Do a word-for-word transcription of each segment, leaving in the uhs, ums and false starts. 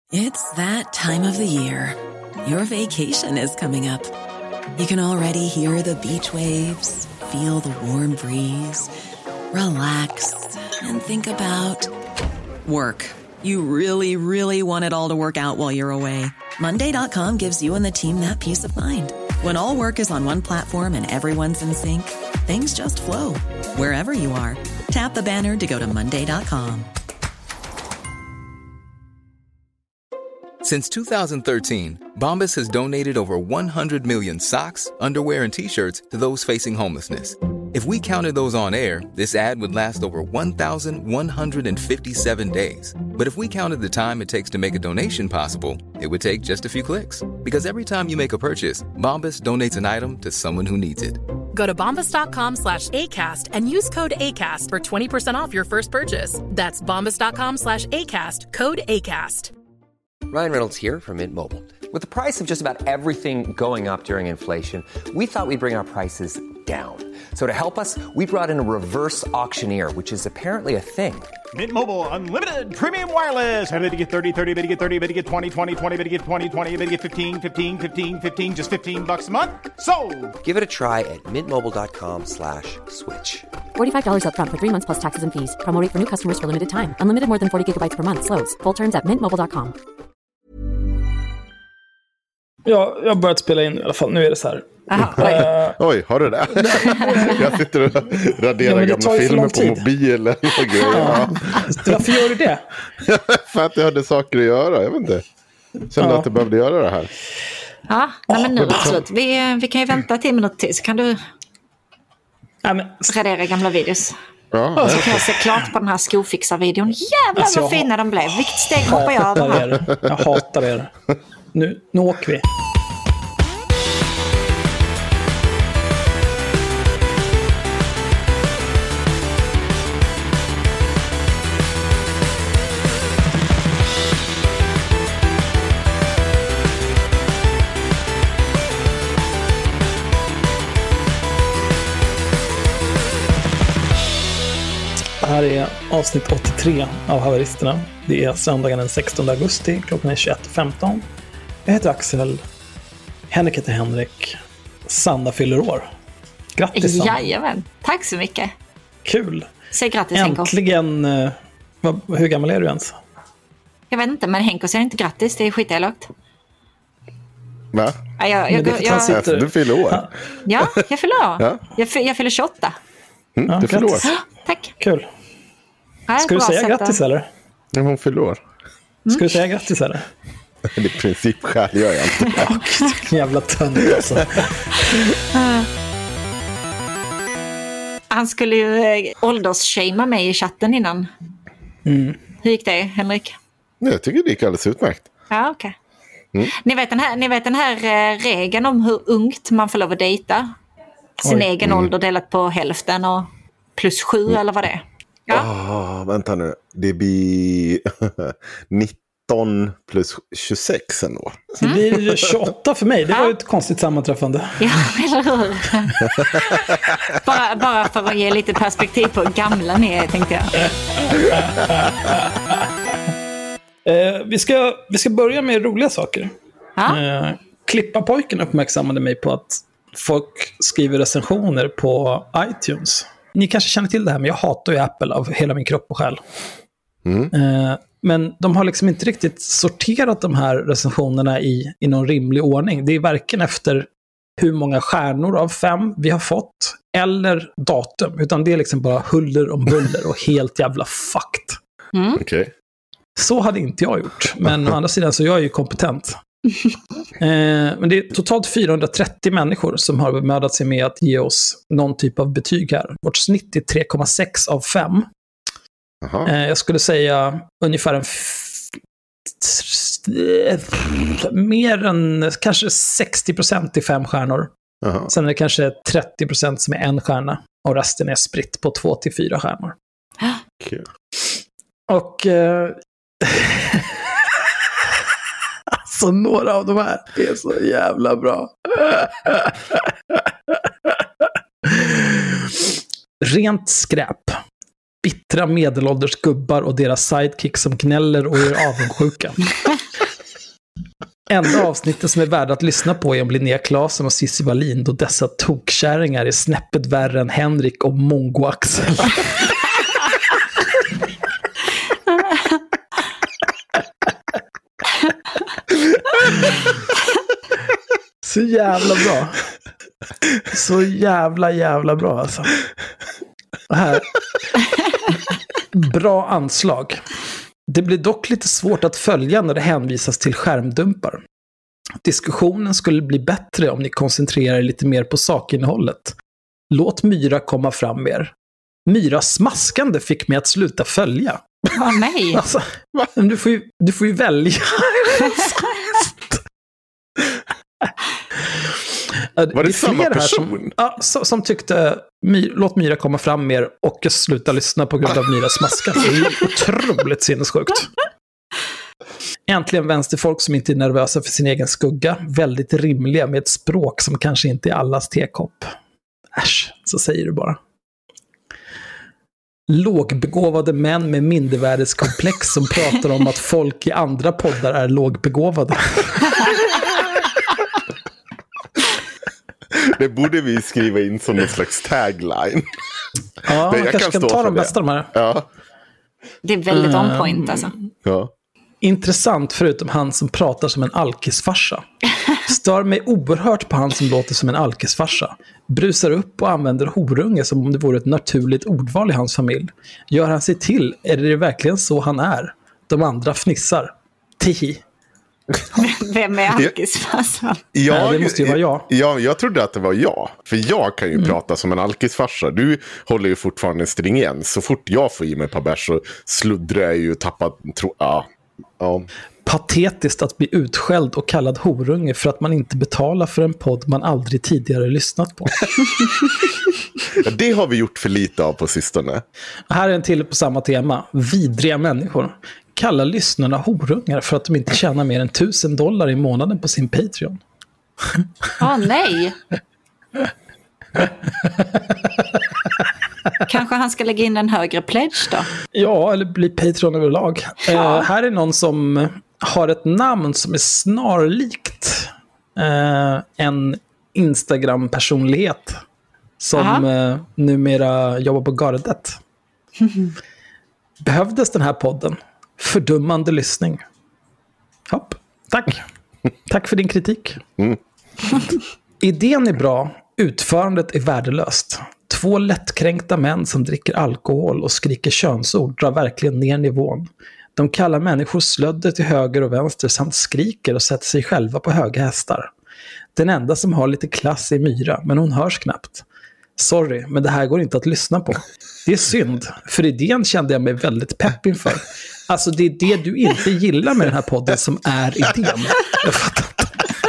It's that time of the year. Your vacation is coming up. You can already hear the beach waves, feel the warm breeze, relax, and think about work. You really, really want it all to work out while you're away. Monday dot com gives you and the team that peace of mind. When all work is on one platform and everyone's in sync, things just flow. Wherever you are, tap the banner to go to monday dot com. Since two thousand thirteen, Bombas has donated over one hundred million socks, underwear, and T-shirts to those facing homelessness. If we counted those on air, this ad would last over one thousand one hundred fifty-seven days. But if we counted the time it takes to make a donation possible, it would take just a few clicks. Because every time you make a purchase, Bombas donates an item to someone who needs it. Go to bombas.com slash ACAST and use code ACAST for twenty percent off your first purchase. That's bombas.com slash ACAST, code ACAST. Ryan Reynolds here from Mint Mobile. With the price of just about everything going up during inflation, we thought we'd bring our prices down. So to help us, we brought in a reverse auctioneer, which is apparently a thing. Mint Mobile Unlimited Premium Wireless. How to get thirty, thirty, how to get thirty, how to get twenty, twenty, twenty, how to get twenty, twenty, how to get fifteen, fifteen, fifteen, fifteen, just fifteen bucks a month? Sold! Give it a try at mintmobile.com slash switch. forty-five dollars up front for three months plus taxes and fees. Promo rate for new customers for limited time. Unlimited more than forty gigabytes per month. Slows full terms at mint mobile dot com. Ja, jag har börjat spela in i alla fall. Nu är det så här. Aha, oj. Uh, oj, har du det? Jag sitter och raderar ja, gamla filmer på mobilen och grejer. Ja. Varför gör du det? För att jag hade saker att göra, jag vet inte. Kände ja. att jag behövde göra det här. Ja, nej, men nu absolut. Vi, vi kan ju vänta tio minuter till så kan du ja, men... radera gamla videos. Ja, så kan jag se klart på den här skofixar-videon. Jävlar alltså, vad fina de blev. Vilket steg hoppar jag över här? Jag hatar er. Nu, nu åker vi. Det här är avsnitt åttiotre av Haveristerna. Det är söndagen den sextonde augusti. Klockan är tjugoett femton. Jag heter Axel. Henrik heter Henrik. Sanna fyller år. Grattis, Sanna. Jajamän. Tack så mycket. Kul. Säg grattis, Äntligen. Henko. Vad, hur gammal är du ens? Jag vet inte, men Henko säger inte grattis. Det är skitelakt. Va? Ja, jag, jag, jag, jag, sitter... Du fyller år. Ja, jag fyller år. Ja. Jag, jag fyller tjugoåtta. Mm, ja, du fyller år. Tack. Kul. Ska du säga grattis eller? Ja, hon fyller år. Mm. Ska du säga grattis eller? Det är principskäl gör jag inte. Och, jävla tönt alltså. uh, han skulle ju åldersshamea mig i chatten innan. Mm. Hur gick det, Henrik? Jag tycker det gick alldeles utmärkt. Ja, okej. Okay. Mm. Ni vet den här, ni vet den här uh, regeln om hur ungt man får lov att dejta? Sin Oj. egen mm. ålder delat på hälften och plus sju mm. eller vad det är. Ja. Oh, vänta nu. Det blir nitton plus tjugosex ändå. Det blir tjugoåtta för mig. Det var ju ett konstigt sammanträffande. Ja, eller hur? bara, bara för att ge lite perspektiv på hur gamla ni är, tänkte jag. eh, vi, ska, vi ska börja med roliga saker. Ja. Eh, Klippa-pojken uppmärksammade mig på att folk skriver recensioner på iTunes. Ni kanske känner till det här, men jag hatar ju Apple av hela min kropp och själ. Mm. Eh, men de har liksom inte riktigt sorterat de här recensionerna i, i någon rimlig ordning. Det är varken efter hur många stjärnor av fem vi har fått eller datum, utan det är liksom bara huller om buller och helt jävla fucked. Mm. Okay. Så hade inte jag gjort, men å andra sidan så jag är ju kompetent. eh, men det är totalt fyrahundratrettio människor som har bemödat sig med att ge oss någon typ av betyg här. Vårt snitt är tre komma sex av fem. Eh, jag skulle säga ungefär en f- mer än kanske sextio procent i fem stjärnor. Aha. Sen är det kanske trettio procent som är en stjärna och resten är spritt på två till fyra stjärnor. Cool. Och eh, alltså några av de här är så jävla bra. Rent skräp. Bittra medelålders gubbar och deras sidekick som gnäller och är avundsjuka. Enda avsnittet som är värda att lyssna på är om Linnea Claesson och Cissi Wallin, då dessa tokkärringar är snäppet värre än Henrik och Mongo Axel. Så jävla bra. Så jävla jävla bra alltså. Här. Bra anslag. Det blir dock lite svårt att följa när det hänvisas till skärmdumpar. Diskussionen skulle bli bättre om ni koncentrerar er lite mer på sakinnehållet. Låt Myra komma fram mer. Myra smaskande fick mig att sluta följa. Åh nej. Alltså, du, får ju, du får ju välja. Var det samma person? Som, ja, som, som tyckte My, låt Myra komma fram mer och sluta lyssna på grund av Myras smaskar. Det är otroligt sinnessjukt. Äntligen vänsterfolk som inte är nervösa för sin egen skugga. Väldigt rimliga med ett språk som kanske inte är allas tekopp. Äsch, så säger du bara. Lågbegåvade män med mindervärdeskomplex som pratar om att folk i andra poddar är lågbegåvade. Det borde vi skriva in som en slags tagline. Ja, man kanske kan ta de bästa de här. Ja. Det är väldigt on point alltså. Ja. Intressant förutom han som pratar som en alkisfarsa. Stör mig oerhört på han som låter som en alkisfarsa. Brusar upp och använder horunge som om det vore ett naturligt ordval i hans familj. Gör han sig till? Är det verkligen så han är? De andra fnissar. Tihi. Vem är alkisfarsa? Ja, Nej, det måste ju vara jag. Ja, jag trodde att det var jag. För jag kan ju mm. prata som en alkisfarsa. Du håller ju fortfarande stringens. Så fort jag får i mig ett par bärs så sluddrar jag ju och tappar... Tro, ja. Ja. Patetiskt att bli utskälld och kallad horunge för att man inte betalar för en podd man aldrig tidigare lyssnat på. Ja, det har vi gjort för lite av på sistone. Här är en till på samma tema. Vidriga människor. Kalla lyssnarna horungar för att de inte tjänar mer än tusen dollar i månaden på sin Patreon. Åh oh, nej! Kanske han ska lägga in en högre pledge då? Ja, eller bli Patreon överlag. Ja. Eh, här är någon som har ett namn som är snarlikt eh, en Instagram-personlighet som eh, numera jobbar på Gardet. Behövdes den här podden? Fördummande lyssning. Hopp. Tack. Tack för din kritik. Mm. Idén är bra. Utförandet är värdelöst. Två lättkränkta män som dricker alkohol och skriker könsord drar verkligen ner nivån. De kallar människor slödder till höger och vänster samt skriker och sätter sig själva på höga hästar. Den enda som har lite klass är Myra, men hon hörs knappt. Sorry, men det här går inte att lyssna på. Det är synd, för idén kände jag mig väldigt pepp inför. Alltså det är det du inte gillar med den här podden som är idén. Jag fattar inte.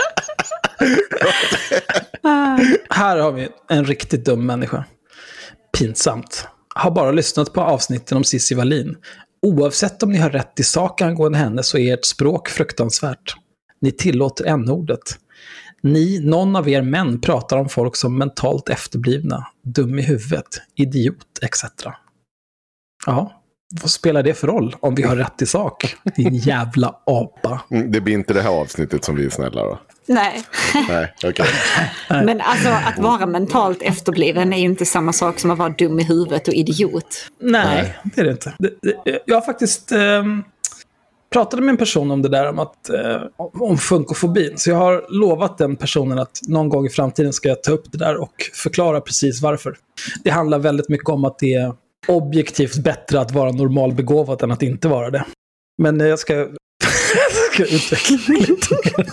Här har vi en riktigt dum människa. Pinsamt. Har bara lyssnat på avsnitten om Cissi Wallin. Oavsett om ni har rätt i sak angående henne så är ert språk fruktansvärt. Ni tillåter n-ordet. Ni, någon av er män pratar om folk som mentalt efterblivna, dum i huvudet, idiot, et cetera. Ja, vad spelar det för roll om vi har rätt i sak? Din jävla apa. Det blir inte det här avsnittet som blir snälla då? Nej. Nej, okej. Okay. Men alltså att vara mentalt efterbliven är ju inte samma sak som att vara dum i huvudet och idiot. Nej, det är det inte. Det, det, jag har faktiskt eh, pratade med en person om det där om, att, eh, om funkofobin. Så jag har lovat den personen att någon gång i framtiden ska jag ta upp det där och förklara precis varför. Det handlar väldigt mycket om att det är objektivt bättre att vara normalbegåvad än att inte vara det. Men jag ska... Jag ska utveckla lite mer.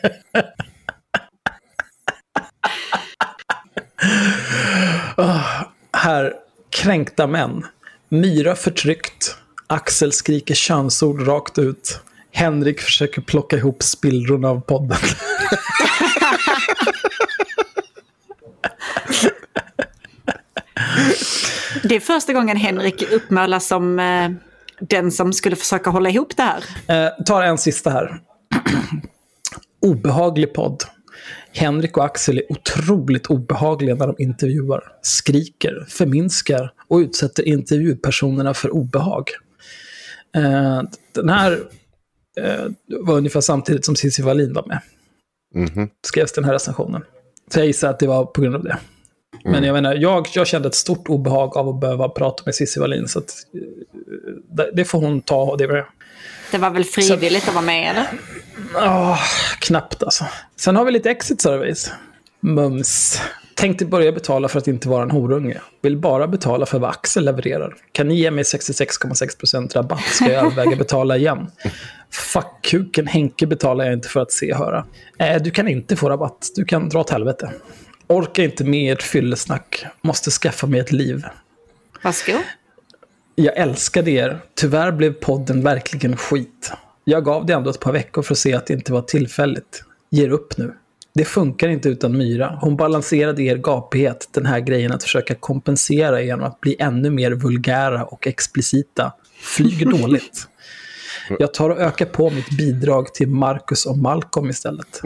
oh, här, kränkta män. Myra förtryckt. Axel skriker könsord rakt ut. Henrik försöker plocka ihop spillrorna av podden. Det är första gången Henrik uppmålas som eh, den som skulle försöka hålla ihop det här. Eh, tar en sista här. Obehaglig podd. Henrik och Axel är otroligt obehagliga när de intervjuar. Skriker, förminskar och utsätter intervjupersonerna för obehag. Eh, den här eh, var ungefär samtidigt som Cissi Wallin var med. Mm-hmm. Skrevs den här recensionen. Så jag gissar att det var på grund av det. Mm. Men jag menar, jag, jag kände ett stort obehag av att behöva prata med Cissi Wallin. Så att, det, det får hon ta och det var det. var väl frivilligt så, att vara med, eller? Ja, knappt alltså. Sen har vi lite exit service. Mums. Tänkte börja betala för att inte vara en horunge. Vill bara betala för vad Axel levererar. Kan ni ge mig sextiosex komma sex procent rabatt? Ska jag överväga betala igen? Fuck kuken, Henke betalar jag inte för att se och höra. Eh, du kan inte få rabatt. Du kan dra åt helvete. Orkar inte med ett fyllesnack. Måste skaffa mig ett liv. Varsågod. Jag älskade er. Tyvärr blev podden verkligen skit. Jag gav det ändå ett par veckor för att se att det inte var tillfälligt. Ger upp nu. Det funkar inte utan Myra. Hon balanserade er gapighet, den här grejen att försöka kompensera genom att bli ännu mer vulgära och explicita. Flyger dåligt. Jag tar och ökar på mitt bidrag till Marcus och Malcolm istället.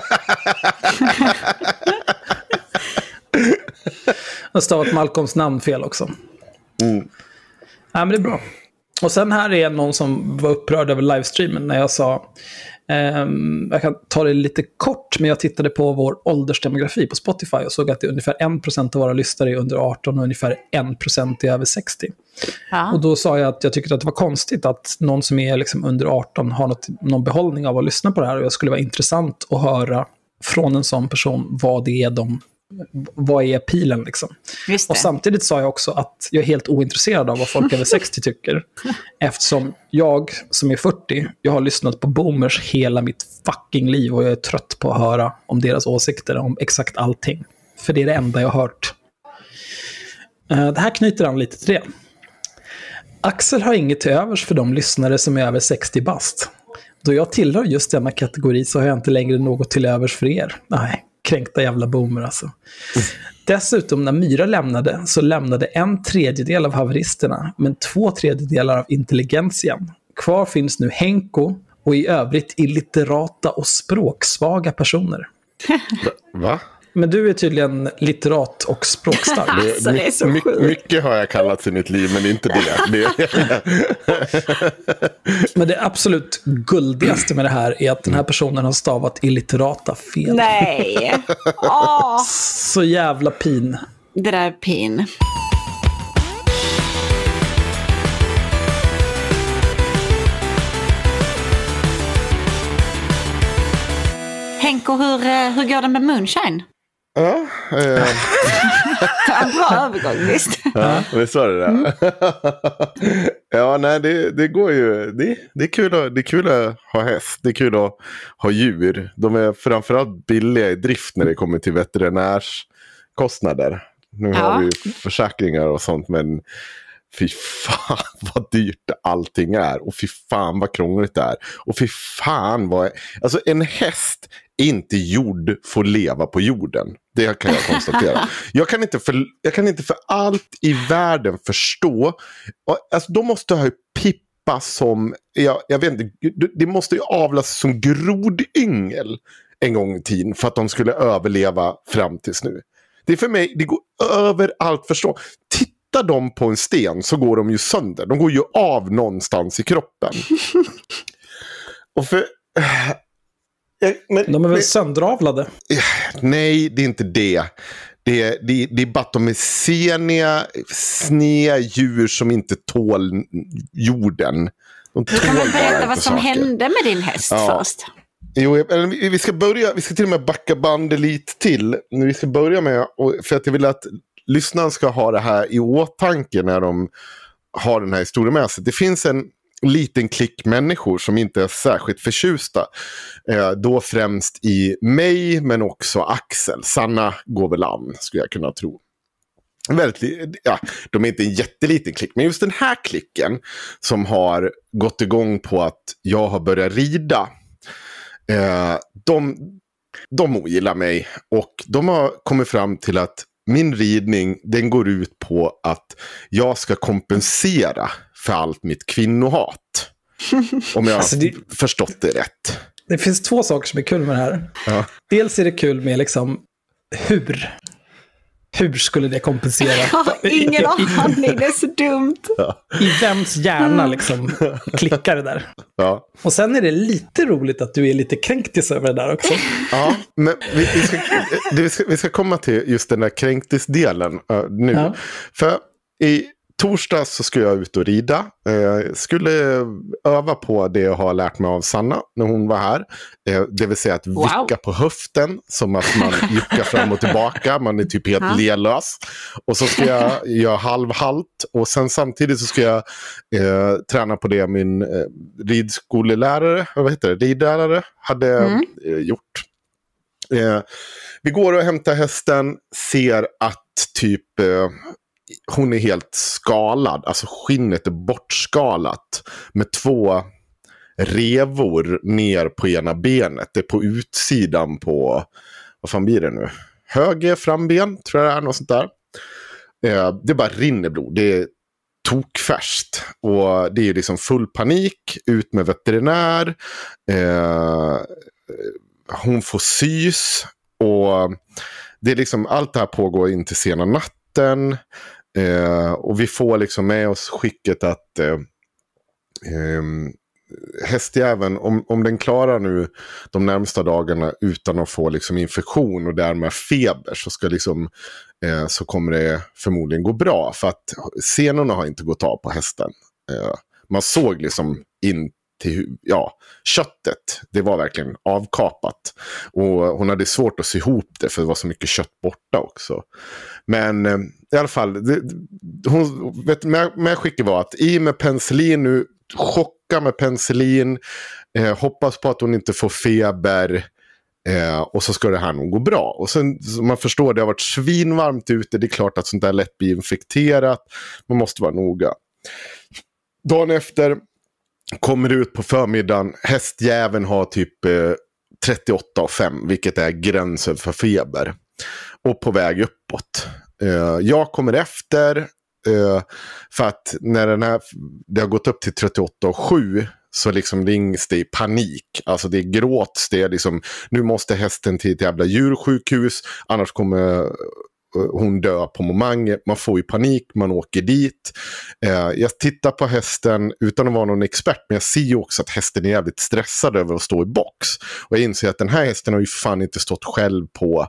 Jag har stavat Malcolms namn fel också. Mm. Ja, men det är bra. Och sen här är någon som var upprörd över livestreamen när jag sa Um, jag kan ta det lite kort, men jag tittade på vår åldersdemografi på Spotify och såg att det är ungefär en procent av våra lyssnare är under arton och ungefär en procent är över sextio. Ja. Och då sa jag att jag tyckte att det var konstigt att någon som är liksom under arton har något, någon behållning av att lyssna på det här, och jag skulle vara intressant att höra från en sån person vad det är de vad är pilen liksom. Och samtidigt sa jag också att jag är helt ointresserad av vad folk över sextio tycker. Eftersom jag som är fyrtio, jag har lyssnat på boomers hela mitt fucking liv och jag är trött på att höra om deras åsikter om exakt allting. För det är det enda jag har hört. Det här knyter an lite till det. Axel har inget till övers för de lyssnare som är över sextio bast. Då jag tillhör just denna kategori så har jag inte längre något till övers för er. Nej. Kränkta jävla boomer alltså. Mm. Dessutom när Myra lämnade så lämnade en tredjedel av haveristerna, men två tredjedelar av intelligentian. Kvar finns nu Henko och i övrigt illiterata och språksvaga personer. Va? Men du är tydligen litterat och språkstark. Alltså, det är så my- sjukt. Mycket har jag kallat i mitt liv, men inte det. det. Men det absolut guldigaste med det här är att den här personen har stavat illiterata fel. Nej. Oh. Så jävla pin. Det där är pin. Henko, hur, hur går det med Moonshine? Ja, eh. Ta en bra övergång, visst? Ja, visst var det där. Mm. Ja, nej, det, det går ju. Det, det, är kul att, det är kul att ha häst. Det är kul att ha djur. De är framförallt billiga i drift när det kommer till veterinärskostnader. Nu ja. har vi försäkringar och sånt, men fy fan vad dyrt allting är. Och fy fan vad krångligt det är. Och fy fan vad... Alltså en häst är inte gjord för att leva på jorden. Det kan jag konstatera. Jag kan inte för, jag kan inte för allt i världen förstå. Alltså de måste ha pippa som... Jag, jag vet inte. Det måste ju avlas som grodyngel en gång i tiden för att de skulle överleva fram tills nu. Det är för mig, det går överallt förstå. Titta dem på en sten så går de ju sönder. De går ju av någonstans i kroppen. Och för... Men, de är väl men, söndravlade? Nej, det är inte det. Det är, det, det är bara att de är seniga, snea djur som inte tål jorden. De du kan väl berätta vad som saker. hände med din häst ja. först? Jo, vi ska börja, vi ska till och med backa bandet lite till. Vi ska börja med, för att jag vill att lyssnarna ska ha det här i åtanke när de har den här historien med sig. Det finns en liten klick människor som inte är särskilt förtjusta. Eh, då främst i mig, men också Axel. Sanna går väl an, skulle jag kunna tro. Väldigt, ja, de är inte en jätteliten klick, men just den här klicken som har gått igång på att jag har börjat rida. Eh, de, de ogillar mig och de har kommit fram till att min ridning, den går ut på att jag ska kompensera för allt mitt kvinnohat. Om jag alltså det, har förstått det rätt. Det finns två saker som är kul med det här. Ja. Dels är det kul med liksom hur. Hur skulle det kompensera? Jag har ingen aning, det är så dumt. Ja. I vems hjärna liksom klickar det där? Ja. Och sen är det lite roligt att du är lite kränktis över det där också. Ja, men vi, vi, ska, vi, ska, vi ska komma till just den där kränktisdelen uh, nu. Ja. För i torsdag så skulle jag ut och rida. Jag eh, skulle öva på det jag har lärt mig av Sanna när hon var här. Eh, det vill säga att vicka wow. på höften som att man juckar fram och tillbaka. Man är typ helt lelös. Och så ska jag göra halvhalt. Och sen samtidigt så ska jag eh, träna på det min eh, ridskolelärare, vad heter det, ridlärare hade mm. eh, gjort. Eh, vi går och hämtar hästen, ser att typ... Eh, hon är helt skalad, alltså skinnet är bortskalat med två revor ner på ena benet. Det är på utsidan på, vad fan blir det nu? Höger framben, tror jag det är, något sånt där. Eh, det bara rinner blod, det är tokfärskt. Och det är ju liksom full panik, ut med veterinär. Eh, hon får sys och det är liksom, allt det här pågår in till sena natten. Eh, och vi får liksom med oss skicket att eh, eh, hästjäveln, om, om den klarar nu de närmsta dagarna utan att få liksom infektion och därmed feber, så ska liksom eh, så kommer det förmodligen gå bra, för att senorna har inte gått av på hästen. Eh, man såg liksom in till, ja, köttet, det var verkligen avkapat, och hon hade svårt att sy ihop det för det var så mycket kött borta också. Men eh, i alla fall det, hon, vet, med, med skicket var att i med penicillin nu, chocka med penicillin, eh, hoppas på att hon inte får feber, eh, och så ska det här nog gå bra. Och sen, man förstår, det har varit svinvarmt ute, det är klart att sånt där lätt blir infekterat, man måste vara noga. Dagen efter kommer ut på förmiddagen, hästjäveln har typ eh, trettioåtta komma fem, vilket är gränsen för feber, och på väg uppåt. Eh, jag kommer efter eh, för att när den här, det har gått upp till trettioåtta komma sju, så liksom rings det i panik. Alltså det är gråts, det är liksom, nu måste hästen till ett jävla djursjukhus, annars kommer hon dö på momentet. Man får ju panik, man åker dit. Eh, jag tittar på hästen utan att vara någon expert, men jag ser ju också att hästen är jävligt stressad över att stå i box. Och jag inser att den här hästen har ju fan inte stått själv på,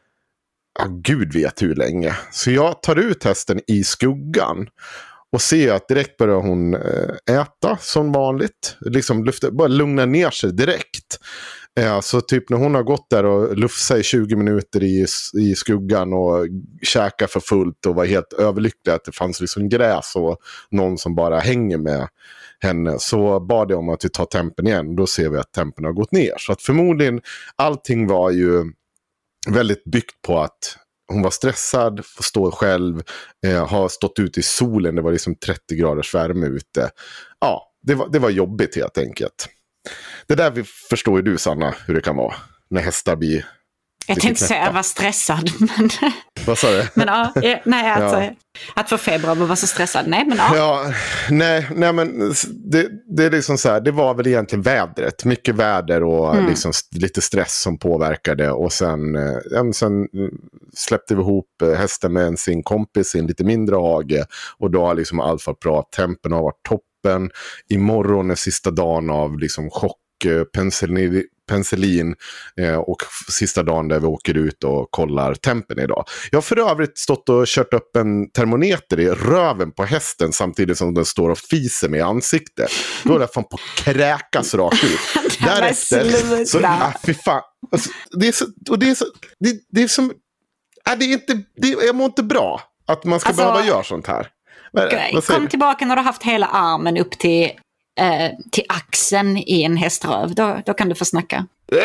ja, gud vet hur länge. Så jag tar ut hästen i skuggan och ser att direkt börjar hon äta som vanligt. Liksom lyfter, bara lugna ner sig direkt. Ja, så typ när hon har gått där och lufsat i tjugo minuter i, i skuggan och käkar för fullt och var helt överlycklig att det fanns liksom gräs och någon som bara hänger med henne, så bad jag om att vi tar tempen igen. Då ser vi att tempen har gått ner. Så att förmodligen allting var ju väldigt byggt på att hon var stressad, får stå själv, eh, har stått ute i solen, det var liksom trettio graders värme ute. Ja, det var, det var jobbigt helt enkelt. Det där vi förstår ju du, Sanna, hur det kan vara när hästar blir... Jag tänkte säga att jag var stressad. Men... Vad sa du? Men ja, nej, alltså, ja. Att få feber och vara så stressad. Nej, men ja. ja nej, nej, men det, det är liksom så här, det var väl egentligen vädret. Mycket väder och mm. liksom lite stress som påverkade. Och sen, ja, sen släppte vi ihop hästen med en, sin kompis i en lite mindre hage. Och då har liksom allt varit bra. Tempen har varit toppen. Imorgon är sista dagen av liksom chock, penicillin, penicillin eh, och sista dagen där vi åker ut och kollar tempen idag. Jag har för övrigt stått och kört upp en termometer i röven på hästen samtidigt som den står och fiser med ansiktet. Då är det fan på kräkas rakt ut. Därefter så, ah, fy fan. Alltså, det är så, och det är så, det, det är som, ah, det är inte, det, jag mår inte bra att man ska alltså, behöva göra sånt här. Men, okay, kom tillbaka när du har haft hela armen upp till Eh, till axeln i en häströv. Då, då kan du få snacka.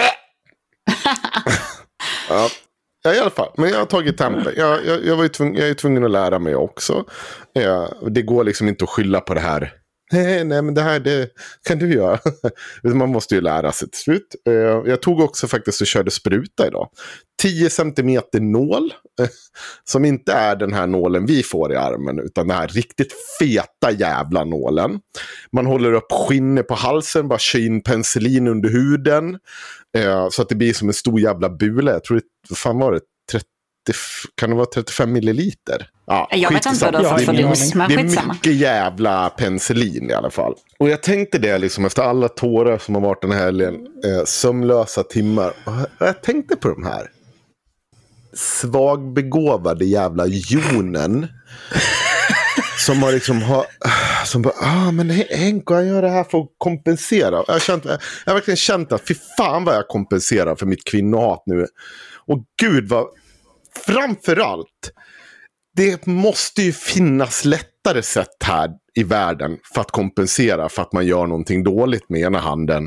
Ja, ja, i alla fall. Men jag har tagit tempen. Jag, jag, jag, var ju tvung, jag är tvungen att lära mig också. Ja, det går liksom inte att skylla på det här. Nej, nej, men det här det kan du göra. Man måste ju lära sig till slut. Jag tog också faktiskt och körde spruta idag. tio centimeter nål. Som inte är den här nålen vi får i armen. Utan den här riktigt feta jävla nålen. Man håller upp skinnet på halsen. Bara kör in penicillin under huden. Så att det blir som en stor jävla bula. Jag tror det fan var det kan det vara trettiofem milliliter? Ja, jag vet inte vad du har fått för dos, men det är skitsamma. mycket jävla penicillin i alla fall. Och jag tänkte det liksom efter alla tårar som har varit den här helgen, eh, sömnlösa timmar. Och jag tänkte på de här svagbegåvade jävla jonen som har liksom har, som bara, ah men Henko han gör det här för att kompensera. Jag har, känt, jag har verkligen känt att fy fan vad jag kompenserar för mitt kvinnohat nu. Och gud vad, framförallt det måste ju finnas lättare sätt här i världen för att kompensera för att man gör någonting dåligt med ena handen.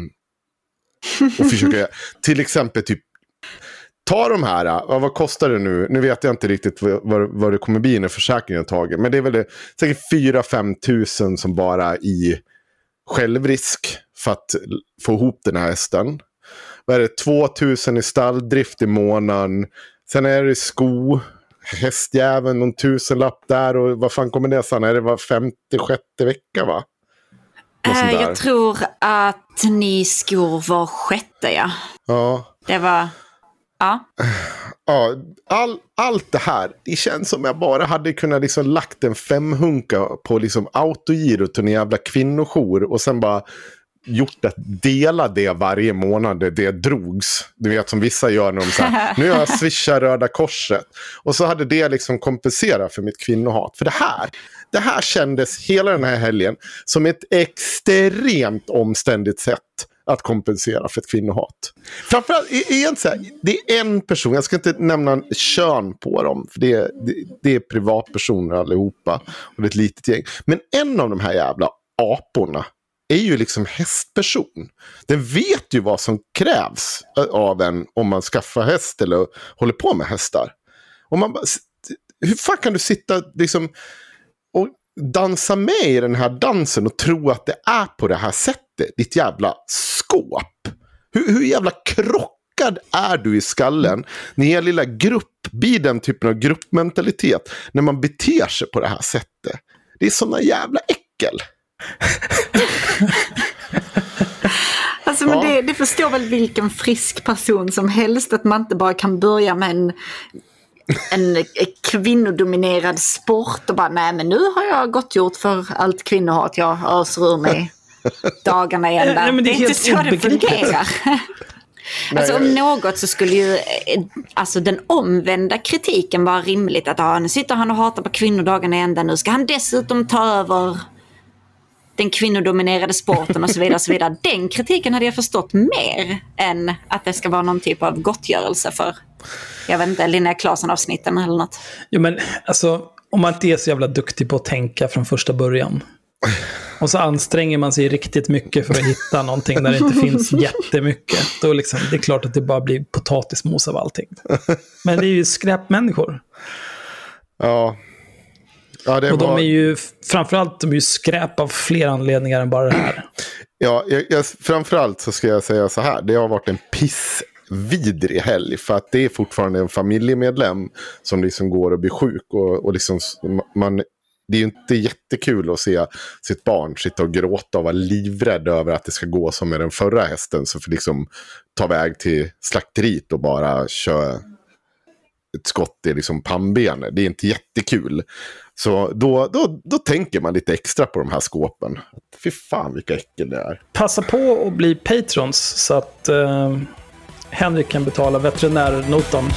Och försöka, till exempel typ ta de här, ja, vad kostar det nu? Nu vet jag inte riktigt vad, vad det kommer bli när försäkringen taget. Men det är väl det, säkert fyra till fem tusen som bara i självrisk för att få ihop den här hästen. Vad är det? två tusen i stalldrift i månaden. Sen är det sko, hästjäveln, någon tusenlapp där. Och vad fan kommer det sen? Är det var femte, sjätte vecka va? Äh, jag tror att ni skor var sjätte, ja. Ja. Det var... Ja. Ja, all, allt det här, det känns som jag bara hade kunnat liksom lagt en femhunka på liksom autogiro till en jävla kvinnojour och sen bara gjort att dela det varje månad det, det drogs. Du vet som vissa gör när de så här, nu har jag swishat Röda Korset. Och så hade det liksom kompenserat för mitt kvinnohat. För det här, det här kändes hela den här helgen som ett extremt omständigt sätt att kompensera för ett kvinnohat. Framförallt, egentligen, det är en person, jag ska inte nämna en kön på dem, för det är, det, det är privatpersoner allihopa, och det är ett litet gäng. Men en av de här jävla aporna är ju liksom hästperson. Den vet ju vad som krävs av en om man skaffar häst eller håller på med hästar. Och man bara, hur fan kan du sitta liksom och dansa med i den här dansen och tro att det är på det här sättet? Ditt jävla skåp. Hur, hur jävla krockad är du i skallen när er lilla grupp blir den typen av gruppmentalitet när man beter sig på det här sättet? Det är såna jävla äckel. Alltså men det, det förstår väl vilken frisk person som helst att man inte bara kan börja med en en kvinnodominerad sport och bara nej men nu har jag gått gjort för allt kvinnohat jag öser ur mig dagarna ända. Nej, men det är, det är inte så det fungerar. Alltså om något så skulle ju alltså den omvända kritiken vara rimligt att ah, nu sitter han och hatar på kvinnodagarna ända, nu ska han dessutom ta över den kvinnodominerade sporten och så vidare, så vidare. Den kritiken hade jag förstått mer än att det ska vara någon typ av gottgörelse för, jag vet inte, Linnea Claesson-avsnitten eller något. Jo men alltså, om man inte är så jävla duktig på att tänka från första början och så anstränger man sig riktigt mycket för att hitta någonting där det inte finns jättemycket, då liksom, det är klart att det bara blir potatismos av allting. Men det är ju skräpmänniskor. Ja. Ja, det och var... de är ju, framförallt de är ju skräp av fler anledningar än bara det här. Ja, jag, jag, framförallt så ska jag säga så här. Det har varit en pissvidrig helg. För att det är fortfarande en familjemedlem som liksom går och blir sjuk. Och, och liksom, man, det är ju inte jättekul att se sitt barn sitta och gråta och vara livrädd över att det ska gå som med den förra hästen. Så för liksom ta väg till slakteriet och bara köra ett skott i liksom pannbenet. Det är inte jättekul. Så då, då, då tänker man lite extra på de här skåpen. Fy fan vilka äckel det är. Passa på att bli patrons så att eh, Henrik kan betala veterinärnotan.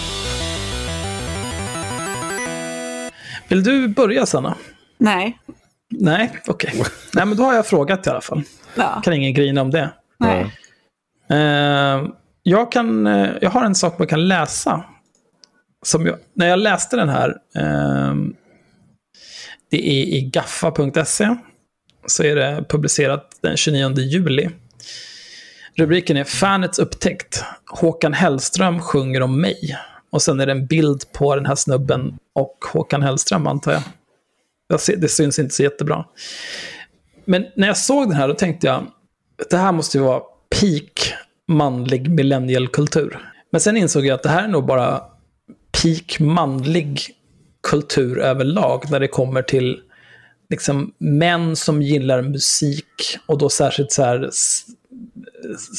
Vill du börja, Sanna? Nej. Nej, okej. Okay. Nej, men då har jag frågat i alla fall. Ja. Kan ingen grina om det? Nej. Eh, jag, kan, jag har en sak man kan läsa. Som jag, när jag läste den här... Eh, det är i gaffa punkt se. Så är det publicerat den tjugonionde juli. Rubriken är Fanets upptäckt. Håkan Hellström sjunger om mig. Och sen är det en bild på den här snubben och Håkan Hellström, antar jag. jag ser, det syns inte så jättebra. Men när jag såg den här då tänkte jag att det här måste ju vara peak manlig millennialkultur. Men sen insåg jag att det här är nog bara peak manlig kultur överlag när det kommer till liksom män som gillar musik och då särskilt så här s-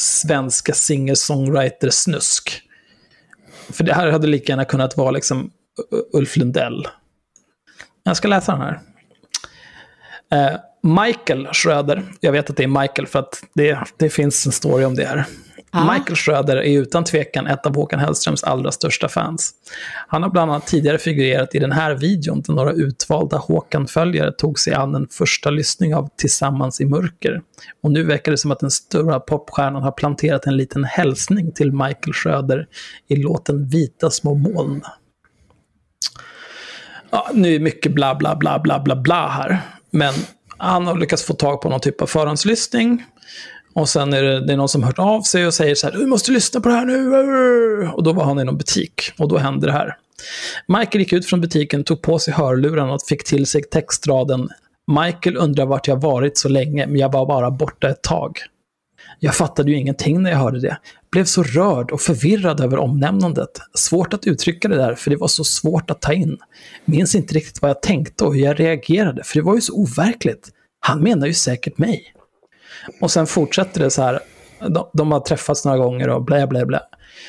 svenska singer-songwriter-snusk. För det här hade lika gärna kunnat vara liksom Ulf Lundell. Jag ska läsa den här. Eh, Michael Schröder, jag vet att det är Michael för att det, det finns en story om det här. Ah. Michael Schröder är utan tvekan ett av Håkan Hellströms allra största fans. Han har bland annat tidigare figurerat i den här videon där några utvalda Håkan-följare tog sig an en första lyssning av Tillsammans i mörker. Och nu verkar det som att den stora popstjärnan har planterat en liten hälsning till Michael Schröder i låten Vita små moln. Ja, nu är mycket bla bla bla bla bla bla här. Men han har lyckats få tag på någon typ av förhandslyssning. Och sen är det, det är någon som hört av sig och säger så här: du måste lyssna på det här nu. Och då var han i någon butik. Och då hände det här. Michael gick ut från butiken, tog på sig hörluren och fick till sig textraden: Michael undrar vart jag varit så länge, men jag var bara borta ett tag. Jag fattade ju ingenting när jag hörde det. Blev så rörd och förvirrad över omnämnandet. Svårt att uttrycka det där, för det var så svårt att ta in. Minns inte riktigt vad jag tänkte och hur jag reagerade, för det var ju så overkligt. Han menar ju säkert mig. Och sen fortsätter det så här. De, de har träffats några gånger och blä blä blä.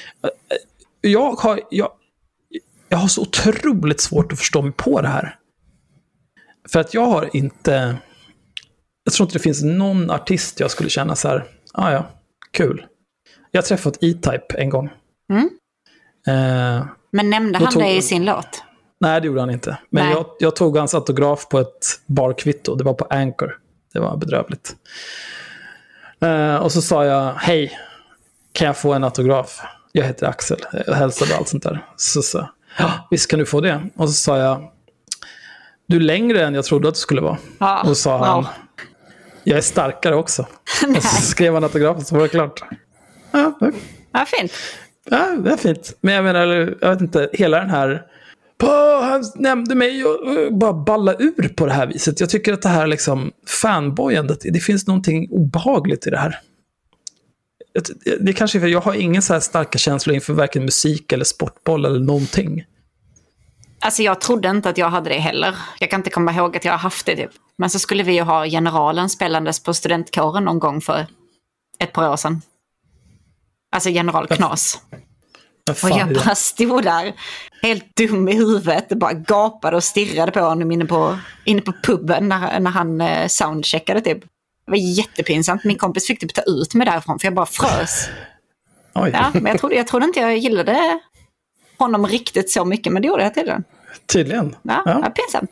Jag har, jag, jag har så otroligt svårt att förstå mig på det här. För att jag har inte... Jag tror inte det finns någon artist jag skulle känna så här: ah, ja, kul. Jag har träffat E-Type en gång. Mm. Eh, Men nämnde han tog... det i sin låt? Nej, det gjorde han inte. Men jag, jag tog hans autograf på ett barkvitto. Det var på Anchor. Det var bedrövligt. Uh, och så sa jag: hej, kan jag få en autograf? Jag heter Axel. Jag hälsade allt sånt där. Så sa ja, visst kan du få det. Och så sa jag: du är längre än jag trodde att du skulle vara. Ah, och så sa wow. han: jag är starkare också. Och så skrev han autografen, så var det klart. Ja, det ja, fint. Ja, det är fint. Men jag menar, jag vet inte, hela den här... På, han nämnde mig och, och bara balla ur på det här viset. Jag tycker att det här liksom fanboyandet, det finns någonting obehagligt i det här. Det är kanske för jag har ingen så här starka känslor inför varken musik eller sportboll eller någonting. Alltså jag trodde inte att jag hade det heller. Jag kan inte komma ihåg att jag har haft det typ. Men så skulle vi ju ha Generalen spelandes på studentkåren någon gång för ett par år sedan. Alltså General Knas. Och jag bara stod där helt dum i huvudet och bara gapade och stirrade på honom inne på, inne på puben när, när han eh, soundcheckade typ. Det var jättepinsamt. Min kompis fick typ ta ut mig därifrån för jag bara frös. Oj. Ja, men jag trodde, jag trodde inte jag gillade honom riktigt så mycket, men det gjorde jag tydligen. Tydligen? Ja, ja. Det var pinsamt.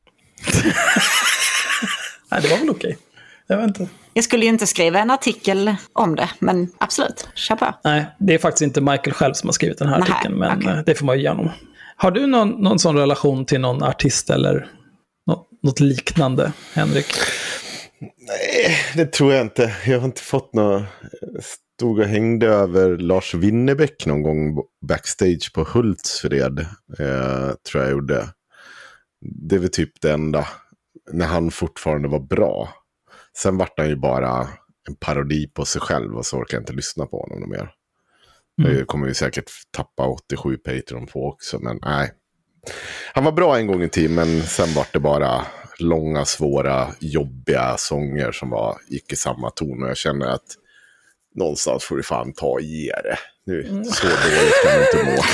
Nej, det var väl okej. Jag vet inte. Jag skulle ju inte skriva en artikel om det, men absolut, kör på. Nej, det är faktiskt inte Michael själv som har skrivit den här Nähä, artikeln, men okay. det får man ju igenom. Har du någon, någon sån relation till någon artist eller något, något liknande, Henrik? Nej, det tror jag inte. Jag har inte fått något... Stod och hängde över Lars Winnerbäck någon gång backstage på Hultsfred, eh, tror jag gjorde. Det var typ det enda, när han fortfarande var bra. Sen var han ju bara en parodi på sig själv och så orkar jag inte lyssna på honom mer. Mm. Det kommer vi säkert tappa åttiosju Patreon på också, men nej. Han var bra en gång i tiden, men sen var det bara långa, svåra, jobbiga sånger som var, gick i samma ton, och jag känner att någonstans får du fan ta och ge det. Nu, mm. Så dåligt kan man inte må.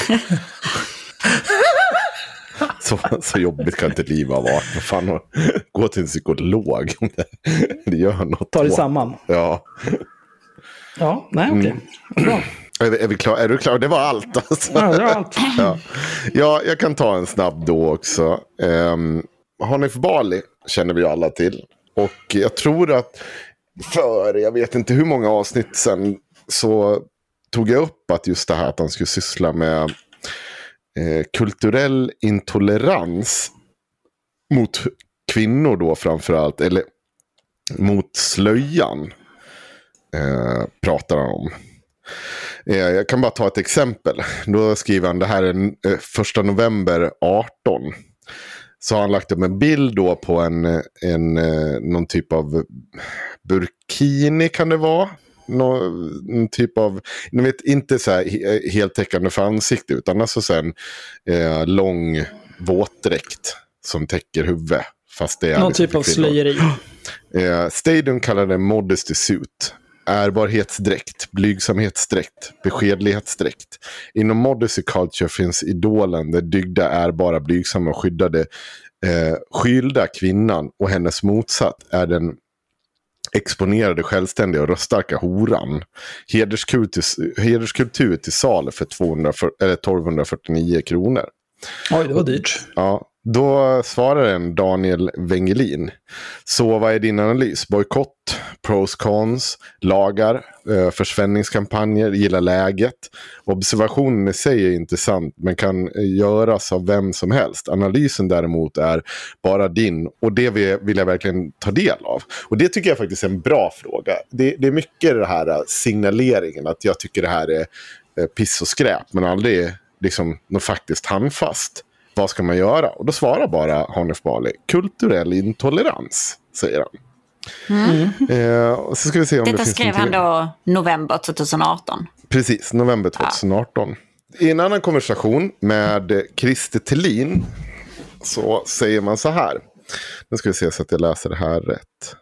Så, så jobbigt kan inte livet ha varit. Fan, gå till en psykolog om det, det gör något. Ta det samman. Ja. Ja, nej okej. Okay. Bra. Är, vi, är, vi klar? Är du klar? Det var allt. Alltså. Ja, det var allt. Ja. Ja, jag kan ta en snabb då också. Um, Hanif Bali känner vi alla till. Och jag tror att för, jag vet inte hur många avsnitt sen, så tog jag upp att just det här att han skulle syssla med eh, kulturell intolerans mot kvinnor då framförallt, eller mot slöjan eh, pratar han om. Eh, jag kan bara ta ett exempel. Då skriver han, det här är eh, första november arton. Så har han lagt upp en bild då på en, en, någon typ av burkini, kan det vara? Någon typ av, ni vet, inte så här heltäckande för ansikte, utan alltså sen eh, lång våtdräkt som täcker huvudet. Fast det är någon liksom typ av slöjeri. Eh, Stadium kallar det modesty suit. ärbarhetsdräkt, blygsamhetsdräkt, beskedlighetsdräkt. Inom modesty culture finns idolen, där dygda, ärbara, blygsamma och skyddade eh, skylda kvinnan, och hennes motsatt är den exponerade, självständiga och röststarka horan. Hederskultur, hederskultur till sal för tvåhundra, eller tolvhundrafyrtionio kronor. Oj, det var dyrt. Ja, då svarar en Daniel Wengelin. Så vad är din analys? Bojkott, pros, cons, lagar, eh, försvällningskampanjer, gilla läget. Observationen i sig är intressant, men kan göras av vem som helst. Analysen däremot är bara din, och det vill jag verkligen ta del av. Och det tycker jag faktiskt är en bra fråga. Det, det är mycket det här signaleringen, att jag tycker det här är eh, piss och skräp, men aldrig liksom något faktiskt handfast. Vad ska man göra? Och då svarar bara Hanif Bali: kulturell intolerans, säger han. Mm. Eh, så ska vi se om Detta det finns skrev han då november tjugoarton. Precis, november tjugoarton. Ja. I en annan konversation med Christer Thelin så säger man så här. Nu ska vi se så att jag läser det här rätt.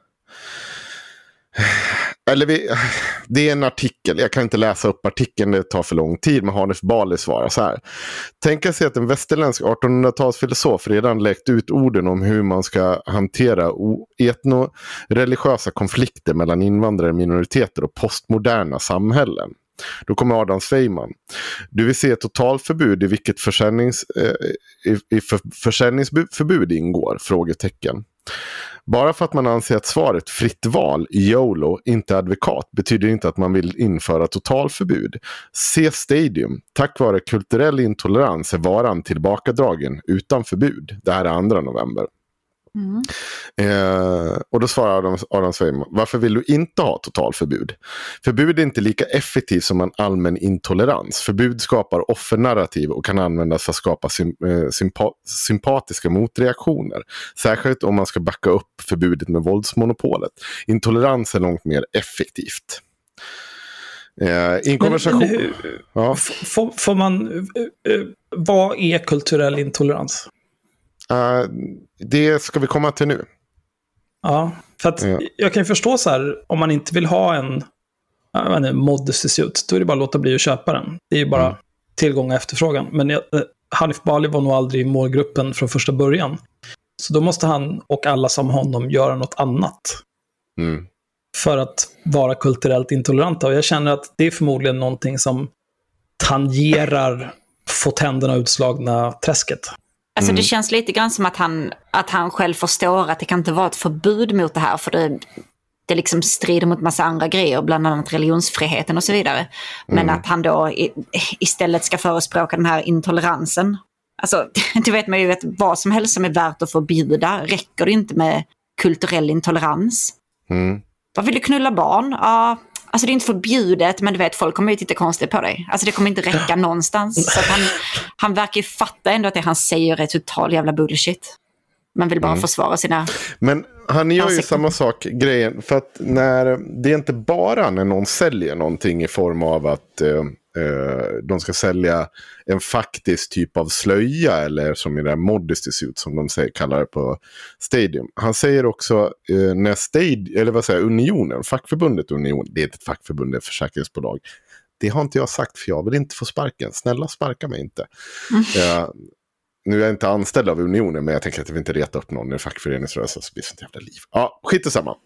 Eller vi, det är en artikel, jag kan inte läsa upp artikeln, det tar för lång tid, men Hanif Bali svarar så här: tänka sig att en västerländsk artonhundratalsfilosof redan läckt ut orden om hur man ska hantera etno-religiösa konflikter mellan invandrare, minoriteter och postmoderna samhällen. Då kommer Adam Sveiman: du vill se ett totalförbud i vilket försäljnings, eh, i, i för, försäljningsförbud ingår? Frågetecken. Bara för att man anser att svaret fritt val, YOLO, inte är advokat betyder inte att man vill införa totalförbud. Se Stadium. Tack vare kulturell intolerans är varan tillbakadragen utan förbud. Det här är andra november. Mm. Eh, och då svarar Adam, Adam Sveiman: varför vill du inte ha totalförbud? Förbud är inte lika effektivt som en allmän intolerans. Förbud skapar offernarrativ och kan användas för att skapa sim, eh, sympa- sympatiska motreaktioner. Särskilt om man ska backa upp förbudet med våldsmonopolet. Intolerans är långt mer effektivt. Eh, I en konversation... Men, men hur, ja. får, får man... Uh, uh, vad är kulturell intolerans? Uh, det ska vi komma till nu. Ja, för att ja. jag kan ju förstå så här, om man inte vill ha en, en modesty-suit, då är det bara att låta bli att köpa den. Det är ju bara mm. tillgång och efterfrågan. Men jag, Hanif Bali var nog aldrig i målgruppen från första början. Så då måste han och alla som honom göra något annat. Mm. För att vara kulturellt intoleranta. Och jag känner att det är förmodligen någonting som tangerar få tänderna utslagna träsket. Alltså Mm. det känns lite grann som att han, att han själv förstår att det kan inte vara ett förbud mot det här, för det, det liksom strider mot massa andra grejer, bland annat religionsfriheten och så vidare. Men mm. att han då i, istället ska förespråka den här intoleransen. Alltså, det vet man ju, att vad som helst som är värt att förbjuda räcker det inte med kulturell intolerans. Mm. Vad vill du knulla barn? Ja, alltså det är inte förbjudet, men du vet, folk kommer ju titta konstigt på dig. Alltså det kommer inte räcka någonstans. Så att han, han verkar ju fatta ändå att det han säger är total jävla bullshit. Man vill bara mm. försvara sina... Men han gör ju ansikten. samma sak, grejen. För att när, det är inte bara när någon säljer någonting i form av att eh, de ska sälja en faktisk typ av slöja, eller som i det här modesty suit som de säger, kallar det på Stadium. Han säger också eh, när Stadium, eller vad säger Unionen, fackförbundet Union, det är inte ett fackförbund, det är ett försäkringsbolag. Det har inte jag sagt, för jag vill inte få sparken. Snälla, sparka mig inte. Mm. Eh, nu är jag inte anställd av Unionen, men jag tänker att jag vill inte reta upp någon i fackföreningsrörelsen, så blir det sånt jävla liv. Ja, skit och samma.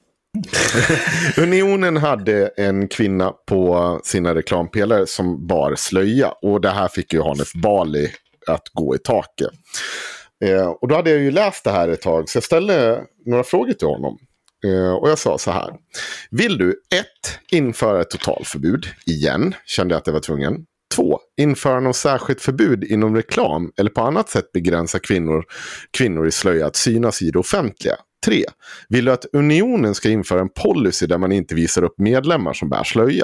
Unionen hade en kvinna på sina reklampelare som bar slöja, och det här fick ju Hanif Bali att gå i taket. Eh, och då hade jag ju läst det här ett tag, så jag ställde några frågor till honom. Eh, och jag sa så här: vill du ett, införa ett totalförbud igen? Kände jag att jag var tvungen. Två, införa något särskilt förbud inom reklam eller på annat sätt begränsa kvinnor, kvinnor i slöja att synas i det offentliga. Tre, vill du att Unionen ska införa en policy där man inte visar upp medlemmar som bär slöja?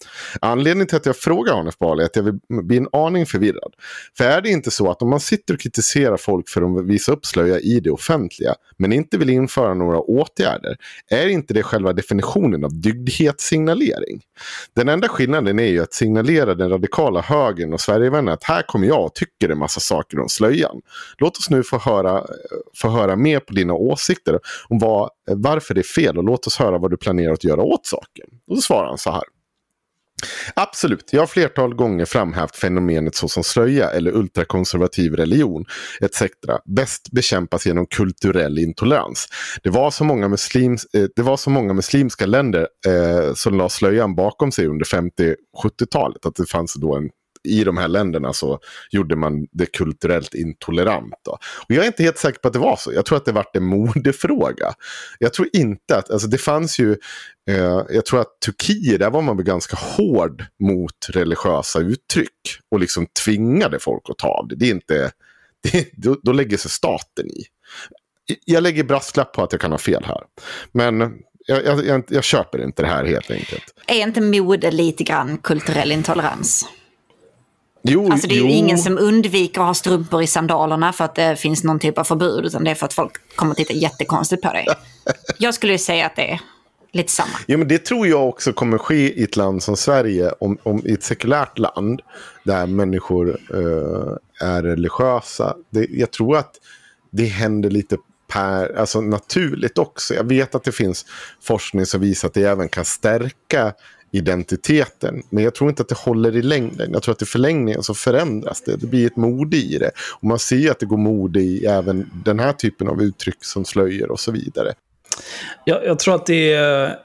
Anledningen till att jag frågar Hanif Bali är att jag vill bli en aning förvirrad. För är det inte så att om man sitter och kritiserar folk för att visa upp slöja i det offentliga men inte vill införa några åtgärder, är inte det själva definitionen av dygdighetssignalering? Den enda skillnaden är ju att signalera den radikala högern och Sverigevänner att här kommer jag och tycker en massa saker om slöjan. Låt oss nu få höra, få höra mer på dina åsikter om vad, varför det är fel, och låt oss höra vad du planerar att göra åt saken. Och då svarar han så här. Absolut, jag har flertal gånger framhävt fenomenet såsom slöja eller ultrakonservativ religion et cetera bäst bekämpas genom kulturell intolerans. Det var så många, muslims, eh, det var så många muslimska länder eh, som la slöjan bakom sig under femtio-sjuttiotalet att det fanns då en i de här länderna så gjorde man det kulturellt intolerant. Då. Och jag är inte helt säker på att det var så. Jag tror att det var en modefråga. Jag tror inte att, alltså det fanns ju, eh, jag tror att Turkiet, där var man väl ganska hård mot religiösa uttryck och liksom tvingade folk att ta av det. Det är inte, det, då, då lägger sig staten i. Jag lägger brasklapp på att jag kan ha fel här. Men jag, jag, jag, jag köper inte det här helt enkelt. Är inte mode lite grann kulturell intolerans? Jo, alltså det är ju jo. ingen som undviker att ha strumpor i sandalerna för att det finns någon typ av förbud, utan det är för att folk kommer att titta jättekonstigt på dig. Jag skulle ju säga att det är lite samma. Ja, men det tror jag också kommer ske i ett land som Sverige, om, om i ett sekulärt land där människor uh, är religiösa. Det, jag tror att det händer lite per, alltså naturligt också. Jag vet att det finns forskning som visar att det även kan stärka identiteten, men jag tror inte att det håller i längden. Jag tror att i förlängningen så förändras det. Det blir ett mode i det. Och man ser att det går mode i även den här typen av uttryck som slöjor och så vidare. Jag, jag tror att det är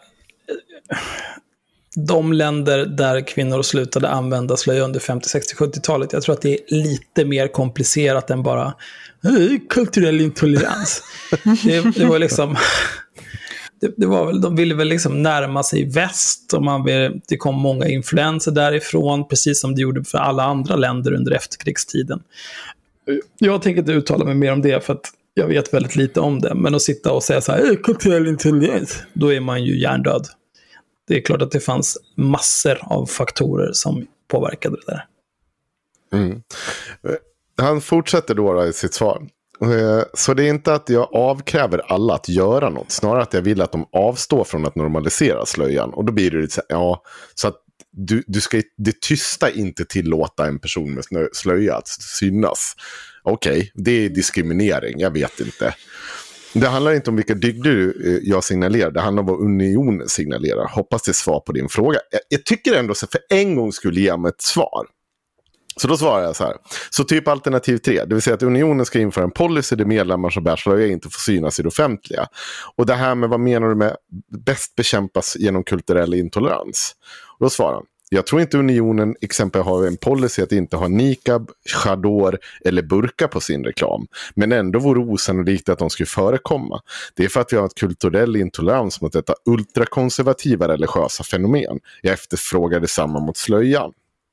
de länder där kvinnor slutade använda slöja under femtio, sextio, sjuttiotalet. Jag tror att det är lite mer komplicerat än bara kulturell intolerans. det, det var liksom... Det, det var väl, de ville väl liksom närma sig väst, och man vill, det kom många influenser därifrån, precis som det gjorde för alla andra länder under efterkrigstiden. Jag tänker inte uttala mig mer om det för att jag vet väldigt lite om det, men att sitta och säga så här kulturell intelligens, då är man ju hjärndöd. Det är klart att det fanns massor av faktorer som påverkade det där. Mm. Han fortsätter då i sitt svar. Så det är inte att jag avkräver alla att göra något, snarare att jag vill att de avstår från att normalisera slöjan. Och då blir det så, ja, så att du, du ska det tysta inte tillåta en person med slöja att synas. Okej, okay, det är diskriminering, jag vet inte. Det handlar inte om vilka dygder jag signalerar, det handlar om vad unionen signalerar. Hoppas det är svar på din fråga. Jag, jag tycker ändå så för en gång skulle ge mig ett svar. Så då svarar jag så här. Så typ alternativ tre, det vill säga att unionen ska införa en policy där medlemmar som bär slöja inte får synas i det offentliga. Och det här med vad menar du med bäst bekämpas genom kulturell intolerans? Och då svarar han. Jag tror inte unionen exempel har en policy att inte ha niqab, chador eller burka på sin reklam. Men ändå vore osannolikt att de skulle förekomma. Det är för att vi har ett kulturell intolerans mot detta ultrakonservativa religiösa fenomen. Jag efterfrågar detsamma mot slöjan.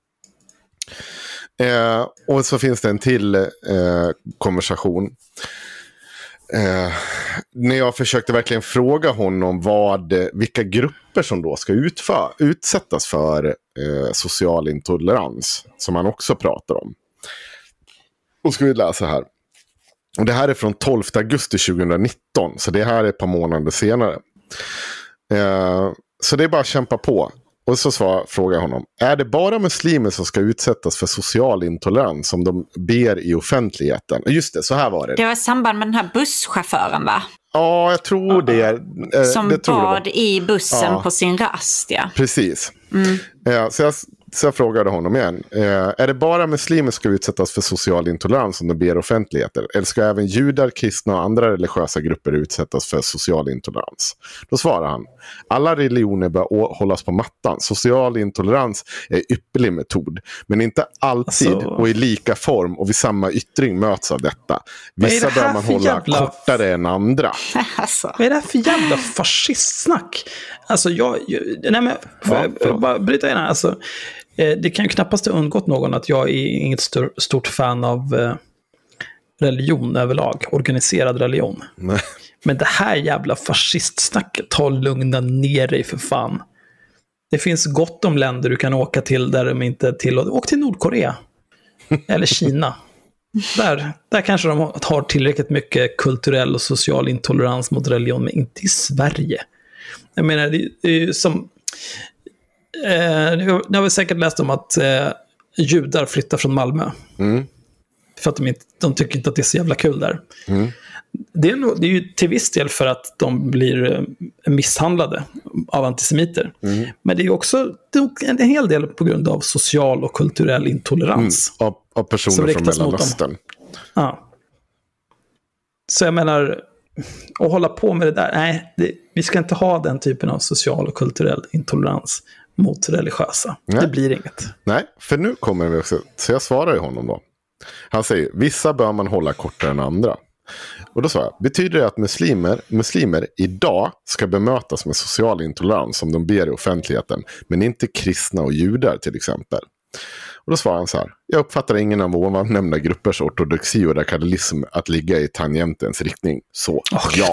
Eh, och så finns det en till eh, konversation. Eh, när jag försökte verkligen fråga honom vad, vilka grupper som då ska utför, utsättas för eh, social intolerans, som han också pratar om. Och ska vi läsa här. Och det här är från tolfte augusti tjugonitton, så det här är ett par månader senare. Eh, så det är bara att kämpa på. Och så svar, frågar honom, är det bara muslimer som ska utsättas för social intolerans som de ber i offentligheten? Just det, så här var det. Det var i samband med den här busschauffören, va? Ja, jag tror det. Eh, som det tror bad i bussen ja. på sin rast, ja. Precis. Mm. Ja, så, jag, så jag frågade honom igen. Eh, är det bara muslimer som ska utsättas för social intolerans som de ber i offentligheten? Eller ska även judar, kristna och andra religiösa grupper utsättas för social intolerans? Då svarar han. Alla religioner bör hållas på mattan. Social intolerans är en ypperlig metod. Men inte alltid alltså... och i lika form och vid samma yttring möts av detta. Vissa bör man hålla jävla... kortare än andra. Alltså. Vad är det här för jävla fascistsnack? Alltså jag... jag nej men, får ja, jag bara bryta in här? Alltså, eh, det kan ju knappast ha undgått någon att jag är inget stor, stort fan av eh, religion överlag. Organiserad religion. Nej. Men det här jävla fascistsnacket, ta lugna ner dig för fan. Det finns gott om länder du kan åka till där de inte tillåter. Åk till Nordkorea. Eller Kina. Där, där kanske de har tillräckligt mycket kulturell och social intolerans mot religion, men inte i Sverige. Jag menar, det, det är ju som... Eh, ni har väl säkert läst om att eh, judar flyttar från Malmö. Mm. För att de, inte, de tycker inte att det är så jävla kul där. Mm. Det, är nog, det är ju till viss del för att de blir misshandlade av antisemiter. Mm. Men det är ju också en hel del på grund av social och kulturell intolerans. Mm. Av, av personer från Mellanöstern. Ja. Så jag menar, att hålla på med det där, nej, det, vi ska inte ha den typen av social och kulturell intolerans mot religiösa. Nej. Det blir inget. Nej, för nu kommer vi också, så jag svarar ju honom då. Han säger, vissa bör man hålla kortare än andra. Och då sa jag, betyder det att muslimer, muslimer idag ska bemötas med social intolerans som de ber i offentligheten, men inte kristna och judar till exempel? Och då svarar han så här, jag uppfattar ingen av ovan nämnda gruppers ortodoxi och radikalism att ligga i tangentens riktning. Så oh, ja,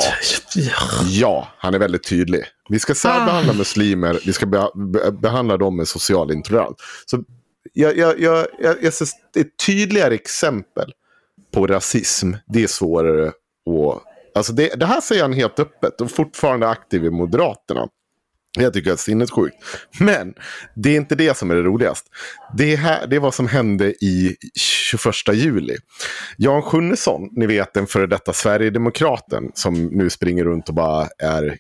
ja, han är väldigt tydlig. Vi ska särbehandla ah. muslimer, vi ska be- be- behandla dem med social intolerans. Så jag, jag, jag, jag, jag ser ett tydligare exempel på rasism, det är svårare att... Alltså det, det här säger han helt öppet och fortfarande aktiv i Moderaterna. Jag tycker att det är sinnessjukt. Men det är inte det som är det roligast. Det, här, det är vad som hände i tjugoförsta juli. Jan Sjunnesson, ni vet den före detta Sverigedemokraten som nu springer runt och bara är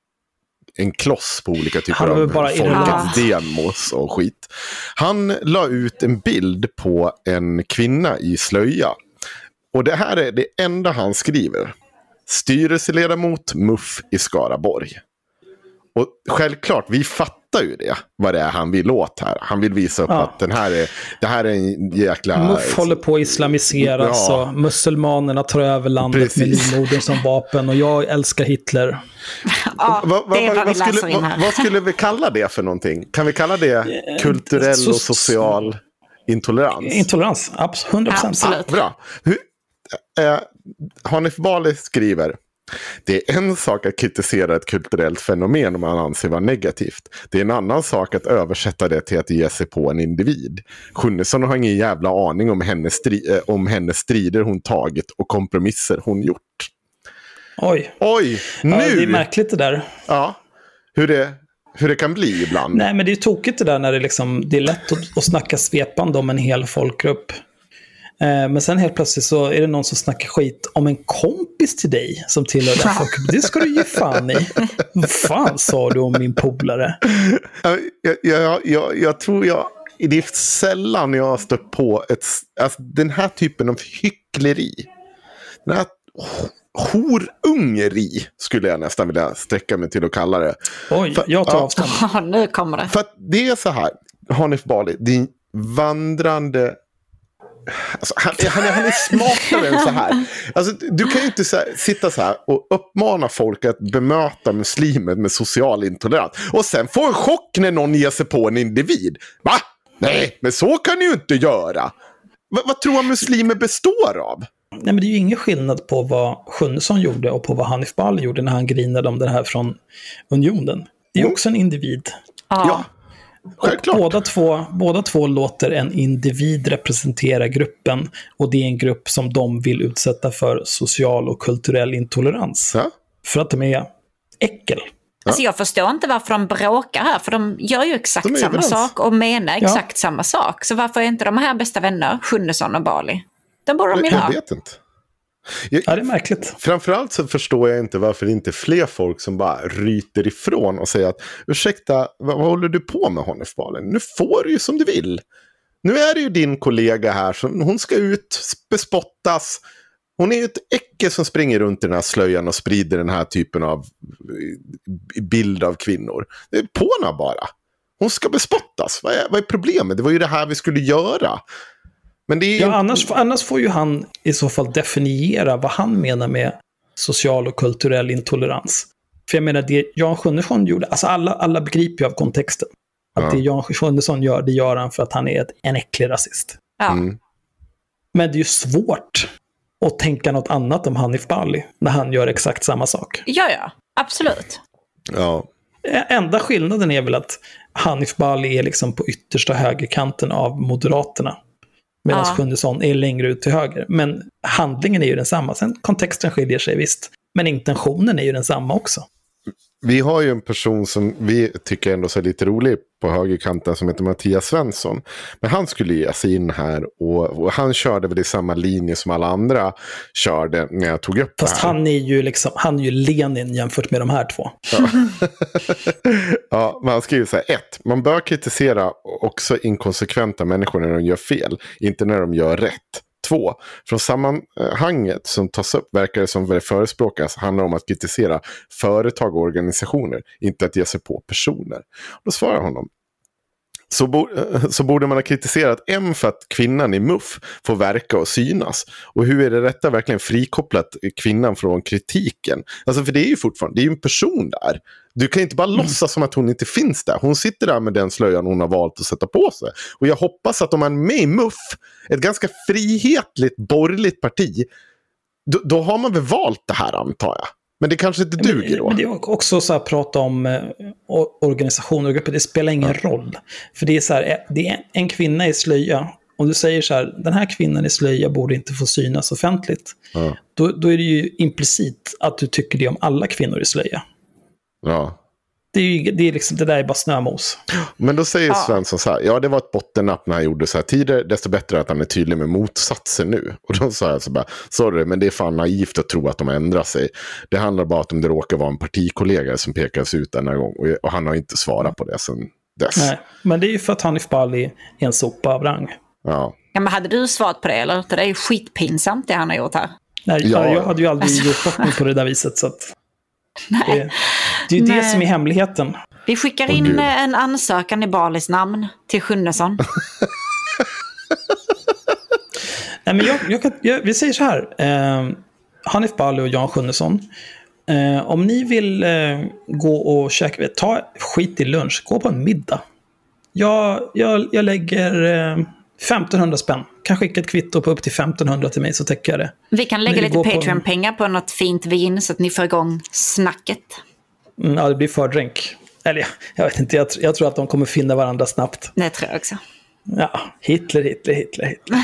en kloss på olika typer av folkets demos och skit. Han la ut en bild på en kvinna i slöja. Och det här är det enda han skriver. Styrelseledamot M U F i Skaraborg. Och självklart, vi fattar ju det. Vad det är han vill åt här. Han vill visa upp ja. att den här är, det här är en jäkla... M U F håller på att islamiseras ja. och musulmanerna tar över landet Precis. med livmodern som vapen. Och jag älskar Hitler. Ja, va, va, det är vad, vad, vi skulle, vad, vad skulle vi kalla det för någonting? Kan vi kalla det kulturell och social intolerans? Intolerans, absolut. hundra procent. Absolut. Ah, bra. Hur, eh, Hanif Bali skriver... Det är en sak att kritisera ett kulturellt fenomen om man anser vara negativt. Det är en annan sak att översätta det till att ge sig på en individ. Sjunnesson har ingen jävla aning om hennes, stri- om hennes strider hon tagit och kompromisser hon gjort. Oj. Oj, nu! Ja, det är märkligt det där. Ja, hur det, hur det kan bli ibland. Nej, men det är tokigt det där när det, liksom, det är lätt att, att snacka svepande om en hel folkgrupp. Men sen helt plötsligt så är det någon som snackar skit om en kompis till dig som tillhör den folk. Det ska du ge fan i. Vad fan sa du om min polare? Jag, jag, jag, jag tror jag, det är sällan jag har stött på ett, alltså den här typen av hyckleri. Den här horungeri skulle jag nästan vilja sträcka mig till att kalla det. Oj, för, jag tar ja, avstånd. Nu kommer det. För att det är så här, Hanif Bali, din vandrande... Alltså, han, han, han är smartare än så här. Alltså, du kan ju inte så här, sitta så här och uppmana folk att bemöta muslimer med social intolerans. Och sen få en chock när någon ger sig på en individ. Va? Nej, men så kan du ju inte göra. Va, vad tror man muslimer består av? Nej, men det är ju ingen skillnad på vad Sjunnesson gjorde och på vad Hanif Bali gjorde när han grinade om det här från Unionen. Det är ju också en individ. Ja. ja. Båda två, båda två låter en individ representera gruppen och det är en grupp som de vill utsätta för social och kulturell intolerans. Ja. För att de är äckel. Ja. Alltså jag förstår inte varför de bråkar här, för de gör ju exakt samma sak och menar exakt ja. samma sak. Så varför är inte de här bästa vänner, Sjunnesson och Bali? De borde de ju ha. Jag vet inte. Jag, ja, det är märkligt. Framförallt så förstår jag inte varför det inte är fler folk som bara ryter ifrån och säger att ursäkta, vad, vad håller du på med Hanif Bali? Nu får du ju som du vill. Nu är det ju din kollega här som hon ska ut, bespottas. Hon är ju ett äcke som springer runt i den här slöjan och sprider den här typen av bild av kvinnor. Det är påna bara. Hon ska bespottas. Vad är, vad är problemet? Det var ju det här vi skulle göra. Men det är ju... Ja, annars, annars får ju han i så fall definiera vad han menar med social och kulturell intolerans. För jag menar, det Jan Sjunnesson gjorde, alltså alla, alla begriper ju av kontexten. Att ja. det Jan Sjunnesson gör, det gör han för att han är ett, en äcklig rasist. Ja. Mm. Men det är ju svårt att tänka något annat om Hanif Bali när han gör exakt samma sak. Ja, ja. Absolut. Ja. Enda skillnaden är väl att Hanif Bali är liksom på yttersta högerkanten av Moderaterna. Medan ja. Sjunnesson är längre ut till höger. Men handlingen är ju densamma. Sen kontexten skiljer sig visst. Men intentionen är ju densamma också. Vi har ju en person som vi tycker ändå är lite rolig på högerkanten som heter Mattias Svensson. Men han skulle ge sig in här och, och han körde väl i samma linje som alla andra körde när jag tog upp Fast det här. han är ju liksom, han är ju Lenin jämfört med de här två. Ja, ja men han skriver så här: ett, man bör kritisera också inkonsekventa människor när de gör fel, inte när de gör rätt. Två, från sammanhanget som tas upp verkar det som vad det förespråkas handlar om att kritisera företag och organisationer, inte att ge sig på personer. Då svarar honom: Så, bo, så borde man ha kritiserat M för att kvinnan i M U F får verka och synas. Och hur är det rätta verkligen frikopplat kvinnan från kritiken? Alltså för det är ju fortfarande, det är ju en person där. Du kan inte bara mm. låtsas som att hon inte finns där. Hon sitter där med den slöjan hon har valt att sätta på sig. Och jag hoppas att om man är med i M U F, ett ganska frihetligt, borgerligt parti, då, då har man väl valt det här, antar jag. Men det kanske inte duger då. Men det är också så här, prata om eh, organisationer och grupper, det spelar ingen ja. roll. För det är så här, det är en kvinna i slöja. Om du säger så här, den här kvinnan i slöja borde inte få synas offentligt. Ja. Då, då är det ju implicit att du tycker det om alla kvinnor i slöja. Ja. Det, är ju, det, är liksom, det där är bara snömos. Men då säger Svensson så här: ja, det var ett bottennapp när han gjorde så här tidigare, desto bättre att han är tydlig med motsatsen nu. Och då sa jag så bara, sorry, men det är fan naivt att tro att de ändrar sig. Det handlar bara om det råkar vara en partikollega som pekas ut denna gång. Och, och han har inte svarat på det sedan dess. Nej, men det är ju för att Hanif Bali är en sopa av rang. Ja. Ja, men hade du svarat på det, eller? Det är ju skitpinsamt det han har gjort här. Nej, ja. jag hade ju aldrig alltså... gjort något på det där viset, så att... Nej. Det, det är ju det som är hemligheten. Vi skickar in oh, en ansökan i Balis namn till Sjunnesson. Nej, men jag, jag kan, jag, vi säger så här. Eh, Hanif Bali och Jan Sjunnesson. Eh, om ni vill eh, gå och käka, ta skit i lunch, gå på en middag. Jag, jag, jag lägger eh, femtonhundra spänn. Kan skicka ett kvitto på upp till femtonhundra till mig, så täcker jag det. Vi kan lägga lite Patreon-pengar på något fint vin så att ni får igång snacket. Mm, ja, det blir fördrink. Eller jag vet inte, jag, jag tror att de kommer finna varandra snabbt. Det tror jag också. Ja, Hitler, Hitler, Hitler, Hitler.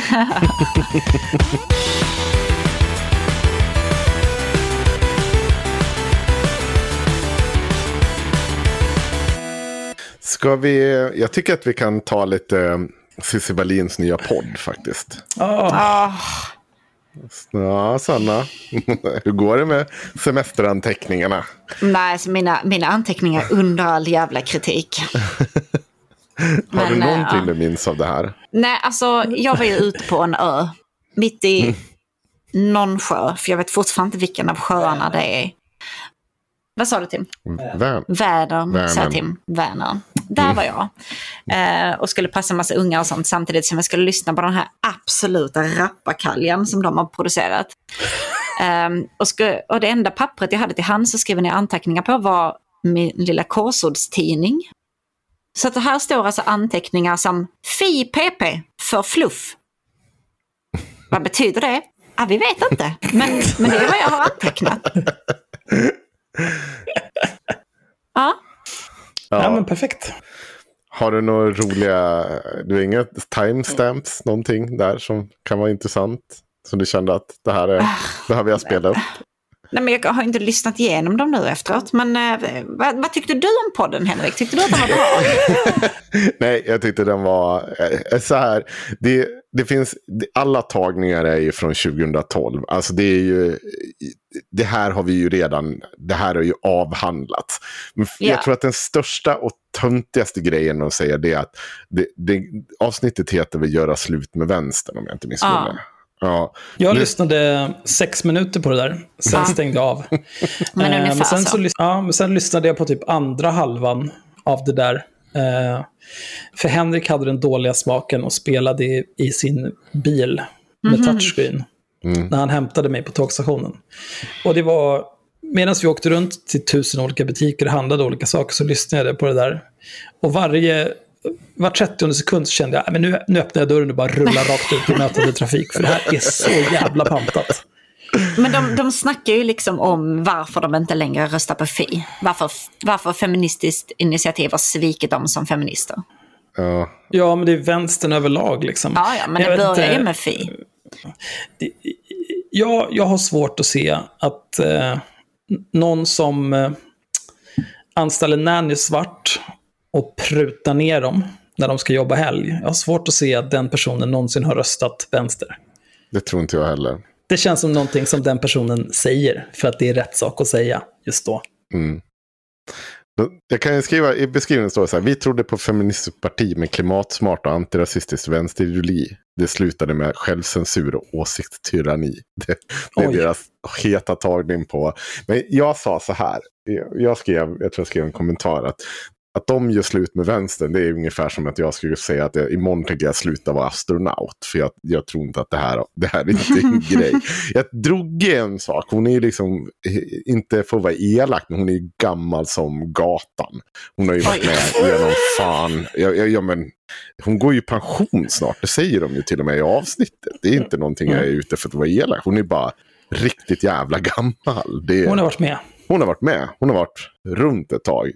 Ska vi, jag tycker att vi kan ta lite Cissi Wallins nya podd faktiskt. Oh. Oh. Ja, Sanna. Hur går det med semesteranteckningarna? Nej, så mina, mina anteckningar under all jävla kritik. Har Men, du någonting ja. du minns av det här? Nej, alltså jag var ju ute på en ö. Mitt i mm. någon sjö. För jag vet fortfarande inte vilken av sjöarna det är. Vad sa du, Tim? Vän. Vänern, sa Tim. Vänern. Där mm. var jag. Eh, och skulle passa en massa unga och sånt samtidigt som jag skulle lyssna på den här absoluta rappakaljan som de har producerat. Eh, och, sku, och det enda pappret jag hade till hand så skrev ner anteckningar på var min lilla korsordstidning. Så att det här står alltså anteckningar som Fi P P för fluff. Vad betyder det? Ja, vi vet inte. Men, men det är vad jag har antecknat. Ja. Ja, ja, men perfekt. Har du några roliga, du har inga timestamps, någonting där som kan vara intressant? Som du kände att det här är, det här vi har spelat upp? Nej, men jag har inte lyssnat igenom dem nu efteråt. Men eh, vad, vad tyckte du om podden, Henrik? Tyckte du att den var bra? Nej, jag tyckte den var eh, så här. Det, det finns, det, alla tagningar är ju från tjugohundratolv. Alltså det är ju, det här har vi ju redan, det här har ju avhandlats. Men jag yeah. tror att den största och töntigaste grejen att säga det är att det, det, avsnittet heter väl Göra slut med vänstern, om jag inte missminner mig. Ah. Ja. Jag nu... lyssnade sex minuter på det där. Sen ja. stängde jag av. Men, eh, men, sen så. Så, ja, men sen lyssnade jag på typ andra halvan av det där. Eh, för Henrik hade den dåliga smaken och spelade i, i sin bil med mm-hmm. touchscreen. Mm. När han hämtade mig på tågstationen. Och det var, medan vi åkte runt till tusen olika butiker och handlade olika saker, så lyssnade jag på det där. Och varje... Var trettionde sekund så kände jag, men nu, nu öppnar jag dörren och bara rullar rakt ut i mötande trafik. För det här är så jävla pampat. Men de, de snackar ju liksom om varför de inte längre röstar på Fi. Varför, varför Feministiskt initiativ har svikit dem som feminister. Ja. Ja, men det är vänstern överlag liksom. Ja, ja men jag det börjar inte, ju med Fi. Det, jag, jag har svårt att se att eh, någon som eh, anställer nanny svart och prutar ner dem när de ska jobba helg. Jag har svårt att se att den personen någonsin har röstat vänster. Det tror inte jag heller. Det känns som någonting som den personen säger för att det är rätt sak att säga just då. Mm. Jag kan ju skriva, i beskrivningen står det så här: vi trodde på feministiskt parti med klimatsmart och antirasistisk vänsterideologi. Det slutade med självcensur och åsiktstyranni. Det, det är Oj. deras heta tagning på. Men jag sa så här, jag skrev, jag tror jag skrev en kommentar att Att de gör slut med vänstern, det är ungefär som att jag skulle säga att jag, imorgon tänker jag sluta vara astronaut. För jag, jag tror inte att det här, det här är inte en grej. Jag drog en sak, hon är ju liksom, inte för att vara elak, men hon är ju gammal som gatan. Hon har ju varit med genom fan. Jag, jag, jag, men, hon går ju pension snart, det säger de ju till och med i avsnittet. Det är inte någonting jag är ute för att vara elak. Hon är bara riktigt jävla gammal. Det är, hon har varit med. Hon har varit med, hon har varit runt ett tag.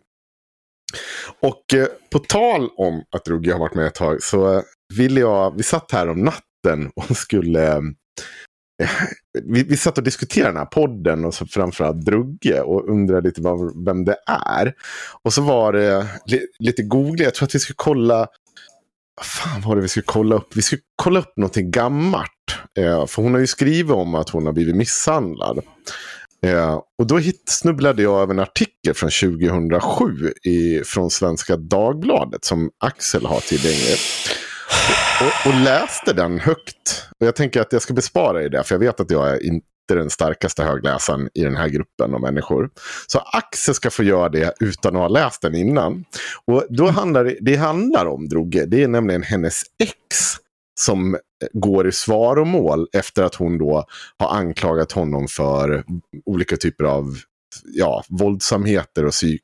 Och eh, på tal om att Drugge har varit med ett tag så ville jag, vi satt här om natten och skulle, eh, vi, vi satt och diskuterade den här podden och så framförallt Drugge och undrade lite vad, vem det är. Och så var det li, lite googligt, jag tror att vi skulle kolla, vad fan var det vi skulle kolla upp? Vi skulle kolla upp någonting gammalt, eh, för hon har ju skrivit om att hon har blivit misshandlad. Eh, och då hit, snubblade jag över en artikel från tjugohundrasju i, från Svenska Dagbladet som Axel har tillgängligt. Och, och, och läste den högt. Och jag tänker att jag ska bespara i det, för jag vet att jag är inte den starkaste högläsaren i den här gruppen av människor. Så Axel ska få göra det utan att ha läst den innan. Och då handlar det, det handlar om Drugge, det är nämligen hennes ex som går i svaromål efter att hon då har anklagat honom för olika typer av ja, våldsamheter och psyk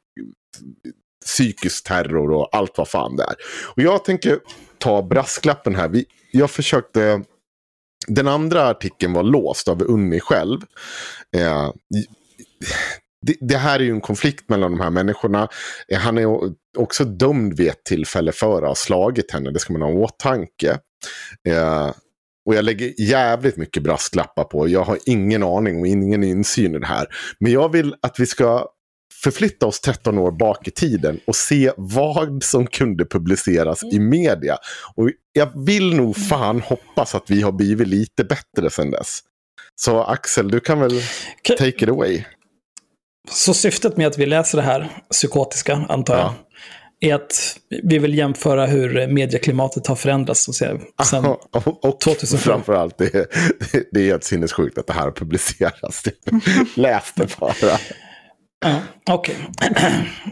psykisk terror och allt vad fan det är. Och jag tänker ta brasklappen här. Vi, jag försökte, den andra artikeln var låst av Unni själv. Eh, det, det här är ju en konflikt mellan de här människorna. Eh, han är också dömd vid ett tillfälle för att ha slagit henne. Det ska man ha i åtanke. Eh, och jag lägger jävligt mycket brasklappar på. Jag har ingen aning och ingen insyn i det här. Men jag vill att vi ska förflytta oss tretton år bak i tiden och se vad som kunde publiceras i media. Och jag vill nog fan hoppas att vi har blivit lite bättre sedan dess. Så Axel, du kan väl take it away. Så syftet med att vi läser det här psykotiska, antar jag, ja, är att vi vill jämföra hur medieklimatet har förändrats sedan och, och tvåtusenfem. Framförallt, det är, det är helt sinnessjukt att det här publiceras. Läs det bara. Ja, okej. Okay.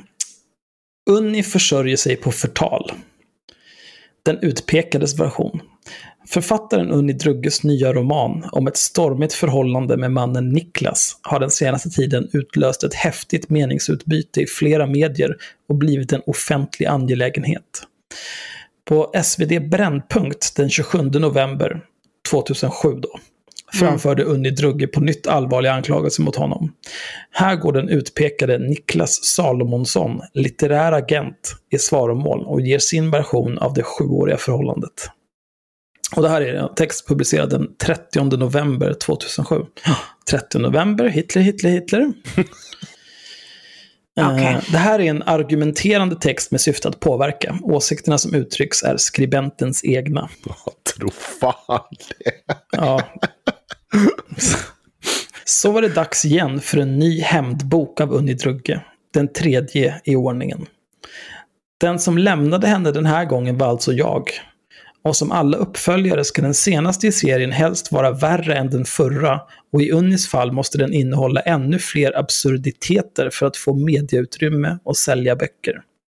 Unni försörjer sig på förtal. Den utpekades version. Författaren Unni Drugges nya roman om ett stormigt förhållande med mannen Niklas har den senaste tiden utlöst ett häftigt meningsutbyte i flera medier och blivit en offentlig angelägenhet. På S V D Brännpunkt den tjugosjunde november tvåtusensju då framförde Unni Drugge på nytt allvarliga anklagelser mot honom. Här går den utpekade Niklas Salomonsson, litterär agent, i svaromål och ger sin version av det sjuåriga förhållandet. Och det här är en text publicerad den trettionde november tvåtusensju. trettionde november, Hitler, Hitler, Hitler. Okay. Det här är en argumenterande text med syfte att påverka. Åsikterna som uttrycks är skribentens egna. Jag tror fan det. Ja. Så var det dags igen för en ny hämndbok av Unni Drugge. Den tredje i ordningen. Den som lämnade henne den här gången var alltså jag. Och som alla uppföljare ska den senaste i serien helst vara värre än den förra, och i Unnis fall måste den innehålla ännu fler absurditeter för att få medieutrymme och sälja böcker.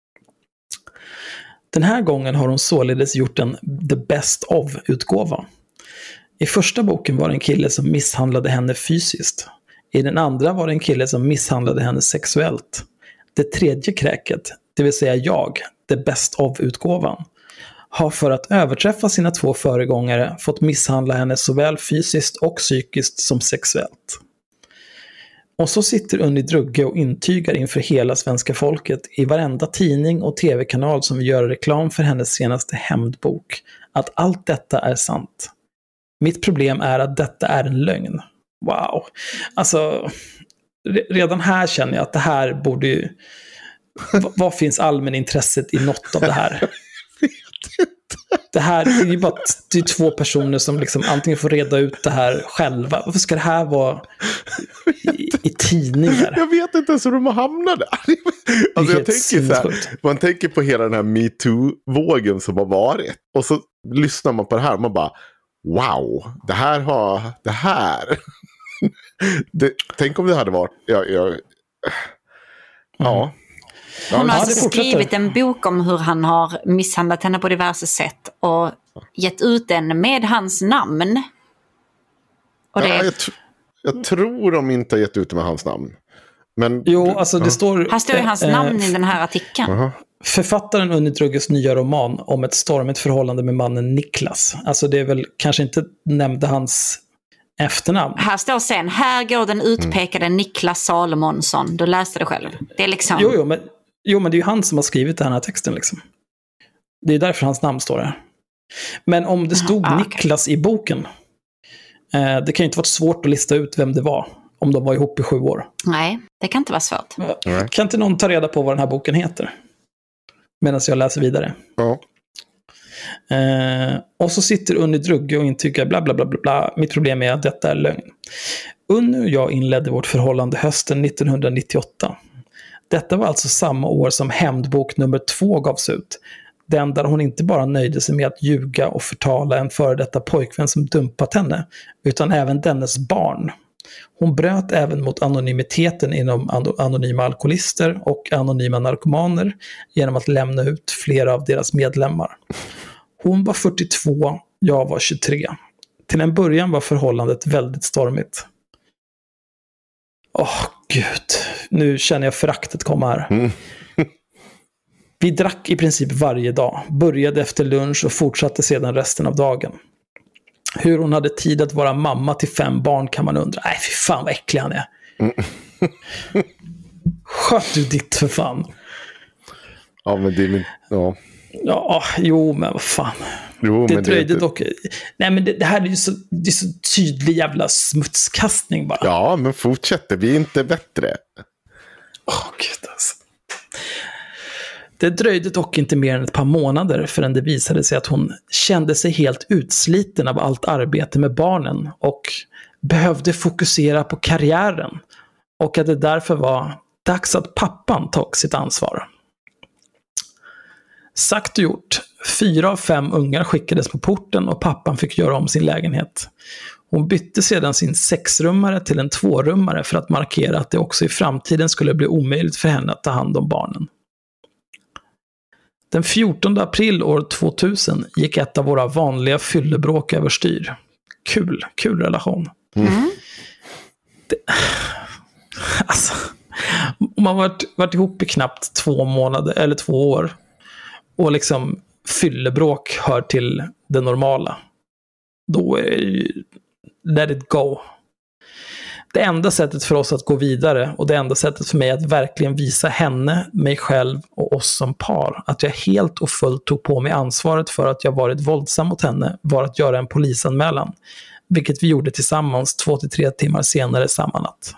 Den här gången har hon således gjort en The Best of-utgåva. I första boken var det en kille som misshandlade henne fysiskt. I den andra var det en kille som misshandlade henne sexuellt. Det tredje kräket, det vill säga jag, The Best of-utgåvan, har för att överträffa sina två föregångare fått misshandla henne såväl fysiskt och psykiskt som sexuellt. Och så sitter Unni Drugge och intygar inför hela svenska folket i varenda tidning och tv-kanal som vill göra reklam för hennes senaste hämndbok att allt detta är sant. Mitt problem är att detta är en lögn. Wow. Alltså, redan här känner jag att det här borde ju... Vad finns allmänintresset i något av det här? Det här är ju bara det är två personer som liksom antingen får reda ut det här själva. Varför ska det här vara i, i tidningar? Jag vet inte ens hur de har hamnat där. Alltså jag tänker så här, man tänker på hela den här MeToo-vågen som har varit. Och så lyssnar man på det här och man bara, wow, det här har, det här. det, tänk om det hade varit, jag, jag, ja. Mm. Hon har Ja, alltså det fortsätter. skrivit en bok om hur han har misshandlat henne på diverse sätt och gett ut den med hans namn. Och det... ja, jag, t- jag tror de inte har gett ut det med hans namn. Men, Jo, alltså det ja. står... Här står ju hans eh, namn i den här artikeln. Aha. Författaren Unni Drugges nya roman om ett stormigt förhållande med mannen Niklas. Alltså det är väl kanske inte nämnde hans efternamn. Här står sen, här går den utpekade mm. Niklas Salomonsson. Du läste det själv. Det är liksom... Jo, jo, men, jo, men det är ju han som har skrivit den här texten liksom. Det är därför hans namn står där. Men om det stod ah, Niklas okay. i boken, eh, det kan ju inte vara svårt att lista ut vem det var. Om de var ihop i sju år. Nej, det kan inte vara svårt. Mm. Kan inte någon ta reda på vad den här boken heter? Medan jag läser vidare. Ja. Eh, och så sitter Unni Drugge och intygar bla bla bla bla bla. Mitt problem är att detta är lögn. Unni och jag inledde vårt förhållande hösten nittonhundranittioåtta. Detta var alltså samma år som hämndbok nummer två gavs ut. Den där hon inte bara nöjde sig med att ljuga och förtala en före detta pojkvän som dumpat henne, utan även dennes barn. Hon bröt även mot anonymiteten inom anonyma alkoholister och anonyma narkomaner genom att lämna ut flera av deras medlemmar. Hon var fyrtiotvå, jag var tjugotre. Till en början var förhållandet väldigt stormigt. Åh, oh, gud. Nu känner jag föraktet komma här. Mm. Vi drack i princip varje dag, började efter lunch och fortsatte sedan resten av dagen. Hur hon hade tid att vara mamma till fem barn kan man undra. Nej, fy fan vad äcklig han är. Mm. Sköt du ditt för fan. Ja, men det är min... Ja. Ja, jo, men vad fan. Jo, det men dröjde det inte... dock... Nej, men det, det här är ju så, det är så tydlig jävla smutskastning bara. Ja, men fortsätter. Vi är inte bättre. Åh, oh, gud alltså. Det dröjde dock inte mer än ett par månader förrän det visade sig att hon kände sig helt utsliten av allt arbete med barnen och behövde fokusera på karriären, och att det därför var dags att pappan tog sitt ansvar. Sagt och gjort. Fyra av fem ungar skickades på porten och pappan fick göra om sin lägenhet. Hon bytte sedan sin sexrummare till en tvårummare för att markera att det också i framtiden skulle bli omöjligt för henne att ta hand om barnen. Den fjortonde april år tvåtusen gick ett av våra vanliga fyllebråk överstyr. Kul, kul relation. Mm. Det, alltså, om man varit, varit ihop i knappt två månader eller två år och liksom fyllebråk hör till det normala, då är det ju let it go. Det enda sättet för oss att gå vidare och det enda sättet för mig att verkligen visa henne, mig själv och oss som par att jag helt och fullt tog på mig ansvaret för att jag varit våldsam mot henne var att göra en polisanmälan, vilket vi gjorde tillsammans två till tre timmar senare samma natt.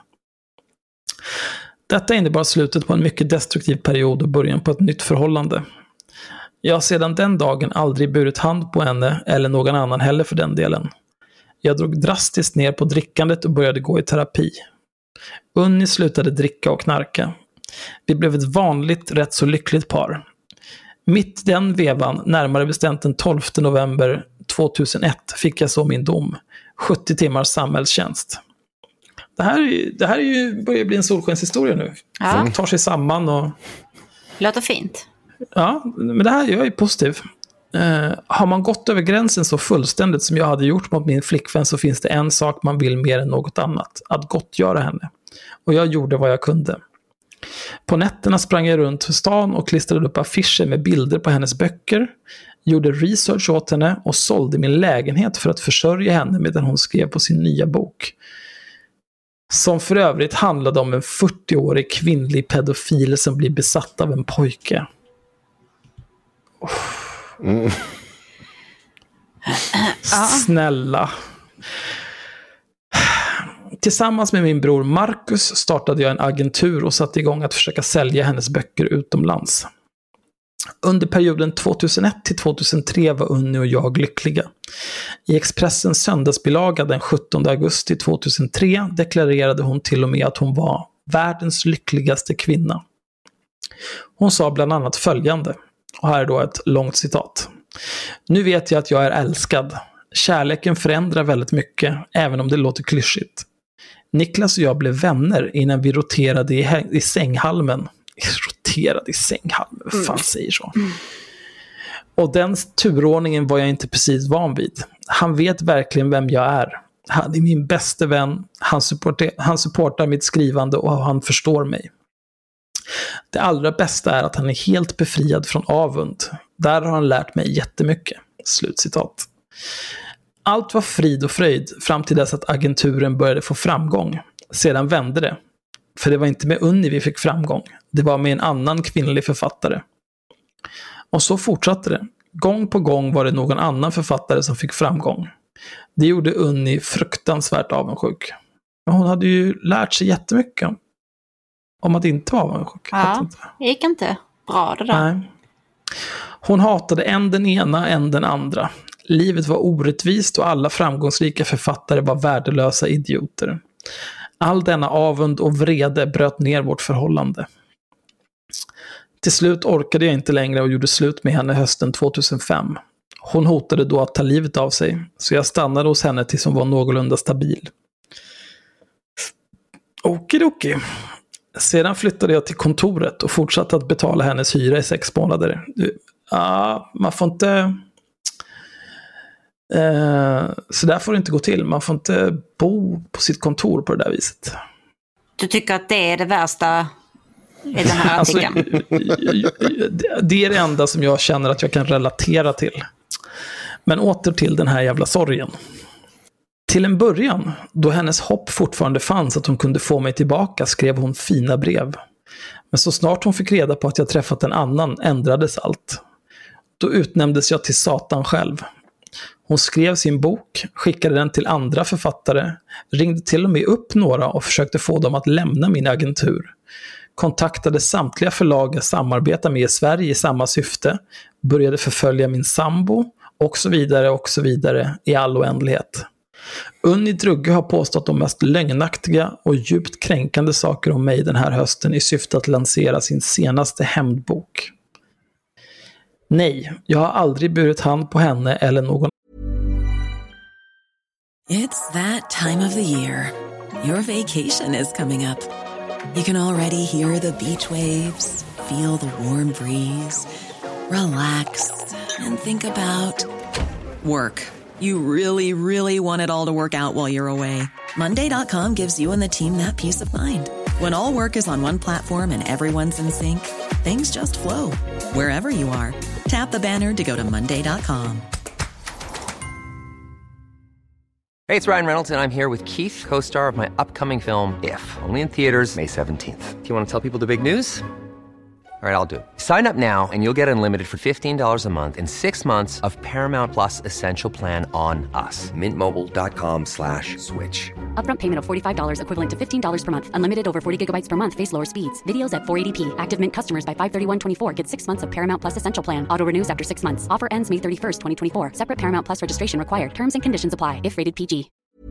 Detta innebar slutet på en mycket destruktiv period och början på ett nytt förhållande. Jag har sedan den dagen aldrig burit hand på henne eller någon annan heller för den delen. Jag drog drastiskt ner på drickandet och började gå i terapi. Unni slutade dricka och knarka. Vi blev ett vanligt, rätt så lyckligt par. Mitt den vevan, närmare bestämt den tolfte november tvåtusenett, fick jag så min dom. sjuttio timmars samhällstjänst. Det här, är, det här är ju, börjar bli en solskenshistoria nu. Ja. Folk tar sig samman och... Låter fint. Ja, men det här jag är positiv. Uh, har man gått över gränsen så fullständigt som jag hade gjort mot min flickvän, så finns det en sak man vill mer än något annat: att gottgöra henne. Och jag gjorde vad jag kunde. På nätterna sprang jag runt för stan och klistrade upp affischer med bilder på hennes böcker. gjorde research åt henne och sålde min lägenhet för att försörja henne medan hon skrev på sin nya bok. Som för övrigt handlade om en fyrtioårig kvinnlig pedofil som blir besatt av en pojke. Oh. Mm. Snälla. Tillsammans med min bror Marcus startade jag en agentur och satte igång att försöka sälja hennes böcker utomlands. Under perioden tjugohundraett till tjugohundratre var Unni och jag lyckliga. I Expressens söndagsbilaga den sjuttonde augusti tjugohundratre deklarerade hon till och med att hon var världens lyckligaste kvinna. Hon sa bland annat följande, och här är då ett långt citat. Nu vet jag att jag är älskad. Kärleken förändrar väldigt mycket, även om det låter klyschigt. Niklas och jag blev vänner innan vi roterade i, i sänghalmen. Roterade i sänghalmen, vad fan säger så? Mm. Och den turordningen var jag inte precis van vid. Han vet verkligen vem jag är. Han är min bästa vän. Han supportar, han supportar mitt skrivande och han förstår mig. Det allra bästa är att han är helt befriad från avund. Där har han lärt mig jättemycket. Slutcitat. Allt var frid och fröjd fram till dess att agenturen började få framgång. Sedan vände det. För det var inte med Unni vi fick framgång. Det var med en annan kvinnlig författare. Och så fortsatte det. Gång på gång var det någon annan författare som fick framgång. Det gjorde Unni fruktansvärt avundsjuk. Men hon hade ju lärt sig jättemycket om att inte vara avundsjuk. Ja, det gick inte bra det där. Nej. Hon hatade en den ena, en den andra. Livet var orättvist och alla framgångsrika författare var värdelösa idioter. All denna avund och vrede bröt ner vårt förhållande. Till slut orkade jag inte längre och gjorde slut med henne hösten tjugohundrafem. Hon hotade då att ta livet av sig, så jag stannade hos henne tills hon var någorlunda stabil. Okidoki. Sedan flyttade jag till kontoret och fortsatte att betala hennes hyra i sex månader. Ja, man får inte... Eh, så där får det inte gå till. Man får inte bo på sitt kontor på det där viset. Du tycker att det är det värsta i den här artikeln? Alltså, det är det enda som jag känner att jag kan relatera till. Men åter till den här jävla sorgen. Till en början, då hennes hopp fortfarande fanns att hon kunde få mig tillbaka, skrev hon fina brev. Men så snart hon fick reda på att jag träffat en annan ändrades allt. Då utnämndes jag till Satan själv. Hon skrev sin bok, skickade den till andra författare, ringde till och med upp några och försökte få dem att lämna min agentur. Kontaktade samtliga förlag jag samarbetar med i Sverige i samma syfte, började förfölja min sambo och så vidare och så vidare i all oändlighet. Unni Drugge har påstått de mest lögnaktiga och djupt kränkande saker om mig den här hösten i syfte att lansera sin senaste hämndbok. Nej, jag har aldrig burit hand på henne eller någon. It's that time of the year. Your vacation is coming up. You can already hear the beach waves, feel the warm breeze, relax and think about work. You really, really want it all to work out while you're away. Monday dot com gives you and the team that peace of mind. When all work is on one platform and everyone's in sync, things just flow. Wherever you are, tap the banner to go to Monday dot com. Hey, it's Ryan Reynolds, and I'm here with Keith, co-star of my upcoming film, If, only in theaters May seventeenth. Do you want to tell people the big news? All right, I'll do it. Sign up now and you'll get unlimited for fifteen dollars a month and six months of Paramount Plus Essential Plan on us. Mint Mobile dot com slash switch. Upfront payment of forty-five dollars equivalent to fifteen dollars per month. Unlimited over forty gigabytes per month. Face lower speeds. Videos at four eighty p. Active Mint customers by five thirty-one twenty-four get six months of Paramount Plus Essential Plan. Auto renews after six months. Offer ends May thirty-first, twenty twenty-four. Separate Paramount Plus registration required. Terms and conditions apply if rated P G.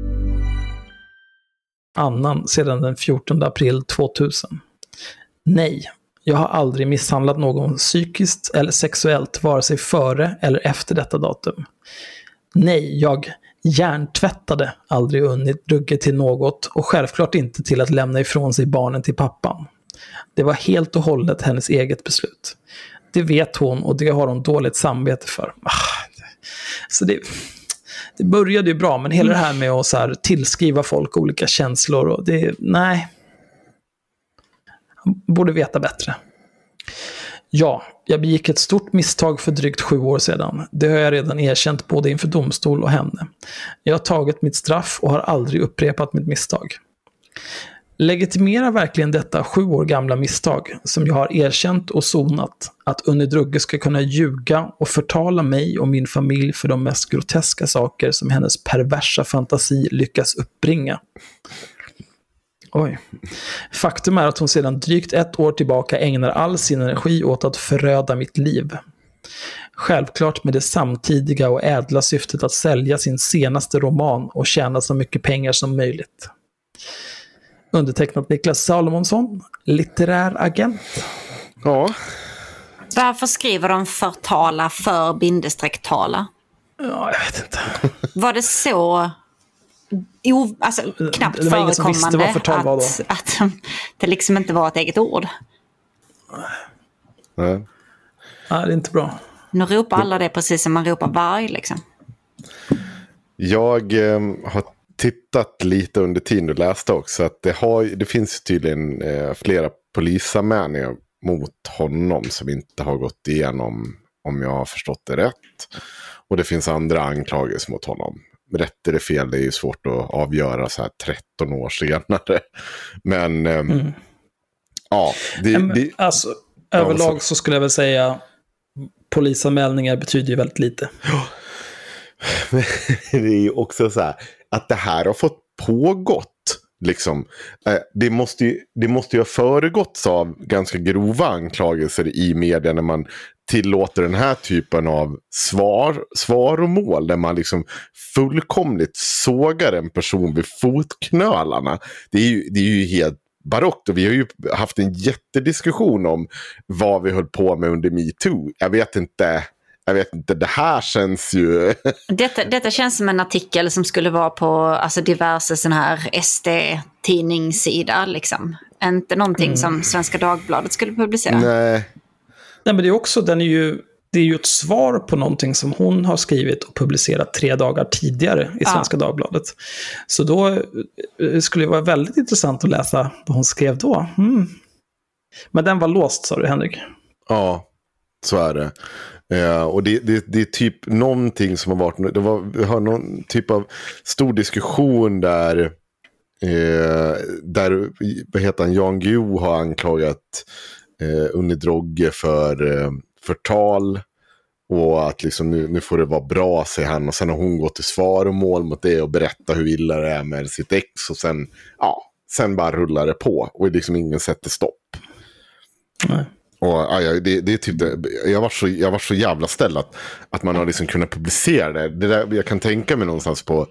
Annan sedan den fjortonde april tvåtusen. Nej, jag har aldrig misshandlat någon psykiskt eller sexuellt vare sig före eller efter detta datum. Nej, jag hjärntvättade aldrig Unni Drugge till något och självklart inte till att lämna ifrån sig barnen till pappan. Det var helt och hållet hennes eget beslut. Det vet hon och det har hon dåligt samvete för. Så det... Det började ju bra, men hela det här med att så här, tillskriva folk olika känslor, och det, nej. Han borde veta bättre. Ja, Jag begick ett stort misstag för drygt sju år sedan. Det har jag redan erkänt både inför domstol och henne. Jag har tagit mitt straff och har aldrig upprepat mitt misstag. Legitimerar verkligen detta sju år gamla misstag, som jag har erkänt och sonat, att Unni Drugge ska kunna ljuga och förtala mig och min familj för de mest groteska saker som hennes perversa fantasi lyckas uppbringa? Oj. Faktum är att hon sedan drygt ett år tillbaka ägnar all sin energi åt att föröda mitt liv. Självklart med det samtidiga och ädla syftet att sälja sin senaste roman och tjäna så mycket pengar som möjligt. Undertecknat Niklas Salomonsson, litterär agent. Ja. Varför skriver de förtala för bindestrecktala? Ja, jag vet inte. Var det så... O, alltså, knappt det var ingen som visste vad förtal var då. Att, att det liksom inte var ett eget ord. Nej. Nej, det är inte bra. Nu ropar alla det precis som man ropar varg liksom. Jag eh, har tittat lite under tiden och läste också att det, har, det finns tydligen eh, flera polisanmälningar mot honom som inte har gått igenom, om jag har förstått det rätt. Och det finns andra anklagelser mot honom. Rätt eller fel, det är ju svårt att avgöra så här tretton år senare. Men eh, mm. ja, det, Men, det, alltså, överlag ja, så... så skulle jag väl säga polisanmälningar betyder ju väldigt lite. Ja. Det är ju också så här att det här har fått pågått liksom. Det måste ju, det måste ju ha föregåtts av ganska grova anklagelser i media när man tillåter den här typen av svar, svar och mål där man liksom fullkomligt sågar en person vid fotknölarna. Det är ju, det är ju helt barockt, och vi har ju haft en jättediskussion om vad vi höll på med under MeToo. Jag vet inte, jag vet inte, det här känns ju... Detta, detta känns som en artikel som skulle vara på alltså, diverse sån här S D-tidningssida liksom. Inte någonting mm. som Svenska Dagbladet skulle publicera. Nej. Nej, men det är också, den är ju, det är ju ett svar på någonting som hon har skrivit och publicerat tre dagar tidigare i Svenska ja. Dagbladet. Så då skulle det vara väldigt intressant att läsa vad hon skrev då. Mm. Men den var låst, sa du, Henrik. Ja, så är det. Ja, och det, det, det är typ någonting som har varit, det var, vi har någon typ av stor diskussion där eh, där, vad heter han, Jan Guillou har anklagat eh, Unni Drugge för eh, förtal, och att liksom nu, nu får det vara bra, säger han, och sen har hon gått till svar och mål mot det och berätta hur illa det är med sitt ex, och sen, ja, sen bara rullar det på och liksom ingen sätter stopp. Nej. Och ja, det, det är typ det, jag var så jag var så jävla ställd att, att man har liksom kunnat publicera det. Det där, jag kan tänka mig någonstans på,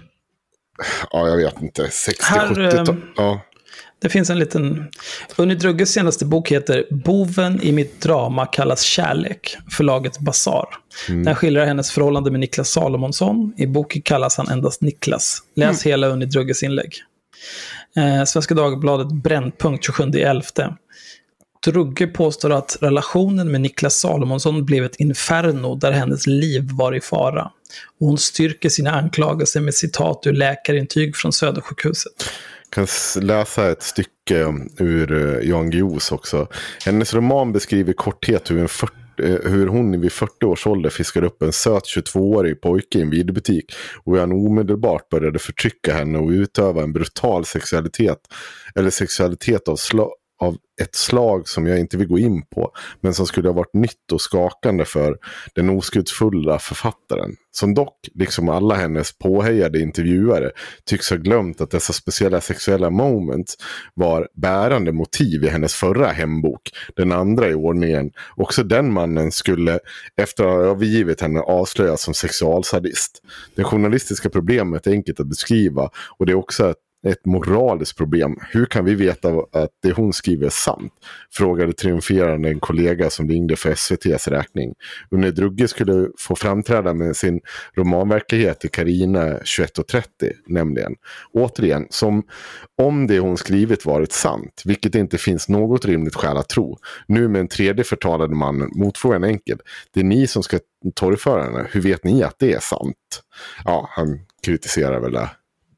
ja, jag vet inte, sextio sjuttio. Ja. Det finns en liten... Unni Drugges senaste bok heter Boven i mitt drama kallas kärlek, förlaget Bazaar. Mm. Den skildrar hennes förhållande med Niklas Salomonsson. I boken kallas han endast Niklas. Läs mm. hela Unni Drugges inlägg. Eh, Svenska Dagbladet Brännpunkt tjugosjunde elfte. Drugge påstår att relationen med Niklas Salomonsson blev ett inferno där hennes liv var i fara. Och hon styrker sina anklagelser med citat ur läkarintyg från Södersjukhuset. Jag kan läsa ett stycke ur Jan Guillous också. Hennes roman beskriver korthet hur, en fyrtio, hur hon vid fyrtio års ålder fiskade upp en söt tjugotvåårig pojke i en videobutik, och han omedelbart började förtrycka henne och utöva en brutal sexualitet eller sexualitet av slag av ett slag som jag inte vill gå in på, men som skulle ha varit nytt och skakande för den oskuldsfulla författaren, som dock, liksom alla hennes påhejade intervjuare, tycks ha glömt att dessa speciella sexuella moments var bärande motiv i hennes förra hembok, den andra i ordningen. Också den mannen skulle, efter att ha övergivit henne, avslöjas som sexualsadist. Det journalistiska problemet är enkelt att beskriva, och det är också ett ett moraliskt problem. Hur kan vi veta att det hon skriver är sant? Frågade triumferande en kollega som ringde för S V T:s räkning. Unni Drugge skulle få framträda med sin romanverklighet i Carina tjugoett och trettio, nämligen. Återigen, som om det hon skrivit varit sant, vilket det inte finns något rimligt skäl att tro. Nu med en tredje förtalade mannen, motfrågan enkel. Det är ni som ska torgföra henne. Hur vet ni att det är sant? Ja, han kritiserar väl det.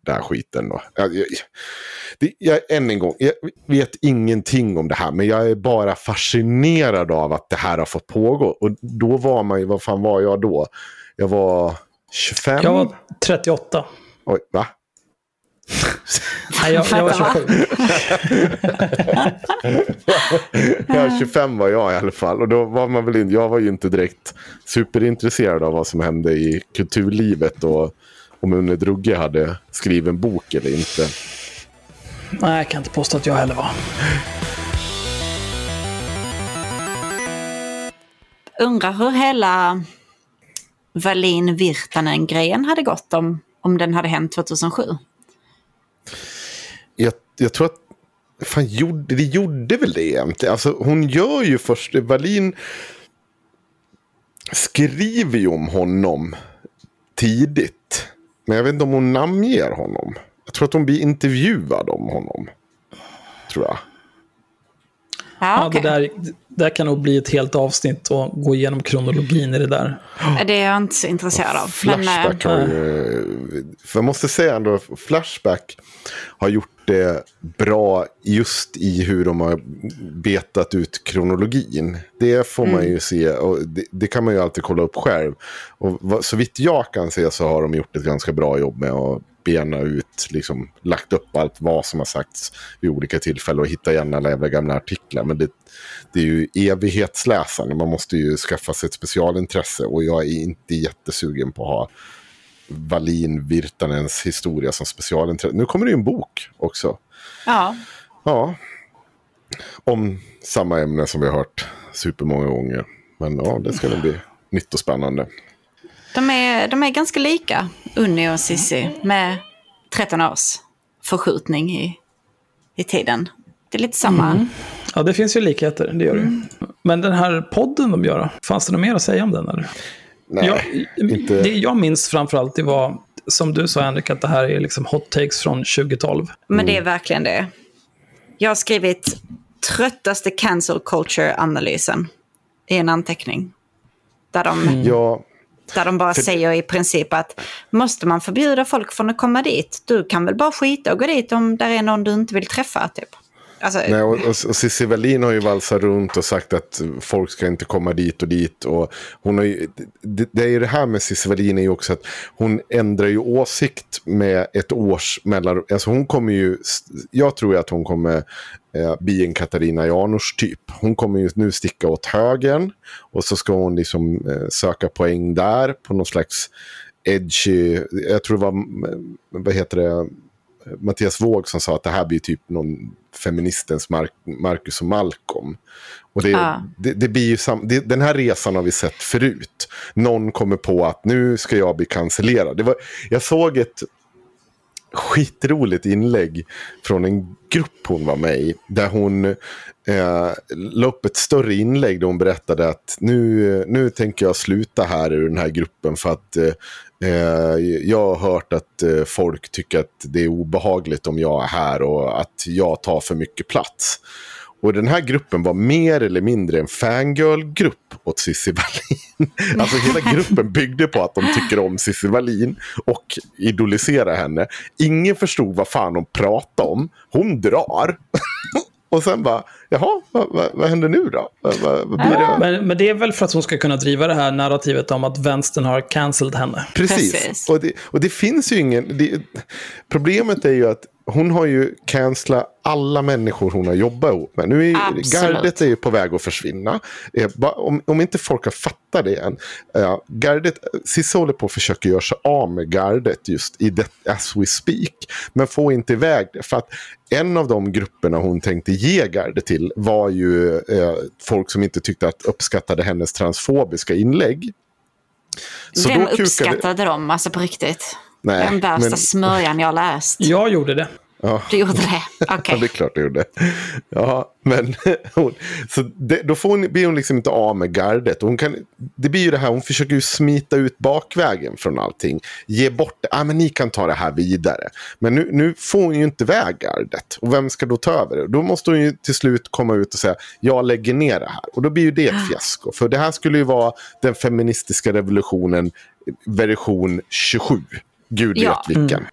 den här skiten då. Jag, jag, det, jag, än en gång, jag vet ingenting om det här, men jag är bara fascinerad av att det här har fått pågå. Och då var man ju, vad fan var jag då? Jag var tjugofem? Jag var trettioåtta. Oj, va? Nej, jag, jag var tjugosju. Ja, tjugofem var jag i alla fall. Och då var man väl inte, jag var ju inte direkt superintresserad av vad som hände i kulturlivet och om Unne Drugge hade skrivit en bok eller inte. Nej, jag kan inte påstå att jag heller var. Undrar hur hela Wallin-Virtanen-grejen hade gått om, om den hade hänt tjugohundrasju. Jag, jag tror att fan, gjorde, det gjorde väl det egentligen. Alltså, hon gör ju först, Wallin skriver ju om honom tidigt. Men jag vet inte om hon namnger honom. Jag tror att hon blir intervjuad om honom. Tror jag. Ja, okay. Ja, det där, det där kan nog bli ett helt avsnitt och gå igenom kronologin i det där. Det är jag inte så intresserad av. Flashback men, har ju, för jag måste säga ändå, Flashback har gjort det bra just i hur de har betat ut kronologin. Det får man ju se, och det, det kan man ju alltid kolla upp själv. Och så vitt jag kan se så har de gjort ett ganska bra jobb med att bena ut, liksom lagt upp allt vad som har sagts vid olika tillfällen och hitta igen alla jävla gamla artiklar. Men det, det är ju evighetsläsande. Man måste ju skaffa sig ett specialintresse, och jag är inte jättesugen på att ha Wallin-Virtanens historia som specialintresse. Nu kommer det ju en bok också. Ja. Ja. Om samma ämne som vi har hört supermånga gånger. Men ja, det ska nog bli nytt och spännande. De är, de är ganska lika, Unni och Sissi, med tretton års förskjutning i, i tiden. Det är lite samma. Mm. Ja, det finns ju likheter, det gör det. Mm. Men den här podden de gör, fanns det något mer att säga om den? Eller? Nej, jag, inte. Det jag minns framförallt, det var, som du sa Henrik, att det här är liksom hot takes från tjugo-tolv. Men det är verkligen det. Jag har skrivit tröttaste cancel culture-analysen i en anteckning. Där de... Mm. Ja. Där de bara För... säger i princip att måste man förbjuda folk från att komma dit? Du kan väl bara skita och gå dit om där är någon du inte vill träffa, typ. Alltså... Nej, och, och, och Cissi Wallin har ju valsat runt och sagt att folk ska inte komma dit och dit. Och hon har ju, det, det är ju det här med Cissi Wallin är ju också att hon ändrar ju åsikt med ett års mellan. Alltså hon kommer ju, jag tror att hon kommer eh, bli en Katarina Janouch typ. Hon kommer ju nu sticka åt högern och så ska hon liksom eh, söka poäng där på någon slags edgy, jag tror det var, vad heter det, Mattias Våg som sa att det här blir typ någon feministens Mar- Marcus och Malcolm. Och det, ah. det, det blir ju sam- det, den här resan har vi sett förut. Någon kommer på att nu ska jag bli cancellerad. Det var, jag såg ett skitroligt inlägg från en grupp hon var med i, där hon eh, la upp ett större inlägg där hon berättade att nu, nu tänker jag sluta här ur den här gruppen för att eh, jag har hört att eh, folk tycker att det är obehagligt om jag är här och att jag tar för mycket plats. Och den här gruppen var mer eller mindre en fangirl-grupp åt Cissi Wallin. Alltså hela gruppen byggde på att de tycker om Cissi Wallin och idoliserar henne. Ingen förstod vad fan hon pratade om. Hon drar. Och sen bara, jaha, vad, vad, vad händer nu då? Vad, vad, vad blir det? Men, men det är väl för att hon ska kunna driva det här narrativet om att vänstern har cancelled henne. Precis. Precis. Och, det, och det finns ju ingen... Det, problemet är ju att hon har ju cancelat alla människor hon har jobbat ihop med. Nu är gardet är ju på väg att försvinna. Om, om inte folk har fattat det än. Uh, gardet, Cissi håller på att försöka göra sig av med gardet just i det, as we speak. Men får inte iväg det. För att en av de grupperna hon tänkte ge gardet till var ju uh, folk som inte tyckte att uppskattade hennes transfobiska inlägg. Så Vem då kukade... uppskattade dem, alltså på riktigt? Nej, den värsta men... smörjan jag läst. Jag gjorde det. Ja. Du gjorde det? Okej. Okay. Ja, det är klart du gjorde. Ja, men hon, så det, då får hon, blir hon liksom inte av med gardet. Hon kan, det blir ju det här, hon försöker ju smita ut bakvägen från allting. Ge bort det. Ah, men ni kan ta det här vidare. Men nu, nu får hon ju inte väg gardet. Och vem ska då ta över det? Då måste hon ju till slut komma ut och säga, jag lägger ner det här. Och då blir ju det ett fiasko. För det här skulle ju vara den feministiska revolutionen version tjugosju. Gud vet ja. vilken. Mm.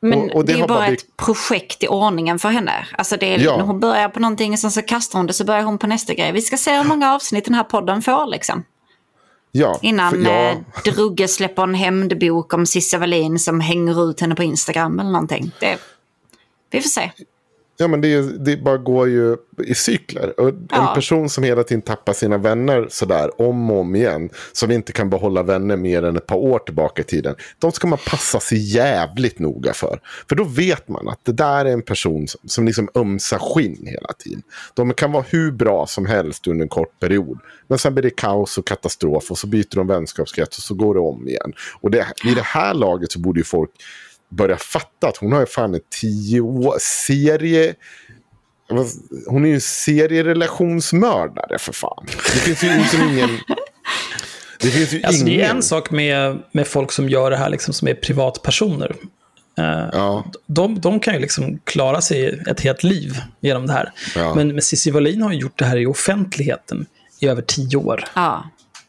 Men och, och det, det är ju bara, bara blivit... ett projekt i ordningen för henne. Alltså det är, ja. när hon börjar på någonting och sen så kastar hon det, så börjar hon på nästa grej. Vi ska se hur många avsnitt den här podden får liksom. Ja, Innan för, ja. eh, Drugge släpper en hämndbok om Cissi Wallin som hänger ut henne på Instagram eller någonting. Det, vi får se. Ja, men det, det bara går ju i cykler. Och ja. En person som hela tiden tappar sina vänner sådär om och om igen, som inte kan behålla vänner mer än ett par år tillbaka i tiden, de ska man passa sig jävligt noga för. För då vet man att det där är en person som, som liksom ömsar skinn hela tiden. De kan vara hur bra som helst under en kort period. Men sen blir det kaos och katastrof och så byter de vänskapskrets och så går det om igen. Och det, i det här laget så borde ju folk börja fatta att hon har ju fan en tio år serie. Hon är ju en serierelationsmördare för fan. Det finns ju liksom ingen... Det finns ju alltså, ingen... Det är en sak med, med folk som gör det här liksom, som är privatpersoner. Uh, ja. de, de kan ju liksom klara sig ett helt liv genom det här. Ja. Men, men Cissi Wallin har ju gjort det här i offentligheten i över tio år. Ja.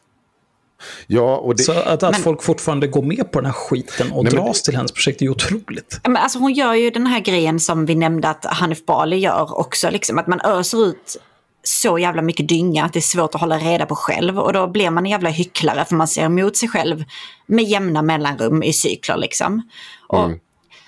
Ja, och det... Så att, att men... folk fortfarande går med på den här skiten och Nej, dras det... till hennes projekt är ju otroligt. Men alltså hon gör ju den här grejen som vi nämnde att Hanif Bali gör också. Liksom, att man öser ut så jävla mycket dynga att det är svårt att hålla reda på själv. Och då blir man en jävla hycklare för man ser emot sig själv med jämna mellanrum i cykler. Liksom. Och mm.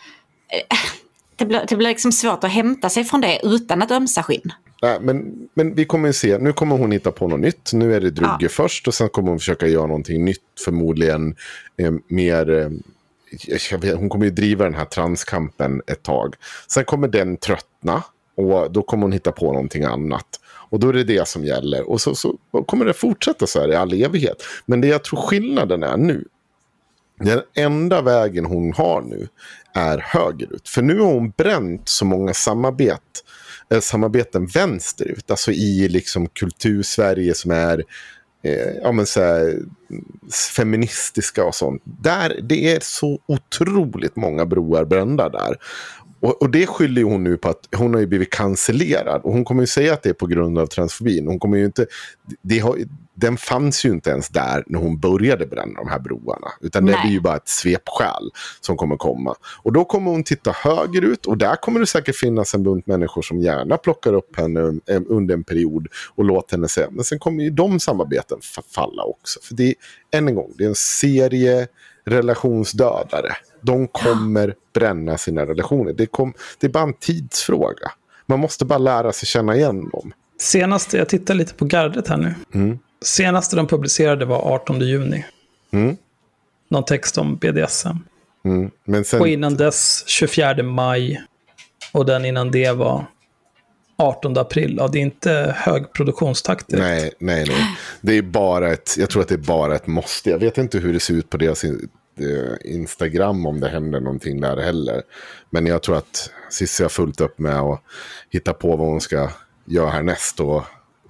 det, blir, det blir liksom svårt att hämta sig från det utan att ömsa skinn. Nej, men, men vi kommer ju se, nu kommer hon hitta på något nytt. Nu är det Drugge ja. först och sen kommer hon försöka göra någonting nytt. Förmodligen eh, mer... Eh, jag vet, hon kommer ju driva den här transkampen ett tag. Sen kommer den tröttna och då kommer hon hitta på någonting annat. Och då är det det som gäller. Och så, så kommer det fortsätta så här i all evighet. Men det jag tror skillnaden är nu, den enda vägen hon har nu är högerut. För nu har hon bränt så många samarbete. samarbeten vänsterut, alltså i liksom kultursverige som är eh, ja, men så här, feministiska och sånt. Där, det är så otroligt många broar brända där. Och, och det skyller hon nu på att hon har ju blivit cancellerad. Och hon kommer ju säga att det är på grund av transfobin. Hon kommer ju inte, det har, den fanns ju inte ens där när hon började bränna de här broarna. Utan Nej. det blir ju bara ett svepskäl som kommer komma. Och då kommer hon titta högerut. Och där kommer det säkert finnas en bunt människor som gärna plockar upp henne under en period. Och låter henne säga. Men sen kommer ju de samarbeten falla också. För det är, än en gång, det är en serie relationsdödare. De kommer bränna sina relationer. Det, kom, det är bara en tidsfråga. Man måste bara lära sig känna igen dem. Senaste, jag tittar lite på gardet här nu. Mm. Senaste de publicerade var artonde juni. Mm. Någon text om B D S M. Mm. Men sen... Och innan dess tjugofjärde maj. Och den innan det var artonde april. Ja, det är inte hög produktionstakt direkt. Nej, nej, nej. Det är bara ett, jag tror att det är bara ett måste. Jag vet inte hur det ser ut på deras Instagram om det händer någonting där heller. Men jag tror att Cissi har fullt upp med att hitta på vad hon ska göra härnäst och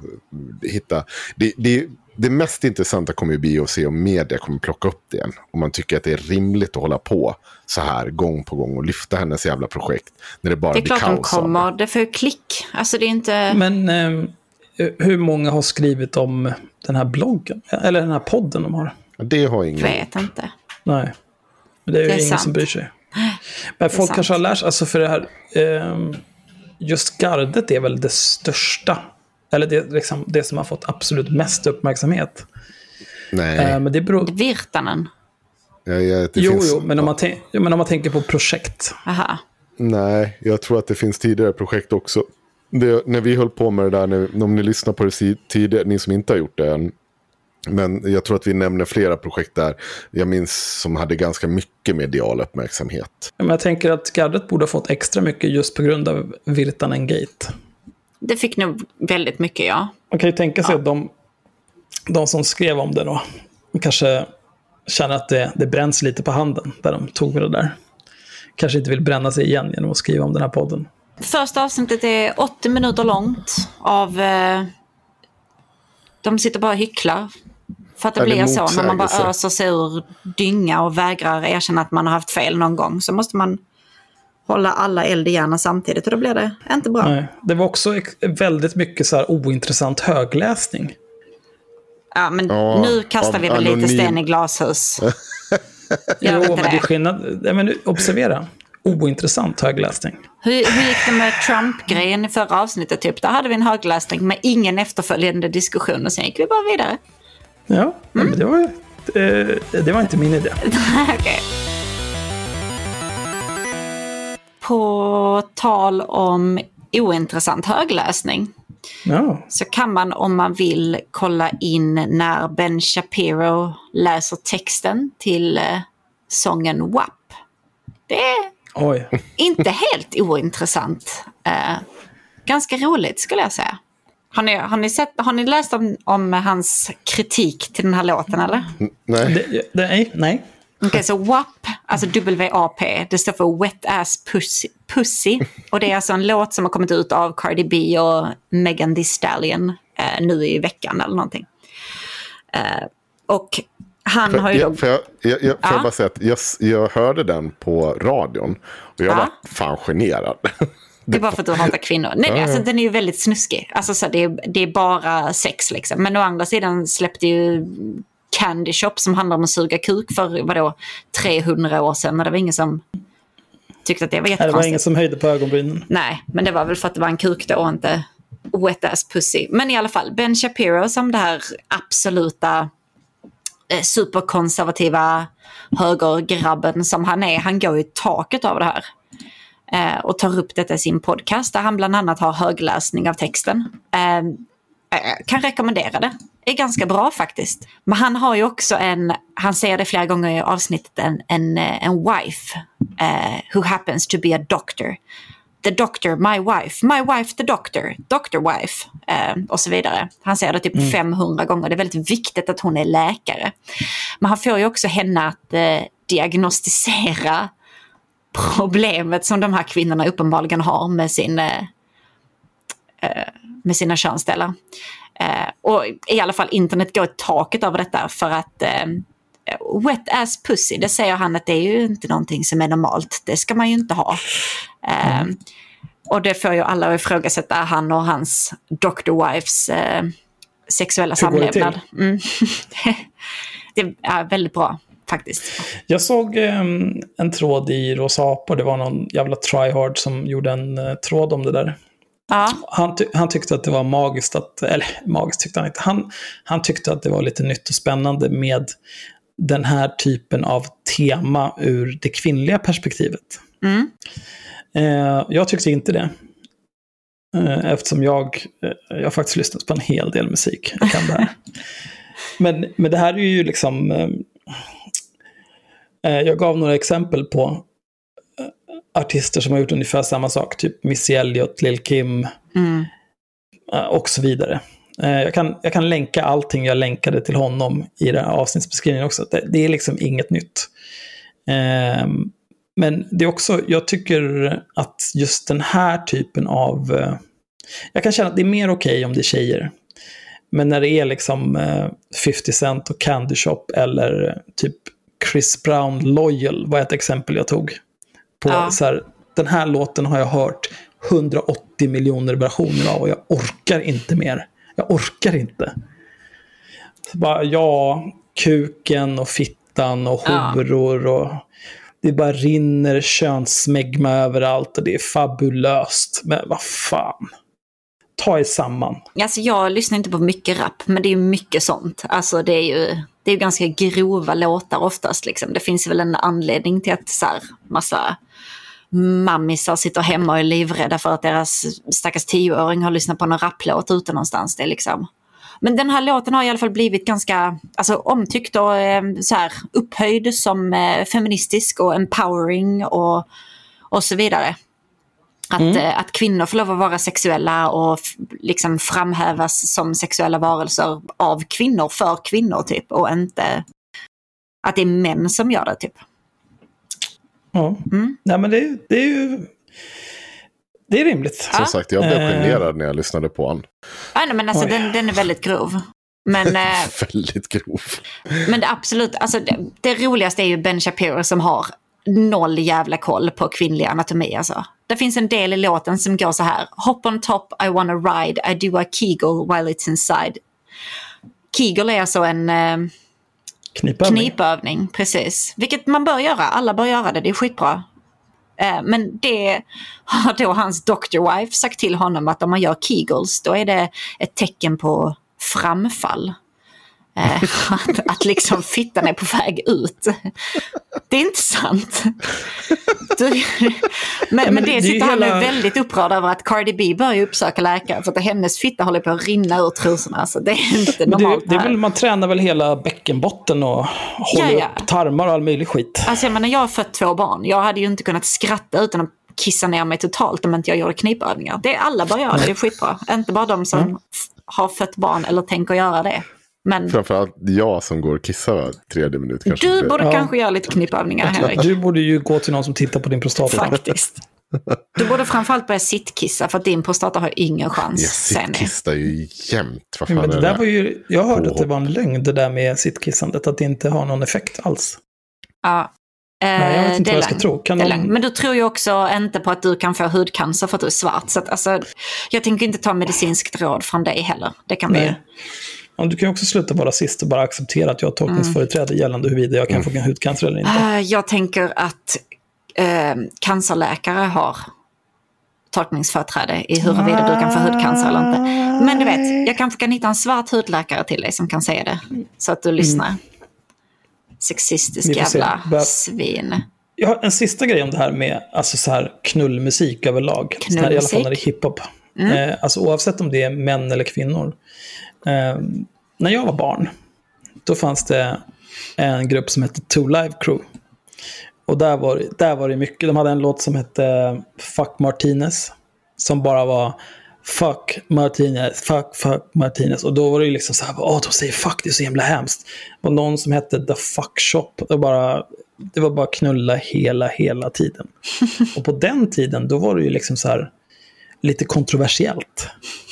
hitta. Det, det, det mest intressanta kommer ju bli att se om media kommer plocka upp det igen. Om man tycker att det är rimligt att hålla på så här gång på gång och lyfta hennes jävla projekt när det bara blir kaos. Det är klart de kommer, det får klick. Alltså det är inte... Men eh, hur många har skrivit om den här bloggen? Eller den här podden de har? Det har ingen. Jag vet inte. Nej, men det är ju det är ingen sant. som bryr sig. Men folk kanske har lärt sig, alltså för det här, eh, just gardet är väl det största, eller det, liksom, det som har fått absolut mest uppmärksamhet. Nej. Eh, men det beror... Virtanen. Ja, ja, det jo, finns... jo, men om, man tänk... men om man tänker på projekt. Aha. Nej, jag tror att det finns tidigare projekt också. Det, när vi höll på med det där, när, om ni lyssnar på det tidigare, ni som inte har gjort det än. Men jag tror att vi nämner flera projekt där jag minns som hade ganska mycket medial uppmärksamhet. Men jag tänker att gardet borde ha fått extra mycket just på grund av Virtanen Gate. Det fick nog väldigt mycket, ja. Man kan ju tänka sig ja. att de, de som skrev om det då kanske känner att det, det bränns lite på handen där de tog med det där. Kanske inte vill bränna sig igen genom att skriva om den här podden. Första avsnittet är åttio minuter långt av... Eh, de sitter bara och hycklar. För att det, det blir så när man bara öser sig ur dynga och vägrar erkänna att man har haft fel någon gång. Så måste man hålla alla eld i hjärnan samtidigt och då blir det inte bra. Nej, det var också väldigt mycket så här ointressant högläsning. Ja, men ja, nu kastar vi väl lite sten i glashus. Jo, men det är skillnad. Ja, men observera. ointressant högläsning. Hur, hur gick det med Trump-grejen i förra avsnittet? Typ? Där hade vi en högläsning med ingen efterföljande diskussion och sen gick vi bara vidare. Ja, mm. men det var, det, det var inte min idé. Okay. På tal om ointressant högläsning ja. så kan man, om man vill, kolla in när Ben Shapiro läser texten till eh, sången W A P. Det är Oj. inte helt ointressant. Eh, ganska roligt skulle jag säga. Har ni, har ni, sett, har ni läst om, om hans kritik till den här låten, eller? Nej. Det, det, nej, nej. Okej, okay, så W A P, alltså W A P, det står för Wet Ass Pussy, Pussy. Och det är alltså en låt som har kommit ut av Cardi B och Megan Thee Stallion eh, nu i veckan eller någonting. Eh, och han för, har ju... Ja, för jag, jag, jag, ja. får bara säga att jag, jag hörde den på radion och jag ja. var fan generad. Det är bara för att du hatar kvinnor. Nej, ja, ja. Alltså, den är ju väldigt snuskig. Alltså, så det, är, det är bara sex liksom. Men å andra sidan släppte ju Candy Shop som handlar om att suga kuk för vadå, trehundra år sedan. Och det var ingen som tyckte att det var jättekonstigt. Det var ingen som höjde på ögonbrynen. Nej, men det var väl för att det var en kuk då och inte wet ass pussy. Men i alla fall, Ben Shapiro som det här absoluta eh, superkonservativa högergrabben som han är. Han går ju taket av det här. Eh, och tar upp detta i sin podcast där han bland annat har högläsning av texten. Eh, eh, kan rekommendera det. Det är ganska bra faktiskt. Men han har ju också en, han säger det flera gånger i avsnittet, en, en, en wife uh, who happens to be a doctor. The doctor, my wife. My wife, the doctor. Doctor wife. Uh, och så vidare. Han säger det typ mm. femhundra gånger. Det är väldigt viktigt att hon är läkare. Men han får ju också henne att uh, diagnostisera problemet som de här kvinnorna uppenbarligen har med, sin, uh, uh, med sina könsdelar. Uh, och i alla fall internet går ett taket över detta för att uh, wet ass pussy, det säger han att det är ju inte någonting som är normalt. Det ska man ju inte ha. Uh, mm. Och det får ju alla att ifrågasätta han och hans doctor Wives uh, sexuella samlevnad. Mm. Det är väldigt bra faktiskt. Jag såg um, en tråd i Rosa Apor. Det var någon jävla tryhard som gjorde en uh, tråd om det där. Ja. Han, ty- han tyckte att det var magiskt att, eller magiskt tyckte han inte. Han, han tyckte att det var lite nytt och spännande med den här typen av tema ur det kvinnliga perspektivet. Mm. Eh, jag tyckte inte det. Eh, eftersom jag, eh, jag faktiskt lyssnat på en hel del musik. Jag kan det här. men, men det här är ju liksom, eh, jag gav några exempel på artister som har gjort ungefär samma sak, typ Missy Elliott, Lil Kim mm. och så vidare. Jag kan, jag kan länka allting jag länkade till honom i den här avsnittsbeskrivningen också. Det, det är liksom inget nytt. Men det är också, jag tycker att just den här typen av, jag kan känna att det är mer okej okay om det är tjejer. Men när det är liksom fifty Cent och Candy Shop eller typ Chris Brown Loyal var ett exempel jag tog. På ja. Så här, den här låten har jag hört hundraåttio miljoner versioner av och jag orkar inte mer. Jag orkar inte. Så bara, ja, kuken och fittan och horor ja. Och det bara rinner könssmegma överallt och det är fabulöst. Men vad fan. Ta er samman. Alltså jag lyssnar inte på mycket rap, men det är ju mycket sånt. Alltså det är ju, det är ju ganska grova låtar oftast liksom. Det finns väl en anledning till att så här, massa mammisar sitter hemma och är livrädda för att deras stackars tioåring har lyssnat på en raplåt ute någonstans. Det är liksom. Men den här låten har i alla fall blivit ganska alltså, omtyckt och eh, så här, upphöjd som eh, feministisk och empowering och, och så vidare. Att, mm. eh, att kvinnor får lov att vara sexuella och f- liksom framhävas som sexuella varelser av kvinnor för kvinnor typ och inte att det är män som gör det typ. Ja, mm. Nej, men det, det är ju det är rimligt. Som ja. sagt, jag blev generad när jag lyssnade på han. Ja, nej, men alltså den, den är väldigt grov. Men, eh, väldigt grov. Men det absolut, alltså det, det roligaste är ju Ben Shapiro som har noll jävla koll på kvinnlig anatomi alltså. Det finns en del i låten som går så här: hop on top, I wanna ride, I do a kegel while it's inside. Kegel är alltså en eh, knipövning. knipövning, precis. Vilket man bör göra, alla bör göra det, det är skitbra. Eh, men det har då hans doctor wife sagt till honom att om man gör Kegels då är det ett tecken på framfall. Eh, att, att liksom fittan är på väg ut. Det är inte sant. Du, men, men, men det sitter han hela... nu väldigt upprörd över att Cardi B börjar uppsöka läkare för att hennes fitta håller på att rinna ur trosorna. Alltså, det är inte normalt. Det, det är väl, man tränar väl hela bäckenbotten och håller ja, ja. upp tarmar och all möjlig skit. Alltså jag menar, jag har fött två barn. Jag hade ju inte kunnat skratta utan att kissa ner mig totalt om inte jag gjorde knipövningar. Det är alla bör göra, det är skitbra. Inte bara de som mm. har fött barn eller tänker göra det. Men framförallt jag som går och kissar var tredje minut kanske. Du borde ja. kanske göra lite knipövningar, Henrik. Du borde ju gå till någon som tittar på din prostata. Faktiskt. Du borde framförallt börja sittkissa för att din prostata har ingen chans. Jag sittkissar ju jämt. Vad fan men det är där det? Var ju, jag hörde på. Att det var en lögn det där med sittkissandet. Att det inte har någon effekt alls. Ja. Nej, jag vet inte vad jag ska tro. Kan någon... Men du tror ju också inte på att du kan få hudcancer för att du är svart. Så att, alltså, jag tänker inte ta medicinskt råd från dig heller. Det kan vi ju. Ja, du kan ju också sluta vara rasist och bara acceptera att jag har tolkningsföreträde mm. gällande huruvida jag kan få en hudcancer eller inte. Uh, jag tänker att uh, cancerläkare har tolkningsföreträde i huruvida ah. du kan få hudcancer eller inte. Men du vet, jag kanske kan hitta en svart hudläkare till dig som kan säga det. Så att du lyssnar. Mm. Sexistisk jävla But... svin. Jag har en sista grej om det här med alltså så här knullmusik överlag. Knullmusik? Här, i alla fall när det är hiphop. Mm. Eh, alltså oavsett om det är män eller kvinnor. Eh, när jag var barn då fanns det en grupp som hette Two Live Crew. Och där var, där var det mycket. De hade en låt som hette Fuck Martinez. Som bara var Fuck Martinez, fuck, fuck Martinez. Och då var det ju liksom så här, åh, de säger fuck, det är så himla hemskt. Och någon som hette The Fuck Shop. Det, bara, det var bara knulla hela, hela tiden. Och på den tiden, då var det ju liksom så här lite kontroversiellt.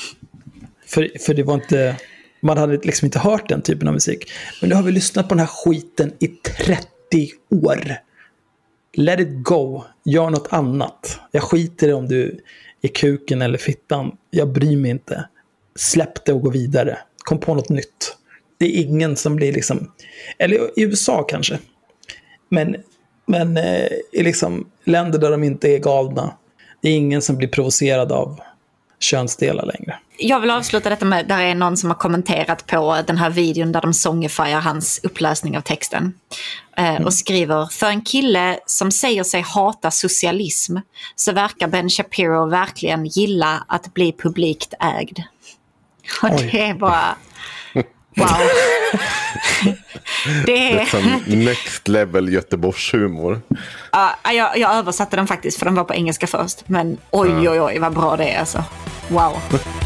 För, för det var inte, man hade liksom inte hört den typen av musik. Men nu har vi lyssnat på den här skiten i trettio år. Let it go. Gör något annat. Jag skiter i om du är kuken eller fittan. Jag bryr mig inte. Släpp det och gå vidare. Kom på något nytt. Det är ingen som blir liksom... Eller i U S A kanske. Men, men eh, i liksom länder där de inte är galna. Det är ingen som blir provocerad av könsdelar längre. Jag vill avsluta detta med, där är någon som har kommenterat på den här videon där de sångifierar hans uppläsning av texten. Eh, mm. Och skriver, för en kille som säger sig hata socialism så verkar Ben Shapiro verkligen gilla att bli publikt ägd. Och Oj. Det är bara... Wow. Det är som next level Göteborgshumor. Ja, uh, jag, jag översatte den faktiskt för den var på engelska först. Men oj, uh. oj, oj, vad bra det är alltså. Wow.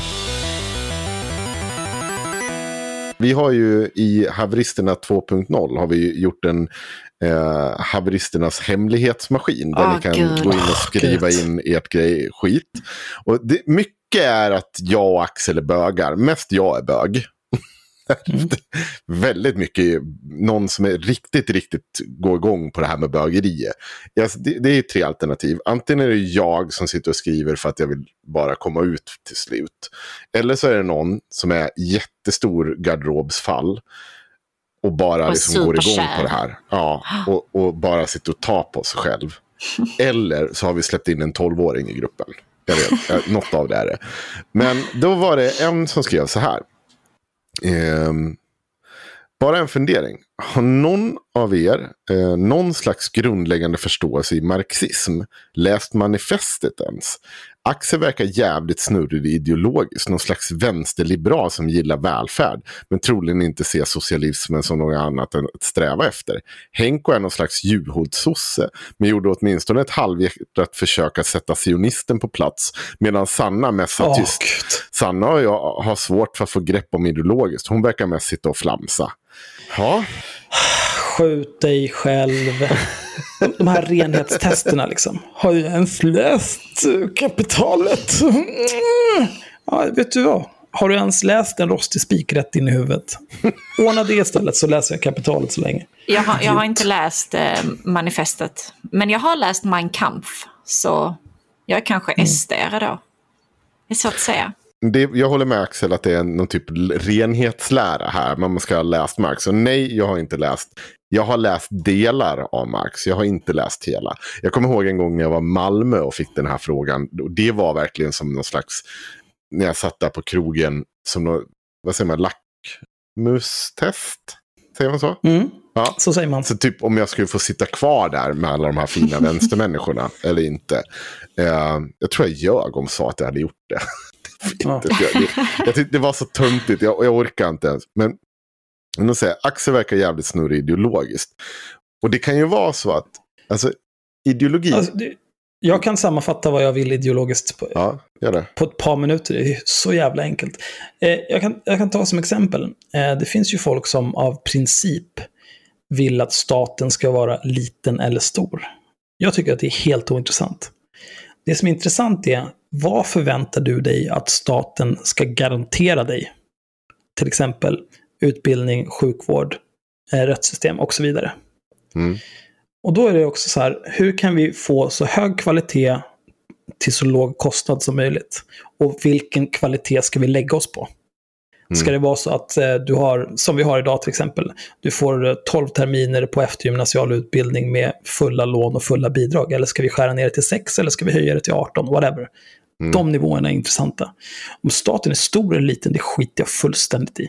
Vi har ju i Haveristerna två punkt noll har vi gjort en eh, Haveristernas hemlighetsmaskin. Där oh, ni kan God. gå in och skriva oh, in ert grej skit. Och det, mycket är att jag och Axel är bögar. Mest jag är bög. Mm. Väldigt mycket någon som är riktigt, riktigt går igång på det här med bögerier. Yes, det, det är tre alternativ. Antingen är det jag som sitter och skriver för att jag vill bara komma ut till slut. Eller så är det någon som är jättestor garderobsfall och bara och liksom går igång på det här. Ja, och, och bara sitter och tar på sig själv. Eller så har vi släppt in en tolvåring i gruppen. Jag vet, något av det är det. Men då var det en som skrev så här. Eh, bara en fundering. Har någon av er eh, någon slags grundläggande förståelse i marxism? Läst manifestet ens? Axel verkar jävligt snurrig ideologiskt. Någon slags vänsterliberal som gillar välfärd. Men troligen inte ser socialismen som något annat än att sträva efter. Henko är någon slags Juholt-sosse. Men gjorde åtminstone ett halvhjärtat försök att sätta sionisten på plats. Medan Sanna mest oh, tyst. God. Sanna och jag har svårt för att få grepp om ideologiskt. Hon verkar mest sitta och flamsa. Ja. Skjut dig själv. De här renhetstesterna liksom. Har ju ens läst Kapitalet? Ja, vet du vad? Har du ens läst en rostig spik rätt in i huvudet? Ordna det istället så läser jag Kapitalet så länge. Jag har, jag har inte läst eh, manifestet. Men jag har läst Mein Kampf. Så jag är kanske mm. S D-are då. Det är så att säga. det, jag håller med Axel att det är någon typ renhetslära här. Man ska ha läst Marx. Och nej, jag har inte läst. Jag har läst delar av Marx. Jag har inte läst hela. Jag kommer ihåg en gång när jag var i Malmö och fick den här frågan. Det var verkligen som någon slags, när jag satt där på krogen, som någon, vad säger man, lackmustest? Säger man så? Mm. Ja. Så säger man. Så typ om jag skulle få sitta kvar där med alla de här fina vänstermänniskorna eller inte. Uh, jag tror jag ljög om sa att jag hade gjort det. Ja. jag, det jag tyckte det var så töntigt. Jag, jag orkar inte ens. Men jag säga, Axel verkar jävligt snurrig ideologiskt. Och det kan ju vara så att alltså, ideologi... Alltså, det, jag kan sammanfatta vad jag vill ideologiskt på, ja, gör det. på ett par minuter. Det är så jävla enkelt. Eh, jag, kan, jag kan ta som exempel. Eh, det finns ju folk som av princip vill att staten ska vara liten eller stor. Jag tycker att det är helt ointressant. Det som är intressant är, vad förväntar du dig att staten ska garantera dig? Till exempel utbildning, sjukvård, rättssystem och så vidare. Mm. Och då är det också så här, hur kan vi få så hög kvalitet till så låg kostnad som möjligt? Och vilken kvalitet ska vi lägga oss på? Mm. Ska det vara så att eh, du har, som vi har idag till exempel, du får tolv terminer på eftergymnasial utbildning med fulla lån och fulla bidrag? Eller ska vi skära ner det till sex eller ska vi höja det till arton? Whatever. Mm. De nivåerna är intressanta. Om staten är stor eller liten, det skiter jag fullständigt i.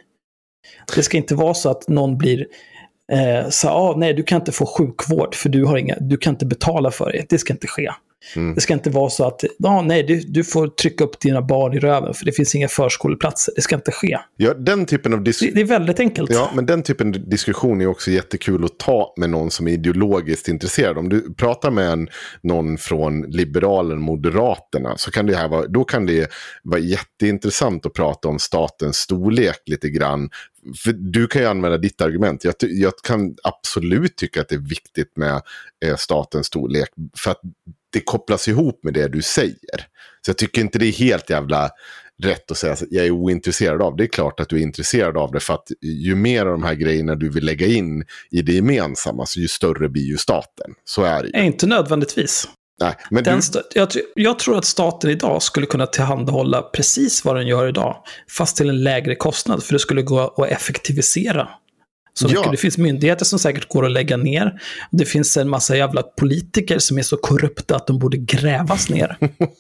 Det ska inte vara så att någon blir eh, så ah, nej, du kan inte få sjukvård för du har inga, du kan inte betala för det. Det ska inte ske. Mm. Det ska inte vara så att ah, nej, du, du får trycka upp dina barn i röven för det finns inga förskoleplatser. Det ska inte ske. Ja, den typen av dis- det, det är väldigt enkelt. Ja, men den typen av diskussion är också jättekul att ta med någon som är ideologiskt intresserad. Om du pratar med en, någon från Liberalen, Moderaterna, så kan det här vara, då kan det vara jätteintressant att prata om statens storlek lite grann. För du kan ju använda ditt argument. Jag, jag kan absolut tycka att det är viktigt med eh, statens storlek för att det kopplas ihop med det du säger. Så jag tycker inte det är helt jävla rätt att säga att jag är ointresserad av. Det är klart att du är intresserad av det för att ju mer av de här grejerna du vill lägga in i det gemensamma så ju större blir ju staten. Så är det ju. Är inte nödvändigtvis. Nej, men den du... st- jag, jag tror att staten idag skulle kunna tillhandahålla precis vad den gör idag, fast till en lägre kostnad, för det skulle gå att effektivisera. Så ja. Det finns myndigheter som säkert går att lägga ner. Det finns en massa jävla politiker som är så korrupta att de borde grävas ner.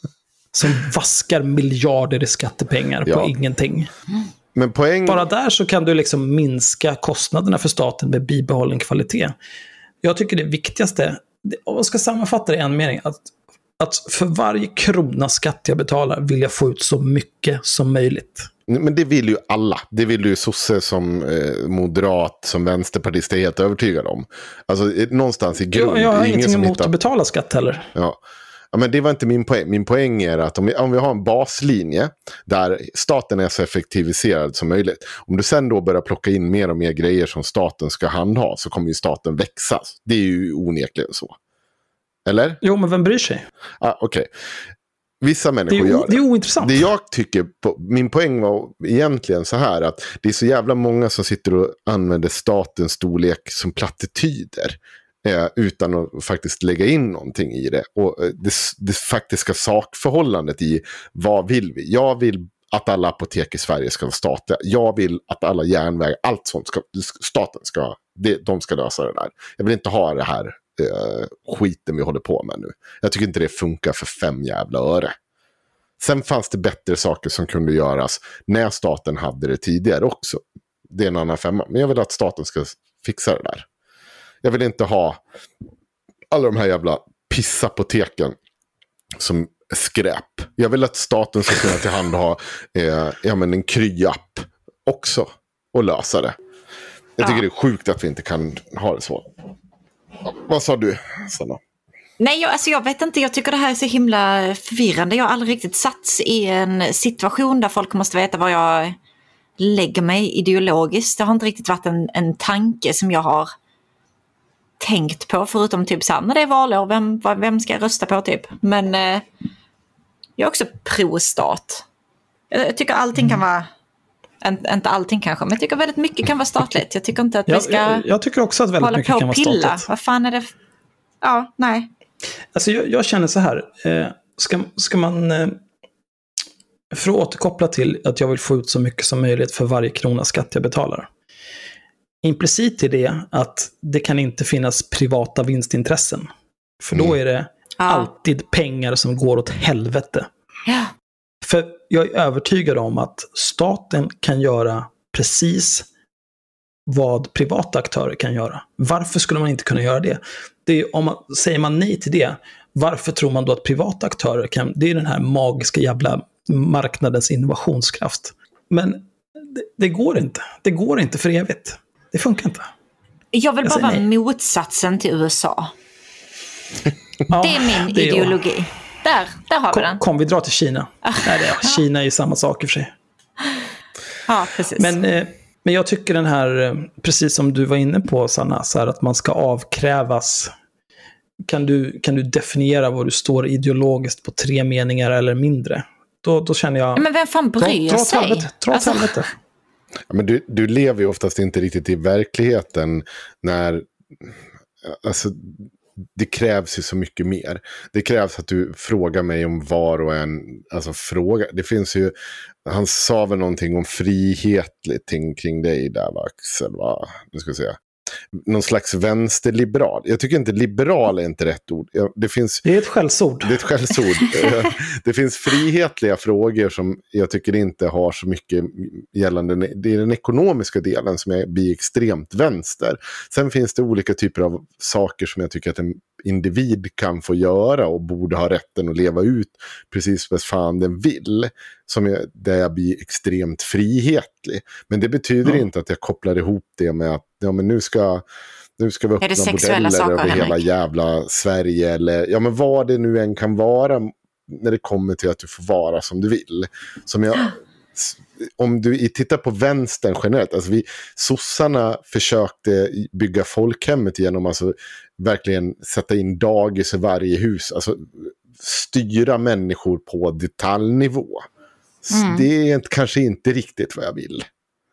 Som vaskar miljarder i skattepengar ja. på ingenting. Men poäng... Bara där så kan du liksom minska kostnaderna för staten med bibehållen kvalitet. Jag tycker det viktigaste, om man ska sammanfatta det i en mening, att, att för varje krona skatt jag betalar vill jag få ut så mycket som möjligt. Men det vill ju alla. Det vill ju sosse som eh, moderat, som vänsterpartist är helt övertygad om. Alltså någonstans i grund. Jag, jag har ingenting emot hittar... att betala skatt heller. Ja. Ja, men det var inte min poäng. Min poäng är att om vi, om vi har en baslinje där staten är så effektiviserad som möjligt. Om du sen då börjar plocka in mer och mer grejer som staten ska handha så kommer ju staten växa. Det är ju onekligen så. Eller? Jo, men vem bryr sig? Ah, okej. Okay. Vissa människor det är, gör det. Det är ointressant. Det jag tycker, på, min poäng var egentligen så här att det är så jävla många som sitter och använder statens storlek som plattityder. Eh, utan att faktiskt lägga in någonting i det. Och eh, det, det faktiska sakförhållandet i vad vill vi? Jag vill att alla apotek i Sverige ska vara statliga. Jag vill att alla järnvägar, allt sånt ska, staten ska, det, de ska lösa det där. Jag vill inte ha det här eh, skiten vi håller på med nu. Jag tycker inte det funkar för fem jävla öre. Sen fanns det bättre saker som kunde göras när staten hade det tidigare också. Det är en annan femma. Men jag vill att staten ska fixa det där. Jag vill inte ha alla de här jävla pissapoteken som skräp. Jag vill att staten ska kunna tillhandha eh, ja, men en kryapp också och lösa det. Jag tycker ja. det är sjukt att vi inte kan ha det så. Vad sa du, Sanna? Nej, jag, alltså jag vet inte. Jag tycker det här är så himla förvirrande. Jag har aldrig riktigt satts i en situation där folk måste veta vad jag lägger mig ideologiskt. Det har inte riktigt varit en, en tanke som jag har tänkt på, förutom typ så här, när det är valår, vem, vem ska jag rösta på typ. Men eh, jag är också pro-stat. Jag tycker allting kan vara, inte allting kanske, men jag tycker väldigt mycket kan vara statligt. Jag tycker inte att vi ska jag, jag, jag tycker också att väldigt mycket kan vara statligt. Pilla. Vad fan är det? Ja, nej. Alltså jag, jag känner så här, eh, ska, ska man eh, för att återkoppla till att jag vill få ut så mycket som möjligt för varje krona skatt jag betalar. Implicit i det att det kan inte finnas privata vinstintressen. För då är det mm. alltid pengar som går åt helvete. Ja. För jag är övertygad om att staten kan göra precis vad privata aktörer kan göra. Varför skulle man inte kunna göra det? Det är, om man, säger man nej till det, varför tror man då att privata aktörer kan? Det är den här magiska jävla marknadens innovationskraft. Men det, det går inte. Det går inte för evigt. Det funkar inte. Jag vill jag bara vara nej. motsatsen till U S A. Ja, det är min det är ideologi. Jag. Där, där har kom, vi den. Kom vi dra till Kina. Nej, det är, Kina är ju samma sak i och för sig. Ja, precis. Men, eh, men jag tycker den här, precis som du var inne på, Sanna, så här att man ska avkrävas. Kan du, kan du definiera vad du står ideologiskt på tre meningar eller mindre? Då, då känner jag... Men vem fan bryr dra, dra sig? Helvete, dra alltså... helvete. Ja, men du, du lever ju oftast inte riktigt i verkligheten när... Alltså, det krävs ju så mycket mer. Det krävs att du frågar mig om var och en... Alltså fråga... Det finns ju... Han sa väl någonting om frihetligt kring dig där, va, Axel? Va? Nu ska jag säga. Någon slags vänsterliberal. Jag tycker inte liberal är inte rätt ord. Det, finns, det är ett skällsord. Det är ett skällsord. Det finns frihetliga frågor som jag tycker inte har så mycket gällande. Det är den ekonomiska delen som jag blir extremt vänster. Sen finns det olika typer av saker som jag tycker att en individ kan få göra och borde ha rätten att leva ut precis vad fan den vill. Som jag, där jag blir extremt frihetlig. Men det betyder mm. inte att jag kopplar ihop det med att ja, men nu ska, nu ska vi öppna bordeller över hela Henrik? Jävla Sverige. Eller, ja, men vad det nu än kan vara när det kommer till att du får vara som du vill. Som jag... Om du tittar på vänstern generellt, alltså vi, sossarna försökte bygga folkhemmet genom alltså verkligen sätta in dagis i varje hus, alltså styra människor på detaljnivå. Mm. Det är kanske inte riktigt vad jag vill.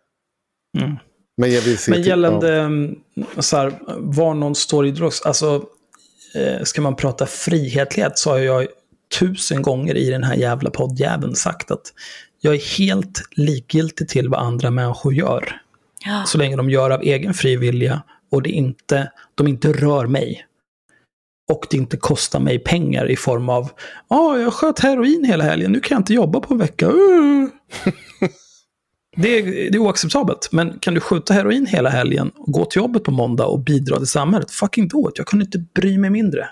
Mm. Men jag vill se Men gällande ja. så här, var någon står i drogs, alltså eh, ska man prata frihetlighet så har jag tusen gånger i den här jävla poddjäveln sagt att jag är helt likgiltig till vad andra människor gör. Ja. Så länge de gör av egen frivilliga och det inte, de inte rör mig. Och det inte kostar mig pengar i form av ja, ah, jag sköt heroin hela helgen, nu kan jag inte jobba på en vecka. Uh. det, är, det är oacceptabelt. Men kan du skjuta heroin hela helgen och gå till jobbet på måndag och bidra till samhället? Fucking do it. Jag kunde inte bry mig mindre.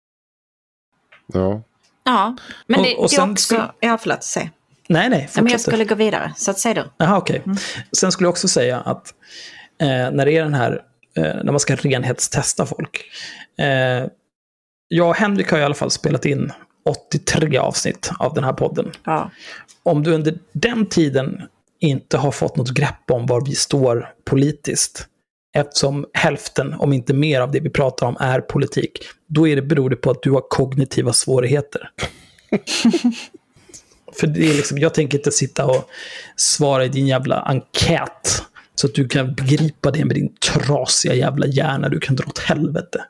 Ja. Ja, men det, och, och det är också... Skulle... Ja, förlåt, säg. Nej, nej, fortsätt. Men jag skulle gå vidare, så att säg du. Jaha, okej. Okay. Mm. Sen skulle jag också säga att eh, när det är den här, eh, när man ska renhetstesta folk. Eh, jag och Henrik har i alla fall spelat in åttiotre avsnitt av den här podden. Ja. Om du under den tiden inte har fått något grepp om var vi står politiskt, eftersom hälften, om inte mer av det vi pratar om är politik, då är det beror det på att du har kognitiva svårigheter. För det är liksom, jag tänker inte sitta och svara i din jävla enkät så att du kan begripa det med din trasiga jävla hjärna. Du kan dra åt helvete.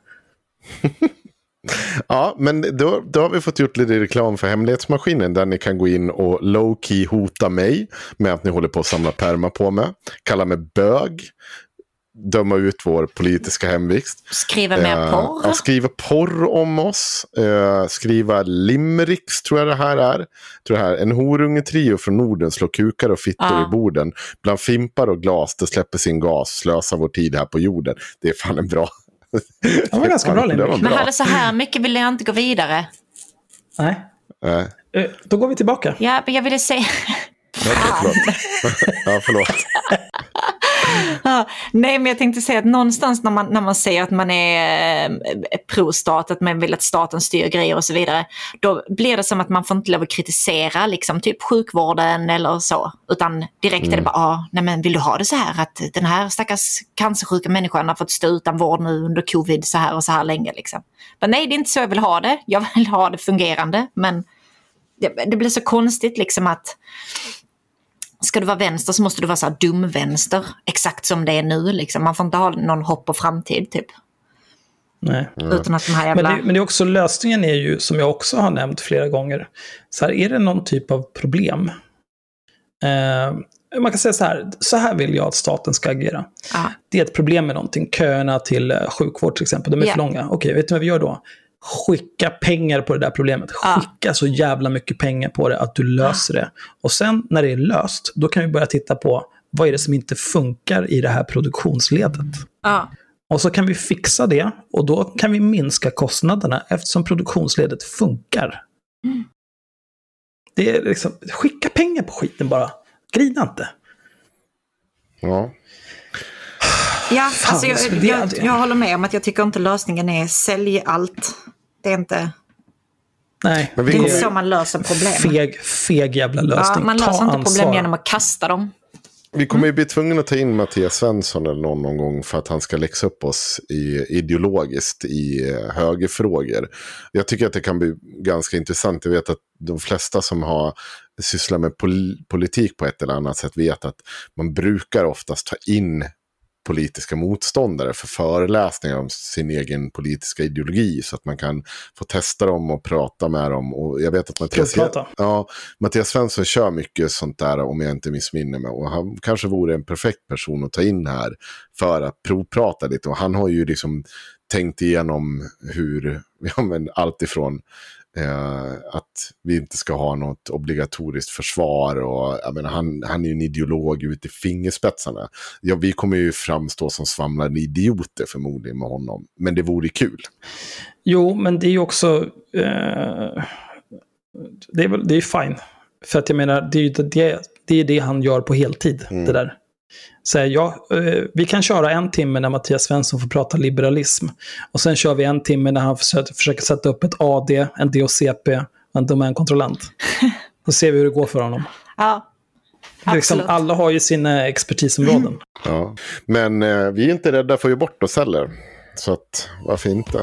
Ja, men då, då har vi fått gjort lite reklam för Hemlighetsmaskinen där ni kan gå in och low-key hota mig med att ni håller på att samla perma på mig. Kalla mig bög. Döma ut vår politiska hemvist. Skriva mer eh, porr. Ja, skriva porr om oss. Eh, skriva limericks tror jag det här är. Tror det här. En horungetrio från Norden slår kukar och fittor ah. i borden. Bland fimpar och glas det släpper sin gas. Slösar vår tid här på jorden. Det är fan en bra... Det var ganska bra, bra. Men hade så här mycket vill jag inte gå vidare. Nej. Nej. Uh, då går vi tillbaka. Ja, men jag ville säga... Ja, förlåt. Ja, förlåt. Ja, nej, men jag tänkte säga att någonstans när man, när man säger att man är eh, pro-stat, att man vill att staten styr grejer och så vidare, då blir det som att man får inte lov att kritisera liksom, typ sjukvården eller så, utan direkt mm. är det bara, ah, nej men vill du ha det så här att den här stackars cancersjuka människan har fått stå utan vård nu under covid så här och så här länge liksom. Men nej, det är inte så jag vill ha det, jag vill ha det fungerande, men det, det blir så konstigt liksom att ska du vara vänster så måste du vara så här dum vänster. Exakt som det är nu liksom. Man får inte ha någon hopp och framtid typ. Nej. Utan att de här jävla... men, det, men det är också, lösningen är ju, som jag också har nämnt flera gånger, så här, är det någon typ av problem? Eh, man kan säga så här, så här vill jag att staten ska agera. Ja. Det är ett problem med någonting, köerna till uh, sjukvård till exempel, de är yeah. för långa. Okej, vet du vad vi gör då? Skicka pengar på det där problemet. Skicka ja. så jävla mycket pengar på det att du löser ja. det. Och sen när det är löst, då kan vi börja titta på vad är det som inte funkar i det här produktionsledet. Ja. Och så kan vi fixa det och då kan vi minska kostnaderna eftersom produktionsledet funkar. Mm. Det är liksom, skicka pengar på skiten bara. Grina inte. Ja. Ja, Fan, alltså jag, jag, jag håller med om att jag tycker inte lösningen är sälj allt. Det är inte... Nej, men det är inte kommer... så man löser problem. Feg, feg jävla lösning. Ja, man löser Ta inte ansvar. problem genom att kasta dem. Vi kommer ju bli tvungna att ta in Mattias Svensson eller någon, någon gång för att han ska läxa upp oss i, ideologiskt i högerfrågor. Jag tycker att det kan bli ganska intressant. Jag vet att de flesta som har sysslat med pol- politik på ett eller annat sätt vet att man brukar oftast ta in politiska motståndare för föreläsningar om sin egen politiska ideologi så att man kan få testa dem och prata med dem. Och jag vet att Mattias, ja, Mattias Svensson kör mycket sånt där om jag inte missminner mig, och han kanske vore en perfekt person att ta in här för att provprata lite, och han har ju liksom tänkt igenom hur, ja men allt ifrån Eh, att vi inte ska ha något obligatoriskt försvar, och jag menar, han, han är ju en ideolog ut i fingerspetsarna. Ja, vi kommer ju framstå som svamlande idioter förmodligen med honom, men det vore kul. Jo, men det är ju också eh, det är väl, det är fine, för att jag menar det är ju det, det, är det han gör på heltid, mm. det där. Så ja, vi kan köra en timme när Mattias Svensson får prata liberalism. Och sen kör vi en timme när han försöker, försöker sätta upp ett A D, en D O C P och en domänkontrollant. Då ser vi hur det går för honom. Ja, liksom, alla har ju sina expertisområden. Mm. Ja. Men eh, vi är inte rädda för att ge bort oss heller. Så att, varför inte?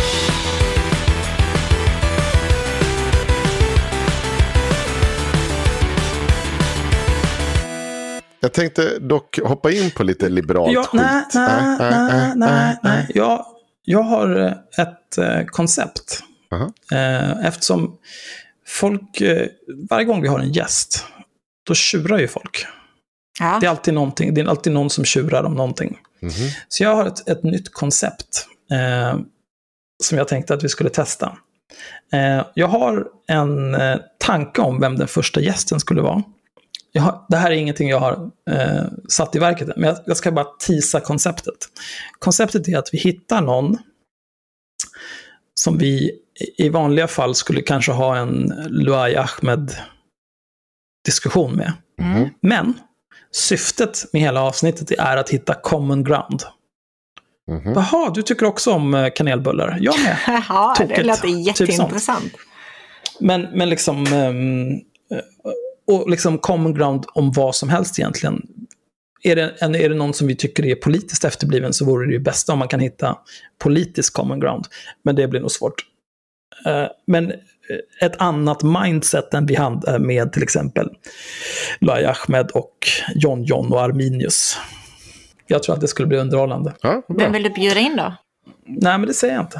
Jag tänkte dock hoppa in på lite liberalt ja, skit. Nej, nej, nej, nej, nej. Jag, jag har ett eh, koncept. Uh-huh. Eh, eftersom folk, eh, varje gång vi har en gäst, då tjurar ju folk. Ja. Det är alltid någonting, det är alltid någon som tjurar om någonting. Mm-hmm. Så jag har ett, ett nytt koncept eh, som jag tänkte att vi skulle testa. Eh, jag har en eh, tanke om vem den första gästen skulle vara. Jag har, det här är ingenting jag har eh, satt i verket, men jag, jag ska bara teasa konceptet. Konceptet är att vi hittar någon som vi i vanliga fall skulle kanske ha en Luai Ahmed-diskussion med. Mm. Men syftet med hela avsnittet är att hitta common ground. Mm-hmm. Jaha, du tycker också om kanelbullar. Jag med. Ja, det låter jätteintressant. Typ men, men liksom... Um, och liksom common ground om vad som helst egentligen. Är det, en, är det någon som vi tycker är politiskt efterbliven, så vore det ju bästa om man kan hitta politisk common ground. Men det blir nog svårt. Uh, men ett annat mindset än vi hade med till exempel Luai Ahmed och John John och Arminius. Jag tror att det skulle bli underhållande. Ja, vem vill du bjuda in då? Nej, men det säger jag inte.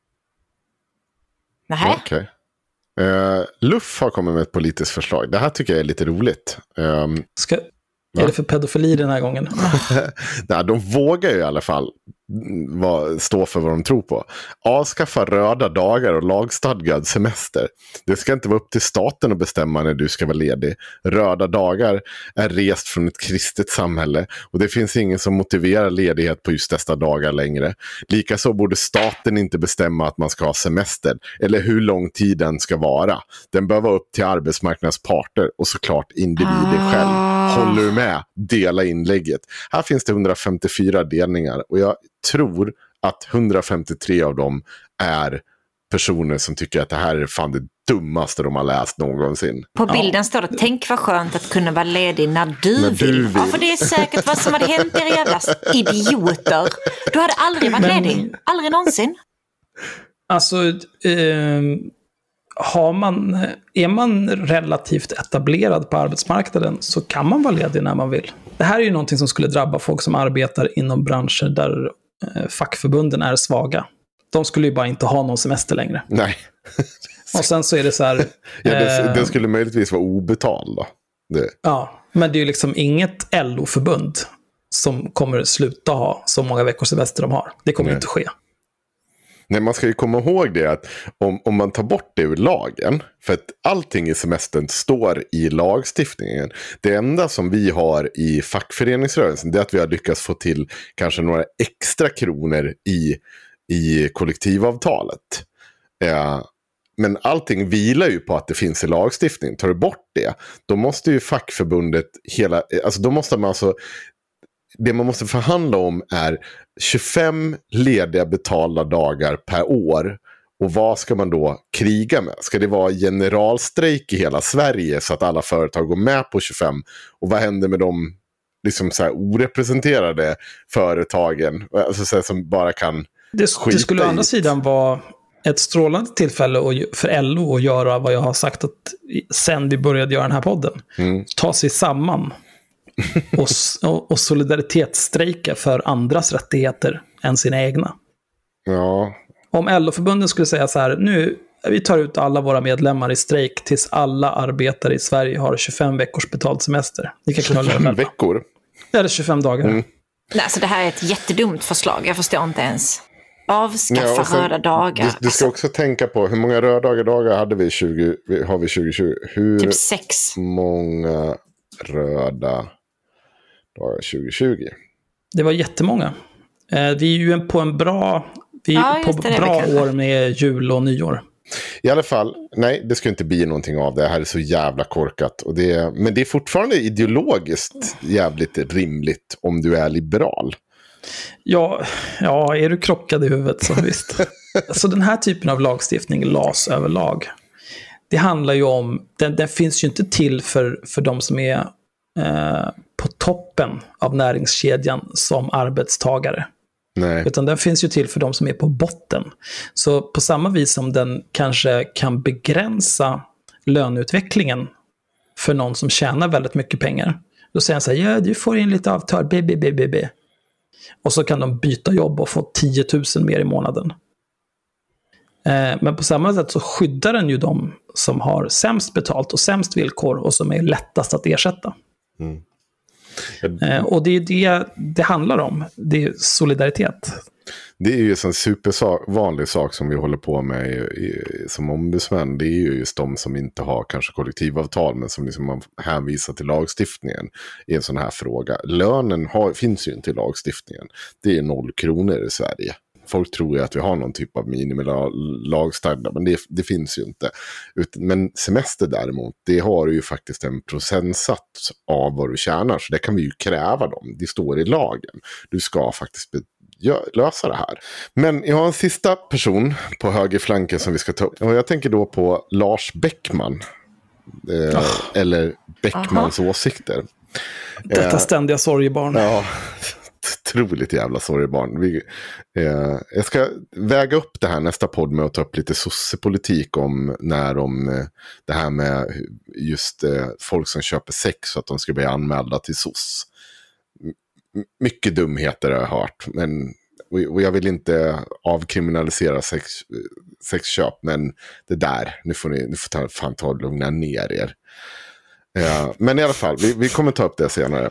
Nähä? Okej. Okay. Uh, Luff har kommit med ett politiskt förslag. Det här tycker jag är lite roligt. Um, Ska, är ja. det för pedofili den här gången? Nej, de vågar ju i alla fall vad, stå för vad de tror på. Avskaffa röda dagar och lagstadgad semester. Det ska inte vara upp till staten att bestämma när du ska vara ledig. Röda dagar är rest från ett kristet samhälle, och det finns ingen som motiverar ledighet på just dessa dagar längre. Likaså borde staten inte bestämma att man ska ha semester eller hur lång tid den ska vara. Den bör vara upp till arbetsmarknadsparter och såklart individer själv. Håller du med? Dela inlägget. Här finns det hundrafemtiofyra delningar, och jag tror att hundrafemtiotre av dem är personer som tycker att det här är fan det dummaste de har läst någonsin. På bilden ja. står det: tänk vad skönt att kunna vara ledig när du, när vill. du vill. Ja, för det är säkert vad som hade hänt er jävla idioter. Du hade aldrig varit Men... ledig. Aldrig någonsin. Alltså... Eh... Har man, är man relativt etablerad på arbetsmarknaden så kan man vara ledig när man vill. Det här är ju någonting som skulle drabba folk som arbetar inom branscher där eh, fackförbunden är svaga. de skulle ju bara inte ha någon semester längre. Nej. Och sen så är det så här... ja, det, eh, den skulle möjligtvis vara obetald då. Det. Ja, men det är ju liksom inget L O-förbund som kommer sluta ha så många veckors semester de har. Det kommer Nej. inte ske. Nej, man ska ju komma ihåg det att om, om man tar bort det ur lagen, för att allting i semestern står i lagstiftningen. Det enda som vi har i fackföreningsrörelsen, det är att vi har lyckats få till kanske några extra kronor i, i kollektivavtalet. Eh, men allting vilar ju på att det finns i lagstiftningen. Tar du bort det, då måste ju fackförbundet hela, alltså då måste man alltså, det man måste förhandla om är tjugofem lediga betalda dagar per år. Och vad ska man då kriga med? Ska det vara generalstrejk i hela Sverige så att alla företag går med på tjugofem? Och vad händer med de liksom så här orepresenterade företagen? Alltså så här, som bara kan Det, det skulle å andra i. sidan vara ett strålande tillfälle för L O att göra vad jag har sagt att sen vi började göra den här podden. Mm. Ta sig samman och, och, och solidaritetsstrejka för andras rättigheter än sina egna. Ja. Om L O-förbunden skulle säga så här, nu vi tar ut alla våra medlemmar i strejk tills alla arbetare i Sverige har tjugofem veckors betald semester. Ni kan knulla tjugofem veckor? Eller tjugofem dagar. Mm. Nej, så det här är ett jättedumt förslag. Jag förstår inte ens. Avskaffa ja, sen, röda dagar. Du, du ska alltså också tänka på hur många röda dagar hade vi tjugo, har vi tjugo tjugo? Hur typ sex. Många röda dagar tjugo tjugo? Det var jättemånga. Eh, vi är ju på en bra, vi är ja, på det, bra det år med jul och nyår. I alla fall, nej, det ska inte bli någonting av det. Det här är så jävla korkat. Och det är, men det är fortfarande ideologiskt jävligt rimligt om du är liberal. Ja, ja, är du krockad i huvudet så visst. Så den här typen av lagstiftning, L A S överlag, det handlar ju om, den, den finns ju inte till för, för de som är eh, på toppen av näringskedjan som arbetstagare. Nej. Utan den finns ju till för de som är på botten. Så på samma vis som den kanske kan begränsa löneutvecklingen för någon som tjänar väldigt mycket pengar. Då säger han så här, ja, du får in lite avtal, b, b, b, b, b. Och så kan de byta jobb och få tio tusen mer i månaden. Eh, men på samma sätt så skyddar den ju de som har sämst betalt och sämst villkor och som är lättast att ersätta. Mm. Eh, och det är det det handlar om. Det är solidaritet. Det är ju en supervanlig sak som vi håller på med i, i, som ombudsmän. Det är ju just de som inte har kanske kollektivavtal men som liksom man hänvisar till lagstiftningen i en sån här fråga. Lönen har, finns ju inte i lagstiftningen. Det är noll kronor i Sverige. Folk tror ju att vi har någon typ av minimilagstadga, men det, det finns ju inte. Men semester däremot, det har ju faktiskt en procentsats av vad du tjänar. Så det kan vi ju kräva dem. Det står i lagen. Du ska faktiskt be- lösa det här. Men jag har en sista person på högerflanken som vi ska ta upp. Och jag tänker då på Lars Beckman. Eh, oh. Eller Beckmans Aha. åsikter. Detta eh, ständiga sorgebarn. Ja, otroligt jävla sorgebarn. Vi, eh, jag ska väga upp det här nästa podd med att ta upp lite sossepolitik om när de, eh, det här med just eh, folk som köper sex så att de ska bli anmälda till soss. Mycket dumheter har jag hört, men och jag vill inte avkriminalisera sex, sexköp, men det där, nu får ni, nu får ta, fan ta och lugna ner er. Ja, men i alla fall, vi, vi kommer ta upp det senare.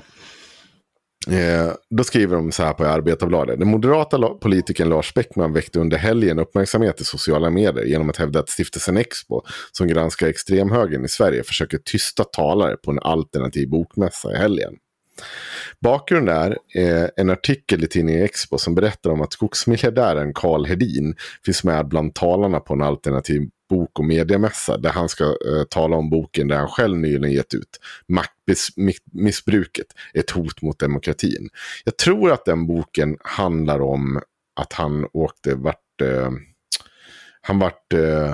Eh, då skriver de så här på Arbetarbladet. Den moderata politikern Lars Beckman väckte under helgen uppmärksamhet i sociala medier genom att hävda att stiftelsen Expo, som granskar extremhögern i Sverige, försöker tysta talare på en alternativ bokmässa i helgen. Bakgrunden är eh, en artikel i tidningen Expo som berättar om att skogsmiljardären Carl Hedin finns med bland talarna på en alternativ bok- och mediemässa där han ska eh, tala om boken där han själv nyligen gett ut Maktmissbruket, ett hot mot demokratin. Jag tror att den boken handlar om att han åkte vart eh, han vart eh,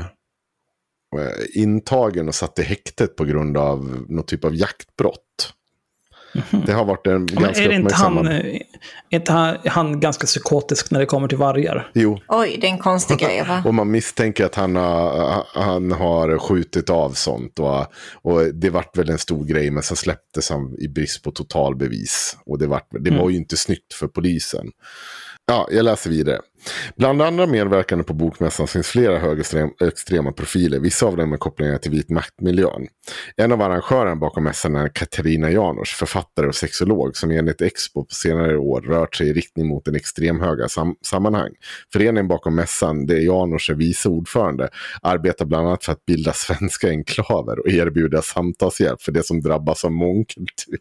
intagen och satt i häktet på grund av någon typ av jaktbrott. Mm-hmm. Det har varit en ja, ganska är det inte han, uppmärksammad... Är inte han, han ganska psykotisk när det kommer till vargar? Jo. Oj, det är en konstig grej, va? Och man misstänker att han har, han har skjutit av sånt. Och, och det vart väl en stor grej, men sen släpptes han i brist på totalbevis. Och det, vart, det mm. var ju inte snyggt för polisen. Ja, jag läser vidare. Bland andra medverkande på bokmässan finns flera högerextrema profiler, vissa av dem med kopplingar till vit maktmiljön. En av arrangörerna bakom mässan är Katarina Janouch, författare och sexolog, som enligt Expo på senare år rört sig i riktning mot en extremhöga sam- sammanhang. Föreningen bakom mässan, där Janouch är vice ordförande, arbetar bland annat för att bilda svenska enklaver och erbjuda samtalshjälp för det som drabbas av mångkultur.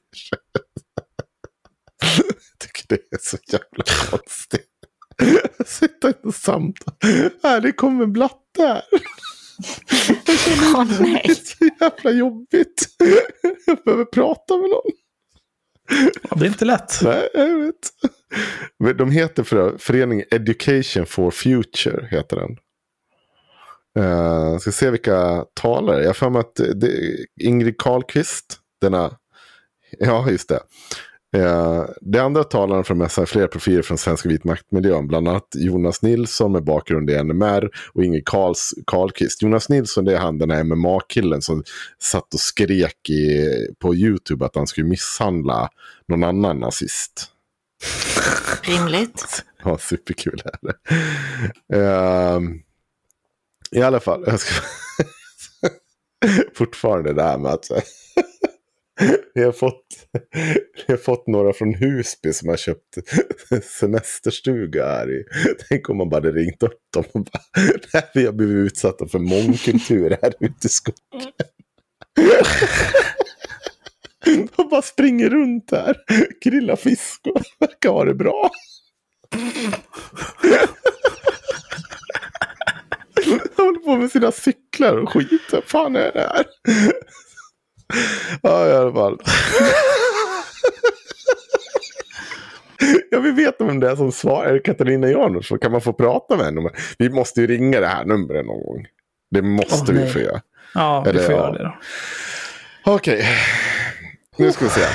Jag tycker det är så jävla konstigt. Sitta i ett samtal. Här, det kommer en blatte här. Åh, nej. Det är så jävla jobbigt. Jag behöver prata med någon. Ja, det är inte lätt. Nej, jag vet. De heter för föreningen Education for Future, heter den. Uh, ska se vilka talare. Jag får med att det är Ingrid Carlqvist. Denna, ja, just det. Uh, det andra talaren från mässan är flera profiler från svenska vit maktmiljön, bland annat Jonas Nilsson med bakgrund i N M R och Ingrid Karls, Karlqvist. Jonas Nilsson, det är han, den här M M A-killen som satt och skrek i, på YouTube att han skulle misshandla någon annan nazist. Rimligt. Ja, superkul är det. Uh, I alla fall, jag ska fortfarande det här med att Vi har, fått, vi har fått några från Husby som har köpt semesterstuga här i. Tänk om man bara hade ringt upp dem och bara, nej, vi har blivit utsatta för mångkultur här ute i skogen. De bara springer runt här, grillar fisk och verkar ha det bra. De håller på med sina cyklar och skit. Vad fan är det här? Ja, i alla fall. Jag vill veta vem det är som svarar. Katarina Janouch, så kan man få prata med henne. Vi måste ju ringa det här numret någon gång. Det måste oh, vi få göra. Ja, vi får göra det då. Okej, okay. Nu ska vi se.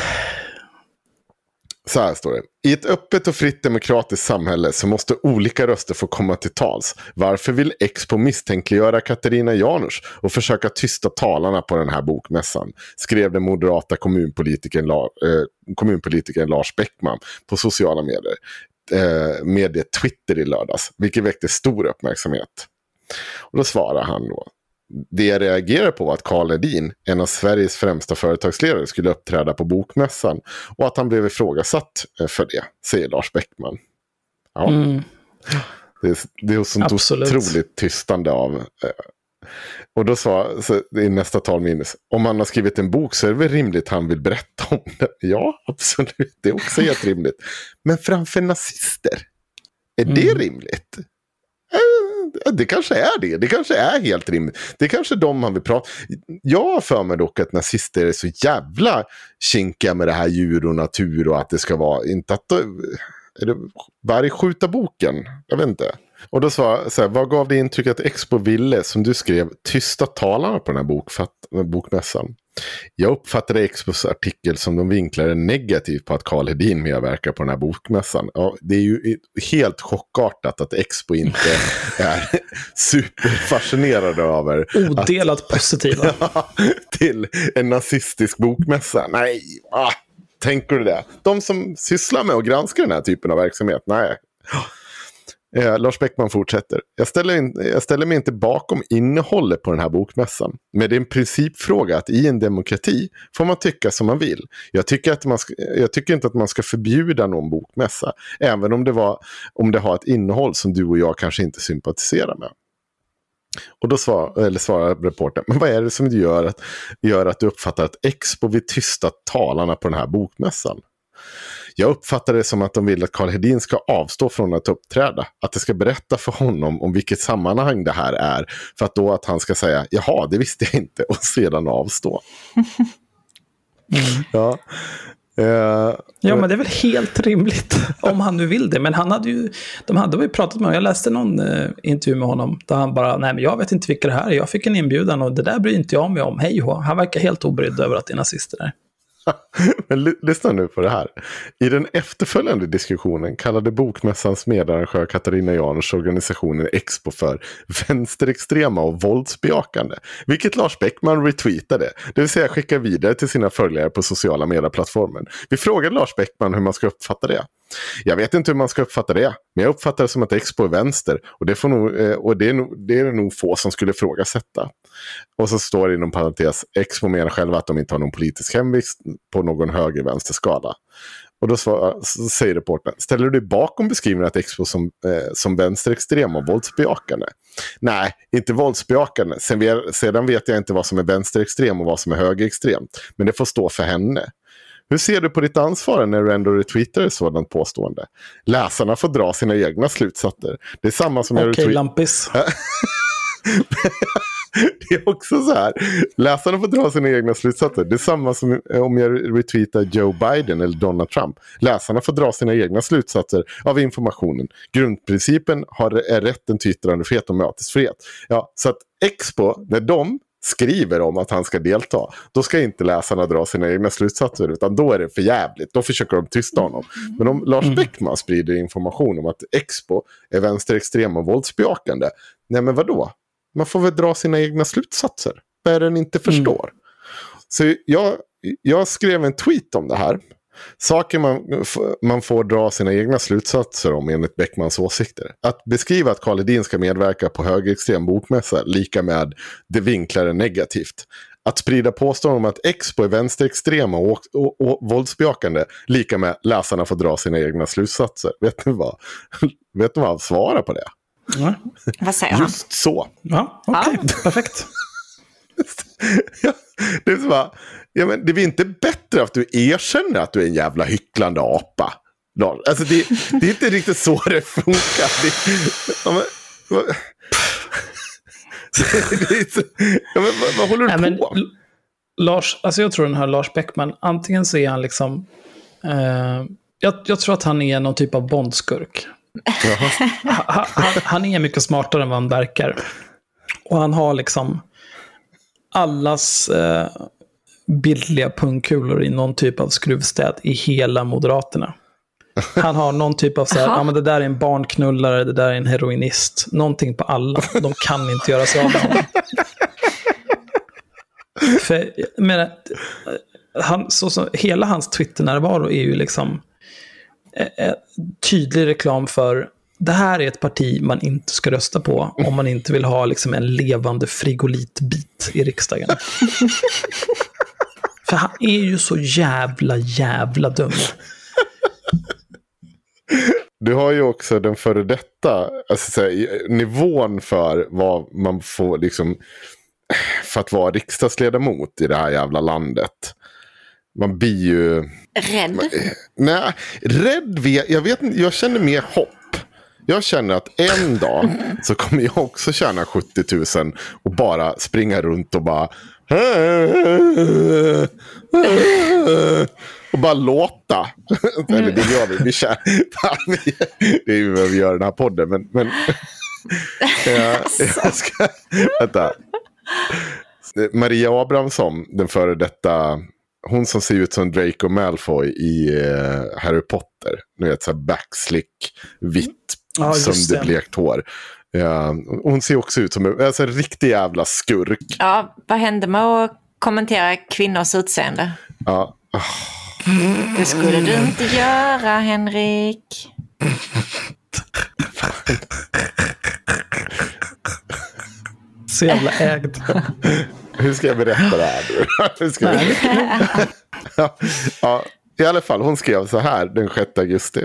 Så här står det. I ett öppet och fritt demokratiskt samhälle så måste olika röster få komma till tals. Varför vill Expo misstänkliggöra Katarina Janouch och försöka tysta talarna på den här bokmässan? Skrev den moderata kommunpolitikern, eh, kommunpolitikern Lars Bäckman på sociala medier, eh, mediet Twitter i lördags, vilket väckte stor uppmärksamhet. Och då svarar han då. Det jag reagerar på var att Karl Hedin, en av Sveriges främsta företagsledare, skulle uppträda på bokmässan och att han blev ifrågasatt för det, säger Lars Bäckman. Ja. Mm. Det är, det är sånt Absolut. otroligt tystande av. Och då sa, så i nästa talminnes, om han har skrivit en bok så är det väl rimligt han vill berätta om det. Ja, absolut, det är också helt rimligt. Men framför nazister, är mm. det rimligt? Det kanske är det. Det kanske är helt rimligt. Det är kanske de man vill prata. Jag har för mig dock att nazister är så jävla kinka med det här djur och natur och att det ska vara inte att är det varje skjuta boken. Jag vet inte. Och då sa så här, vad gav det intryck att Expo ville, som du skrev, tysta talarna på den här bokfatt, bokmässan? Jag uppfattade Expos artikel som de vinklade negativt på att Karl Hedin medverkar på den här bokmässan. Ja, det är ju helt chockartat att Expo inte är superfascinerade över odelat att, positiva ja, till en nazistisk bokmässa. Nej, ah, tänker du det? De som sysslar med att granska den här typen av verksamhet, nej. Eh, Lars Bäckman fortsätter. Jag ställer, in, jag ställer mig inte bakom innehållet på den här bokmässan. Men det är en principfråga att i en demokrati får man tycka som man vill. Jag tycker, att man ska, jag tycker inte att man ska förbjuda någon bokmässa. Även om det, var, om det har ett innehåll som du och jag kanske inte sympatiserar med. Och då svar, eller svarar reportern, men vad är det som gör att, gör att du uppfattar att Expo vill tysta talarna på den här bokmässan? Jag uppfattar det som att de vill att Karl Hedin ska avstå från att uppträda. Att det ska berätta för honom om vilket sammanhang det här är. För att då att han ska säga, jaha, det visste jag inte. Och sedan avstå. Mm. Ja. Uh, ja, men det är väl helt rimligt om han nu vill det. Men han hade ju, de hade ju pratat med honom. Jag läste någon uh, intervju med honom där han bara, nej men jag vet inte vilka det här är. Jag fick en inbjudan och det där bryr inte jag mig om. Hej ho. Han verkar helt obrydd över att det är nazister där. Men l- lyssna nu på det här. I den efterföljande diskussionen kallade bokmässans medarrangör Katarina Janouch organisationen Expo för vänsterextrema och våldsbejakande. Vilket Lars Bäckman retweetade. Det vill säga skickar vidare till sina följare på sociala medieplattformen. Vi frågade Lars Bäckman hur man ska uppfatta det. Jag vet inte hur man ska uppfatta det, men jag uppfattar det som att Expo är vänster. Och det, får nog, och det, är, nog, det är det nog få som skulle ifrågasätta. Och så står det inom parentes, Expo menar själva att de inte har någon politisk hemvist på någon höger-vänsterskala. Och då så, så säger reportern, ställer du dig bakom beskrivningen att Expo som, eh, som vänsterextrem och våldsbejakande? Nej, inte våldsbejakande. Sen, sedan vet jag inte vad som är vänsterextrem och vad som är högerextrem. Men det får stå för henne. Hur ser du på ditt ansvar när du ändå retweetar ett sådant påstående? Läsarna får dra sina egna slutsatser. Det är samma som jag retweetar. Okej, retweet- Lampis. Det är också så här. Läsarna får dra sina egna slutsatser. Det är samma som om jag retweetar Joe Biden eller Donald Trump. Läsarna får dra sina egna slutsatser av informationen. Grundprincipen har, är rätten till yttrandefrihet och mötesfrihet. Ja, så att Expo, när de skriver om att han ska delta, då ska inte läsarna dra sina egna slutsatser, utan då är det för jävligt. Då försöker de tysta honom. Men om Lars Beckman sprider information om att Expo är vänsterextrem och våldsbejakande, nej men vadå? Man får väl dra sina egna slutsatser. Vad är det den inte förstår? Mm. Så jag, jag skrev en tweet om det här. Saker man, man får dra sina egna slutsatser om enligt Beckmans åsikter. Att beskriva att Karl Hedin ska medverka på högerextrem bokmässa lika med det vinklar negativt. Att sprida påståenden om att Expo är vänsterextrema och, och, och våldsbejakande lika med läsarna får dra sina egna slutsatser. Vet ni vad? Vet ni vad han svarar på det? Ja. Vad säger han? Just så. Ja, okej. Okay. Ja. Perfekt. Ja, det är så bara, ja, men det är inte bättre att du erkänner att du är en jävla hycklande apa. Alltså det, det är inte riktigt så det funkar. Det, ja, men, vad, det är så, ja, men, vad, vad håller du Nej, på? Men, Lars, alltså jag tror den här Lars Beckman, antingen så är han liksom, eh, jag, jag tror att han är någon typ av bondskurk. han, han, han är mycket smartare än vad han verkar. Och han har liksom allas eh, bildliga pungkulor i någon typ av skruvstäd i hela Moderaterna. Han har någon typ av så här, ja men det där är en barnknullare, det där är en heroinist. Någonting på alla. De kan inte göra sig av med honom. För, men, han, så, så, hela hans Twitter-närvaro är ju liksom eh, tydlig reklam för det här är ett parti man inte ska rösta på om man inte vill ha liksom en levande frigolitbit i riksdagen. För han är ju så jävla, jävla dum. Du har ju också den före detta, alltså, så här, nivån för vad man får liksom, för att vara riksdagsledamot i det här jävla landet. Man blir ju... Rädd? Man, nej, rädd vet jag. Vet inte, jag känner mer hopp. Jag känner att en dag så kommer jag också tjäna sjuttio tusen och bara springa runt och bara och bara låta. Eller det gör vi. Vi känner, det är ju vad vi gör i den här podden. Men, men jag, jag ska, vänta. Maria Abrahamsson, den före detta, hon som ser ut som Draco Malfoy i uh, Harry Potter. Nu vet så här backslick, vitt, ja, sönderblekt hår. Ja, hon ser också ut som en, alltså, en riktig jävla skurk. Ja, vad hände med att kommentera kvinnors utseende? Ja. Oh. Det skulle du inte göra, Henrik. Så jävla ägd. Hur ska jag berätta det här? Hur ska jag... ja, ja, i alla fall, hon skrev så här den sjätte augusti.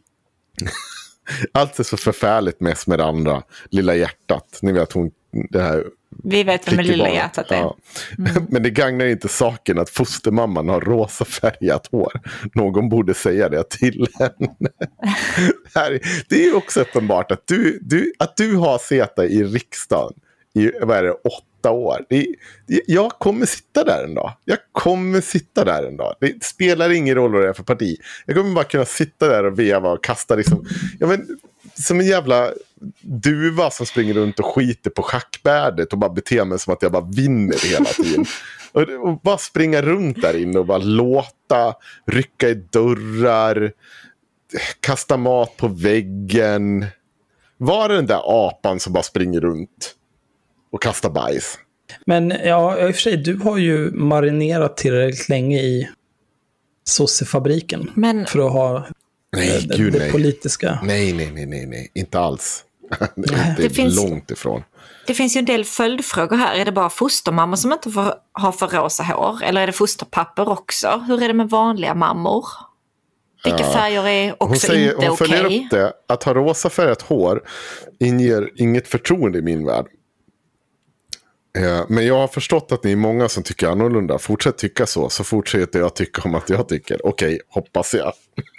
Allt är så förfärligt mest med det andra. Lilla hjärtat. Ni vet hon, det här... Vi vet vem Lilla hjärtat är. Ja. Mm. Men det gagnar inte saken att fostermamman har rosa färgat hår. Någon borde säga det till henne. Det är också uppenbart att du, du, att du har suttit i riksdagen i vad är det, åtta år. Det, det, jag kommer sitta där en dag. Jag kommer sitta där en dag. Det spelar ingen roll vad det är för parti. Jag kommer bara kunna sitta där och veva och kasta liksom, ja, men, som en jävla duva som springer runt och skiter på schackbrädet och bara beter mig som att jag bara vinner hela tiden. Och, och bara springa runt där inne och bara låta, rycka i dörrar, kasta mat på väggen. Var det den där apan som bara springer runt och kastar bajs? Men ja, i och för sig, du har ju marinerat tillräckligt länge i sossefabriken. Men... för att ha Nej, det, gud, det nej. politiska. Nej, nej, nej, nej, nej. Inte alls. det är Det finns- långt ifrån. Det finns ju en del följdfrågor här. Är det bara fostermammor som inte får ha för rosa hår? Eller är det fosterpappor också? Hur är det med vanliga mammor? Vilka Ja. färger är också Hon, säger, inte hon följer okej? upp det. Att ha rosa färgat hår inger inget förtroende i min värld. Eh, Men jag har förstått att ni är många som tycker annorlunda. Fortsätt tycka så, så fortsätter jag tycka om att jag tycker. Okej, hoppas jag.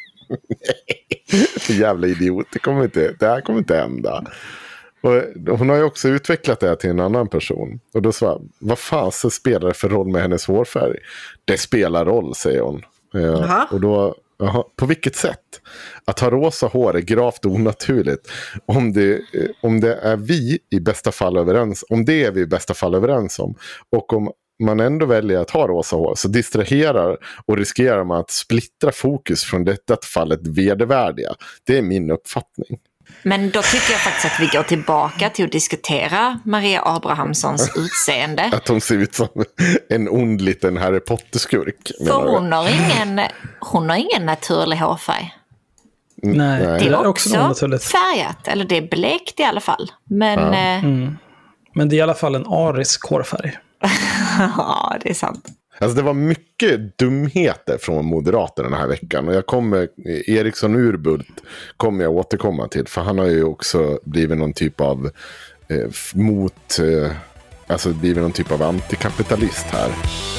Nej, jävla idiot. Det, kommer inte, det här kommer inte hända. Och hon har ju också utvecklat det här till en annan person. Och då sa vad fan så spelar det för roll med hennes hårfärg? Det spelar roll, säger hon. Eh, Jaha. och då, aha, på vilket sätt? Att ha rosa hår är gravt onaturligt. Om det, eh, om det är vi i bästa fall överens, om det är vi i bästa fall överens om. Och om man ändå väljer att ha rosa hår så distraherar och riskerar man att splittra fokus från detta fallet vedervärdiga. Det är min uppfattning. Men då tycker jag faktiskt att vi går tillbaka till att diskutera Maria Abrahamssons utseende. Att hon ser ut som en ond liten Harry Potter-skurk. För hon har, ingen, hon har ingen naturlig hårfärg. Nej, nej. det Det är är också också onaturligt. färgat, eller det är blekt i alla fall. Men Ja. eh, Mm. Men det är i alla fall en arisk hårfärg. ja, det är sant. Alltså det var mycket dumheter från Moderaterna den här veckan. Och jag kommer, Eriksson Urbult kommer jag återkomma till. För han har ju också blivit någon typ av eh, mot, eh, alltså blivit någon typ av antikapitalist här.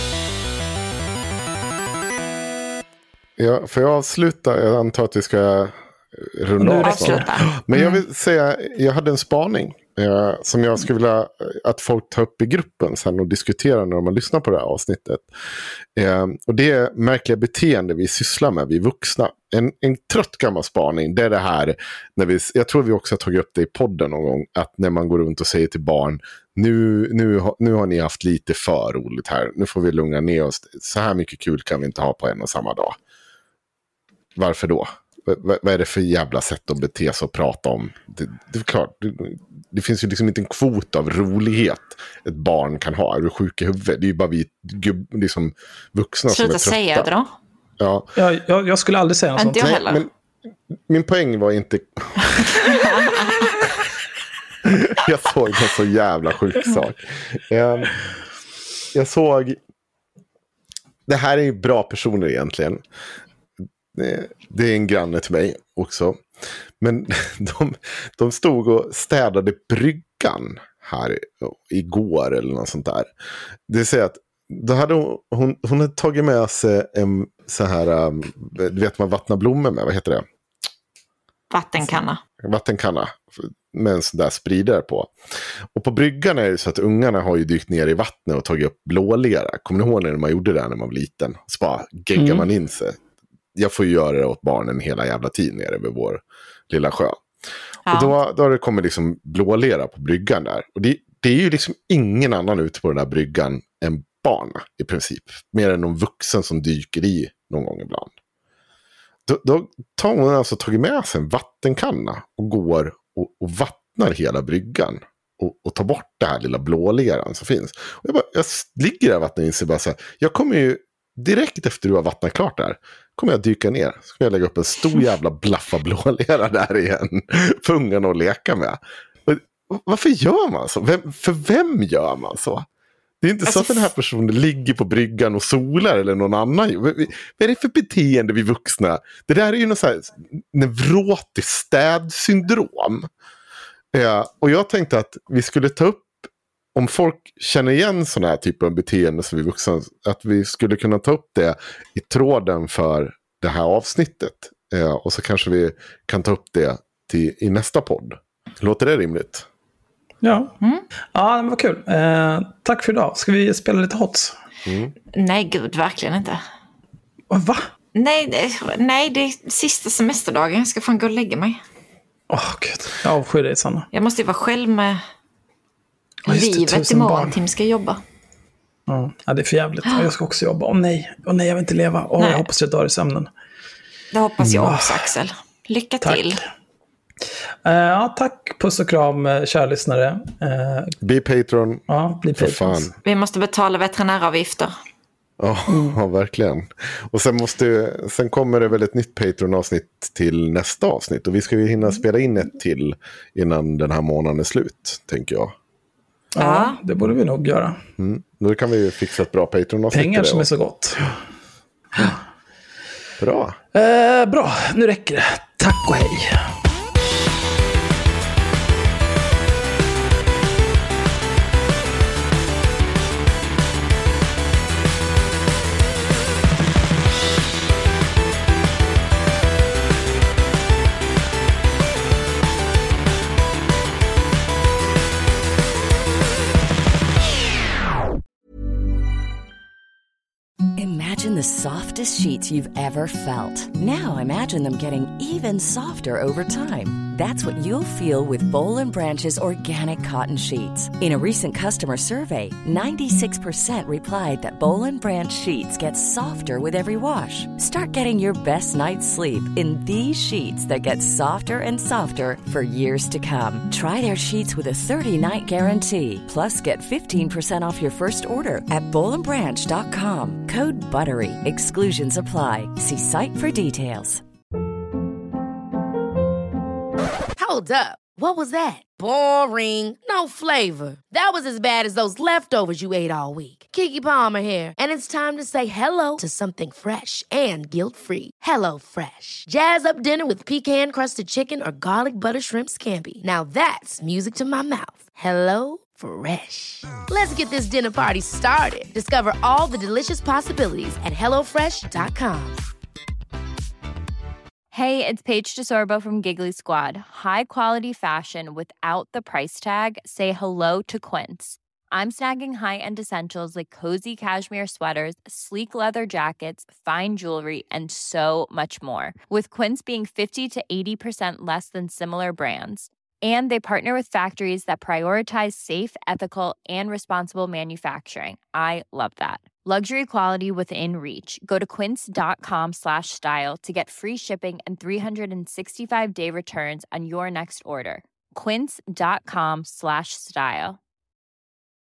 Ja, får jag avsluta? Jag antar att vi ska runda Nu av. Avsluta. Men jag vill säga, jag hade en spaning eh, som jag skulle vilja att folk tar upp i gruppen sen och diskuterar när man lyssnar på det här avsnittet. Eh, och det är märkliga beteende vi sysslar med, vi vuxna. En, en trött gammal spaning, det är det här, när vi, jag tror vi också har tagit upp det i podden någon gång, att när man går runt och säger till barn, nu, nu, ha- nu har ni haft lite för roligt här, nu får vi lugna ner oss, så här mycket kul kan vi inte ha på en och samma dag. Varför då? V- vad är det för jävla sätt att bete sig och prata om? Det, det är klart, det, det finns ju liksom inte en kvot av rolighet ett barn kan ha. Är du sjuk i huvudet? Det är ju bara vi gubb, liksom vuxna som är Sluta trötta. säga det då. Ja. Jag, jag, jag skulle aldrig säga något sånt. Inte jag Nej, heller. men min poäng var inte... jag såg en så jävla sjuk sak. Um, jag såg... Det här är ju bra personer egentligen. Det, det är en granne till mig också. Men de, de stod och städade bryggan här igår eller något sånt där. Det vill säga att då hade hon, hon, hon hade tagit med sig en så här, um, du vet man vattnar blommor med, vad heter det? Vattenkanna. Vattenkanna med en sån där spridare på. Och på bryggan är det så att ungarna har ju dykt ner i vattnet och tagit upp blålera. Kommer ni ihåg när man gjorde det när man var liten? Så bara geggar Mm. man in sig. Jag får ju göra det åt barnen hela jävla tiden nere vid vår lilla sjö. Ja. Och då, då har det kommit liksom blålera på bryggan där. Och det, det är ju liksom ingen annan ute på den där bryggan än barn i princip. Mer än någon vuxen som dyker i någon gång ibland. Då, då tar hon alltså tagit med sig en vattenkanna och går och, och vattnar hela bryggan. Och, och tar bort det här lilla blåleran som finns. Och jag, bara, jag ligger där i vattnet och bara så här, jag kommer ju direkt efter du har vattnat klart där, kommer jag dyka ner. Så ska jag lägga upp en stor jävla blaffa blålera där igen. För ungarna att leka med. Och, varför gör man så? Vem, för vem gör man så? Det är inte Alltså, så att den här personen ligger på bryggan och solar eller någon annan. Vad är det för beteende vi vuxna? Det där är ju något så här neurotiskt städsyndrom. Ja, och jag tänkte att vi skulle ta upp, om folk känner igen sådana här typer av beteende som vi vuxna, att vi skulle kunna ta upp det i tråden för det här avsnittet. Ja, och så kanske vi kan ta upp det till, i nästa podd. Låter det rimligt? Ja, Mm. ja men vad kul. Eh, tack för idag. Ska vi spela lite hots? Nej, gud, verkligen inte. Va? Nej, det, nej, det är sista semesterdagen. Jag ska fan gå och lägga mig. Åh oh, gud, jag avskyr dig Sanna. Jag måste ju vara själv med Ja, just det, livet tusen imorgon. barn. Tim ska jobba. Ja, ja, det är för jävligt. Jag ska också jobba. Åh nej, åh nej, jag vill inte leva. Åh, Nej. jag hoppas jag dör i sömnen. Det hoppas jag Mm. också, Axel. Lycka Tack. till. Eh, ja, tack, puss och kram, eh, kära lyssnare. Eh, Be Patreon. ja, bli För patrons. fan. Vi måste betala veterinäravgifter. Ja, mm. ja, verkligen. Och sen, måste, sen kommer det väl ett nytt Patreon-avsnitt till nästa avsnitt. Och vi ska ju hinna spela in ett till innan den här månaden är slut, tänker jag. Ja, det borde vi nog göra. Mm. Då kan vi ju fixa ett bra Patreon-avsnitt. Pengar som är så gott. Bra. Eh, bra, nu räcker det. Tack och hej. Imagine the softest sheets you've ever felt. Now imagine them getting even softer over time. That's what you'll feel with Boll and Branch's organic cotton sheets. In a recent customer survey, ninety-six percent replied that Boll and Branch sheets get softer with every wash. Start getting your best night's sleep in these sheets that get softer and softer for years to come. Try their sheets with a thirty-night guarantee. Plus, get fifteen percent off your first order at boll and branch dot com. Code BUTTERY. Exclusions apply. See site for details. Hold up. What was that? Boring. No flavor. That was as bad as those leftovers you ate all week. Keke Palmer here, and it's time to say hello to something fresh and guilt-free. Hello Fresh. Jazz up dinner with pecan-crusted chicken or garlic butter shrimp scampi. Now that's music to my mouth. Hello Fresh. Let's get this dinner party started. Discover all the delicious possibilities at hello fresh dot com. Hey, it's Paige DeSorbo from Giggly Squad. High quality fashion without the price tag. Say hello to Quince. I'm snagging high-end essentials like cozy cashmere sweaters, sleek leather jackets, fine jewelry, and so much more. With Quince being fifty to eighty percent less than similar brands. And they partner with factories that prioritize safe, ethical, and responsible manufacturing. I love that. Luxury quality within reach. Go to quince.com slash style to get free shipping and three sixty-five day returns on your next order. Quince.com slash style.